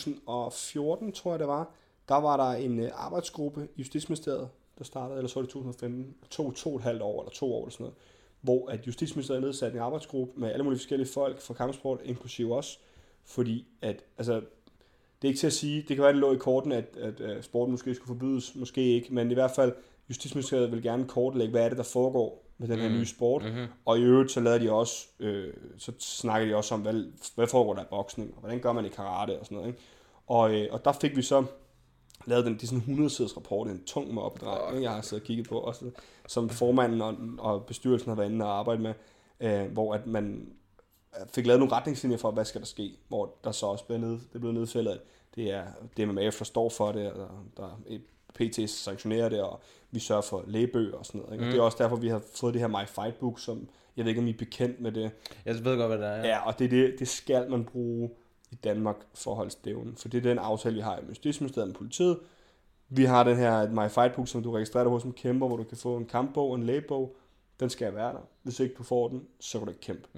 2014, tror jeg det var, der var der en arbejdsgruppe i Justitsministeriet, der startede, eller så var det 2015, 2,5 år eller 2 år eller sådan noget, hvor at Justitsministeriet nedsatte en arbejdsgruppe med alle mulige forskellige folk fra kampsport, inklusive os, fordi at, altså, det er ikke til at sige, det kan være, det lå i korten, at sporten måske skulle forbydes, måske ikke, men i hvert fald, Justitsministeriet vil gerne kortlægge, hvad er det, der foregår med den her nye sport, og i øvrigt så lavede de også, så snakker de også om, hvad foregår der i boksning, og hvordan gør man i karate og sådan noget, ikke? Og der fik vi så lavet det er sådan en 100-siders rapport, en tung med opdrag, jeg har siddet og kigget på, også, som formanden og bestyrelsen har været inde og arbejde med, hvor at man fik lavet nogle retningslinjer for, hvad skal der ske, hvor der så også blev nedfældet, at det er DMMAF, der står for det, og der PT sanktionerer det, og vi sørger for lægebøger og sådan noget. Ikke? Og det er også derfor, vi har fået det her My Fight Book, som jeg ved ikke, om I er bekendt med det. Jeg ved godt, hvad det er. Ja, og det skal man bruge i Danmark for at holde stævnen. For det er den aftale, vi har i Justitsministeriet med politiet. Vi har den her My Fight Book, som du registrerer dig hos som kæmper, hvor du kan få en kampbog og en lægebog. Den skal være der. Hvis ikke du får den, så kan du ikke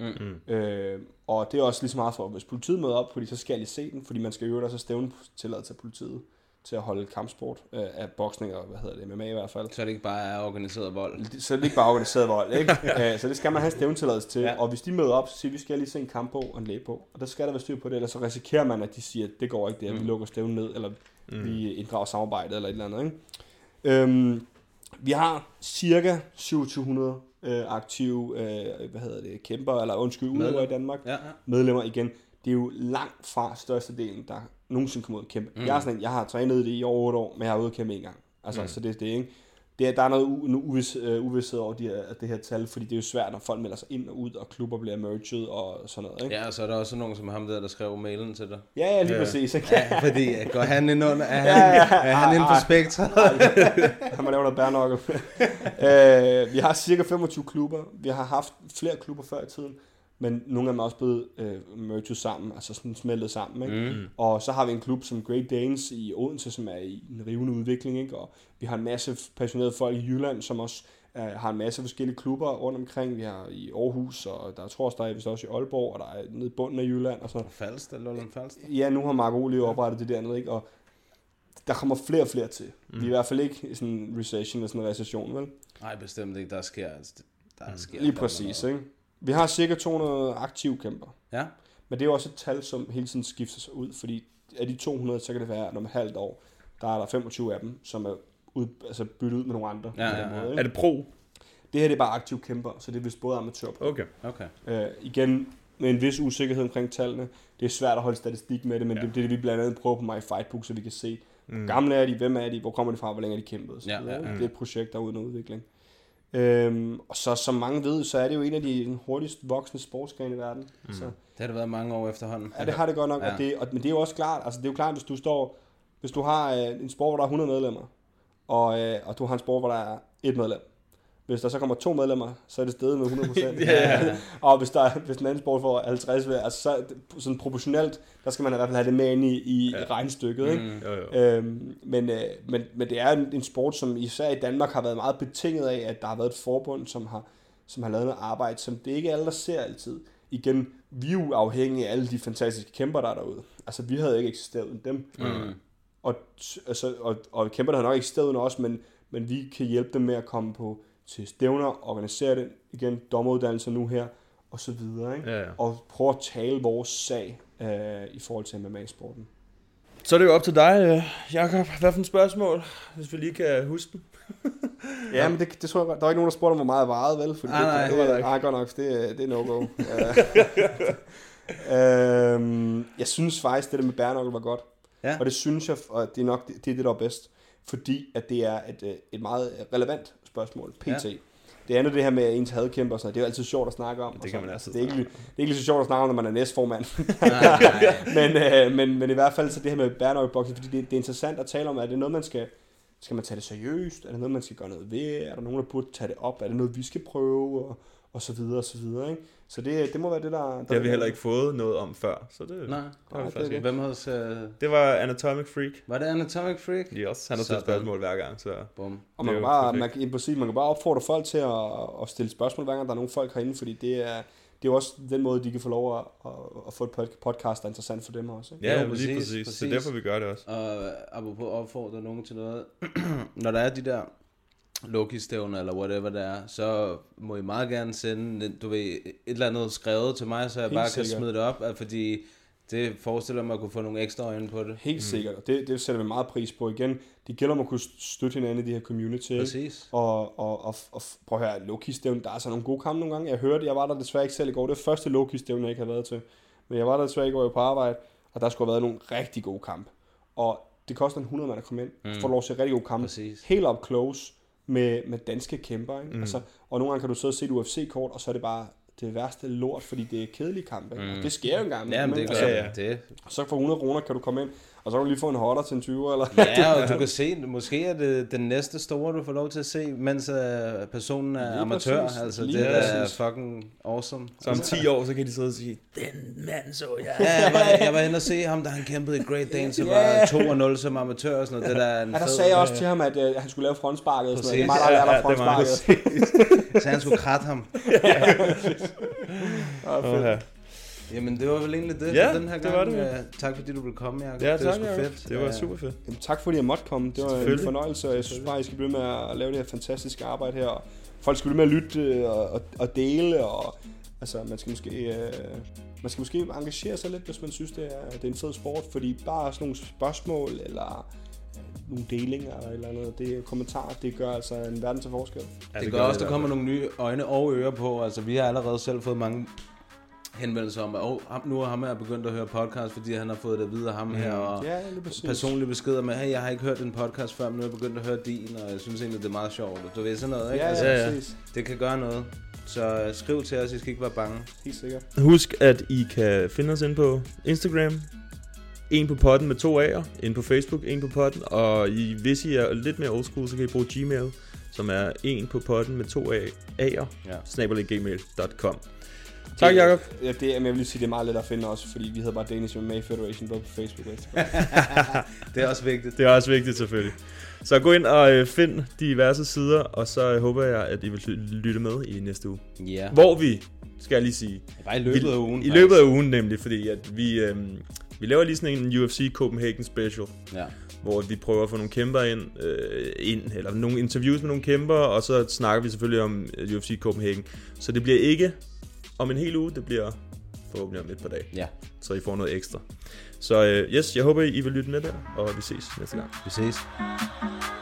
kæmpe. Og det er også lige så meget for, hvis politiet møder op, fordi så skal de se den, fordi man skal jo også stævne tilladelse til politiet til at holde kampsport af boksning og MMA i hvert fald. Så det ikke bare er organiseret vold. Så det ikke bare organiseret vold, ikke? Så det skal man have stævntilladelse til. Ja. Og hvis de møder op, så siger vi skal lige se en kampbog og en lægebog. Og der skal der være styr på det, eller så risikerer man, at de siger, at det går ikke, det at vi lukker stævnen ned, eller vi inddrager samarbejdet, eller et eller andet, ikke? Vi har cirka 2700 aktive kæmper, eller udøvere i Danmark. Ja. Medlemmer igen. Det er jo langt fra størstedelen, der nogensinde kommer ud og kæmpe. Jeg har trænet det i over 8 år, men jeg har ude og kæmpe en gang. Altså, så det er ikke. Der er noget uvidshed over det her tal, fordi det er jo svært, når folk melder sig ind og ud, og klubber bliver merged og sådan noget. Ikke? Ja, og så er der også nogen som ham der skrev mailen til dig. Ja, lige præcis. Ikke? Ja, fordi går han ind under, er han inde på spektret? Han må lave noget bærnokkel. Vi har cirka 25 klubber. Vi har haft flere klubber før i tiden, men nogle af dem er også blevet merged sammen, altså sådan smeltet sammen. Ikke? Og så har vi en klub som Great Danes i Odense, som er i en rivende udvikling, ikke? Og vi har en masse passionerede folk i Jylland, som også har en masse forskellige klubber rundt omkring. Vi har i Aarhus, og der tror jeg, der er vist også i Aalborg, og der er nede i bunden af Jylland. Og så. Falster, Lolland Falster? Ja, nu har Marco Oli oprettet det dernede, ikke? Og der kommer flere og flere til. Vi er i hvert fald ikke i sådan en recession eller sådan en recession, vel? Nej, bestemt ikke. Der sker lige præcis, ikke? Vi har cirka 200 aktive kæmper. Ja. Men det er jo også et tal, som hele tiden skifter sig ud, fordi af de 200, så kan det være, at om et halvt år, der er der 25 af dem, som er byttet ud med nogle andre. Ja. Er det pro? Det her det er bare aktive kæmper, så det er vist både amatør og pro. Okay. Igen, med en vis usikkerhed omkring tallene. Det er svært at holde statistik med det, men det er det, vi blandt andet prøver på My Fight Book, så vi kan se, hvor gamle er de, hvem er de, hvor kommer de fra, hvor længe er de kæmpet. Det er et projekt, der er uden udvikling. Og så som mange ved, så er det jo en af de hurtigst voksende sportsgrene i verden. Så, Det har det været mange år efterhånden. ja, det har det godt nok. Ja. Men det er jo også klart, altså det er jo klart, hvis du har en sport, hvor der er 100 medlemmer, og du har en sport, hvor der er 1 medlem. Hvis der så kommer 2 medlemmer, så er det steget med 100%. Og hvis den anden sport får 50, altså så sådan proportionelt, der skal man i hvert fald have det med ind i regnstykket. Ikke? Men det er en sport, som især i Danmark har været meget betinget af, at der har været et forbund, som har lavet noget arbejde, som det ikke er alle, der ser altid. Igen, vi er jo afhængige af alle de fantastiske kæmper, der er derude. Altså, vi havde ikke eksisteret uden dem. Og kæmperne har nok eksisteret uden os, men vi kan hjælpe dem med at komme til stævner, organisere det, igen, dommeruddannelser nu her, og så videre, ikke? Ja. Og prøve at tale vores sag i forhold til MMA-sporten. Så er det jo op til dig, Jakob. Hvad for et spørgsmål, hvis vi lige kan huske den? Ja, men det tror jeg, der var ikke nogen, der spurgte om, hvor meget varede, vel? Fordi nej, godt nok, det er no-go. Jeg synes faktisk, det der med bærenokkel var godt. Ja. Og det synes jeg, og det er nok det, der er bedst. Fordi at det er et meget relevant spørgsmål, pt. Ja. Det andet det her med ens hadkæmper, så det er jo altid sjovt at snakke om. Det kan man altid. Det er ikke lige så sjovt at snakke om, når man er næstformand. men i hvert fald så det her med bærenokkelboksen, fordi det er interessant at tale om, er det noget, man skal man tage det seriøst? Er det noget, man skal gøre noget ved? Er der nogen, der burde tage det op? Er det noget, vi skal prøve? Og så videre, og så videre, ikke? Så det må være det, der... Det har vi heller ikke fået noget om før, så det... Nej, det. Hvem havde... Det var Anatomic Freak. Var det Anatomic Freak? Yes, han har stillet spørgsmål hver gang, så... Bum. Og man kan bare opfordre folk til at stille spørgsmål, hver gang der er nogle folk herinde, fordi det er jo også den måde, de kan få lov at få et podcast, der er interessant for dem også. Ikke? Ja, jo, lige præcis. Så derfor vi gør det også. Og apropos opfordre nogen til noget, når der er de der Loki-stævner eller whatever det er, så må I meget gerne sende et eller andet skrevet til mig, så jeg bare kan smide det op, fordi det forestiller mig at kunne få nogle ekstra øjne på det. Helt sikkert, og det sætter vi meget pris på. Igen, det gælder om at kunne støtte hinanden i de her community. Præcis. Og prøv at høre, Loki-stævn, der er så nogle gode kampe nogle gange. Jeg var der desværre ikke selv i går. Det var første Loki-stævn, jeg ikke havde været til. Men jeg var der desværre i går på arbejde, og der skulle have været nogle rigtig gode kampe. Og det koster 100 mand at komme ind. Du får lov til rigtig gode kampe. Præcis. Helt up close med danske kæmper. Ikke? Altså, og nogle gange kan du sidde og se et UFC-kort, og så er det bare det værste lort, fordi det er kedelige kampe. Og det sker jo engang. Ja, men det gør det. Og så for 100 kroner kan du komme ind, og så kan du lige få en hotter til en 20'er. Eller ja, og du kan se, måske er det den næste store, du får lov til at se, mens personen er amatør. Præcis. Altså, det er fucking awesome. Så om 10 år, så kan de sidde og sige, den mand så jeg. Ja, jeg var inde og se ham, da han kæmpede i Great Dane, så var 2-0 som amatør og sådan noget. Det der er en der sagde jeg også til ham, at han skulle lave frontsparket. Og sådan noget. Det er meget, der frontsparket. Så han skulle kratte ham. Jamen det var vel egentlig det for den her gang. Det var det. Tak fordi du ville komme, Jacob. Ja, det var sgu fedt. Det var super fedt. Jamen, tak fordi jeg måtte komme. Det var en fornøjelse, og jeg synes bare, I skal blive med at lave det her fantastiske arbejde her. Folk skal blive med at lytte og dele, og altså man skal måske engagere sig lidt, hvis man synes det er en fed sport, fordi bare sådan nogle spørgsmål eller nogle delinger eller andet, det er kommentarer, det gør altså en verden til forskel. Ja, det gør også, der kommer nogle nye øjne og ører på. Altså vi har allerede selv fået mange henvendelser om, at nu har ham her begyndt at høre podcast, fordi han har fået det videre ham her, og personlige beskeder med, hey, jeg har ikke hørt en podcast før, men nu har jeg begyndt at høre din, og jeg synes egentlig, det er meget sjovt. Du ved sådan noget, ikke? Ja, det kan gøre noget. Så skriv til os, I skal ikke være bange. Helt sikkert. Husk, at I kan finde os ind på Instagram, en på podden med 2 A'er, ind på Facebook, en på podden, og hvis I er lidt mere old school, så kan I bruge Gmail, som er en på podden med 2 A'er, @gmail.com. Tak, Jacob. Ja, jeg vil sige, det er meget let at finde også, fordi vi hedder bare Danish MMA Federation både på Facebook og Instagram. Det er også vigtigt. Det er også vigtigt, selvfølgelig. Så gå ind og find diverse sider, og så håber jeg, at I vil lytte med i næste uge. Ja. Hvor vi, skal jeg lige sige... Bare i løbet af ugen. I løbet af ugen nemlig, fordi at vi laver lige sådan en UFC Copenhagen special. Ja. Hvor vi prøver at få nogle kæmper ind, eller nogle interviews med nogle kæmper, og så snakker vi selvfølgelig om UFC Copenhagen. Så det bliver ikke om en hel uge, det bliver forhåbentlig om et par dage. Ja. Så I får noget ekstra. Så yes, jeg håber, I vil lytte med der, og vi ses næste gang. Vi ses.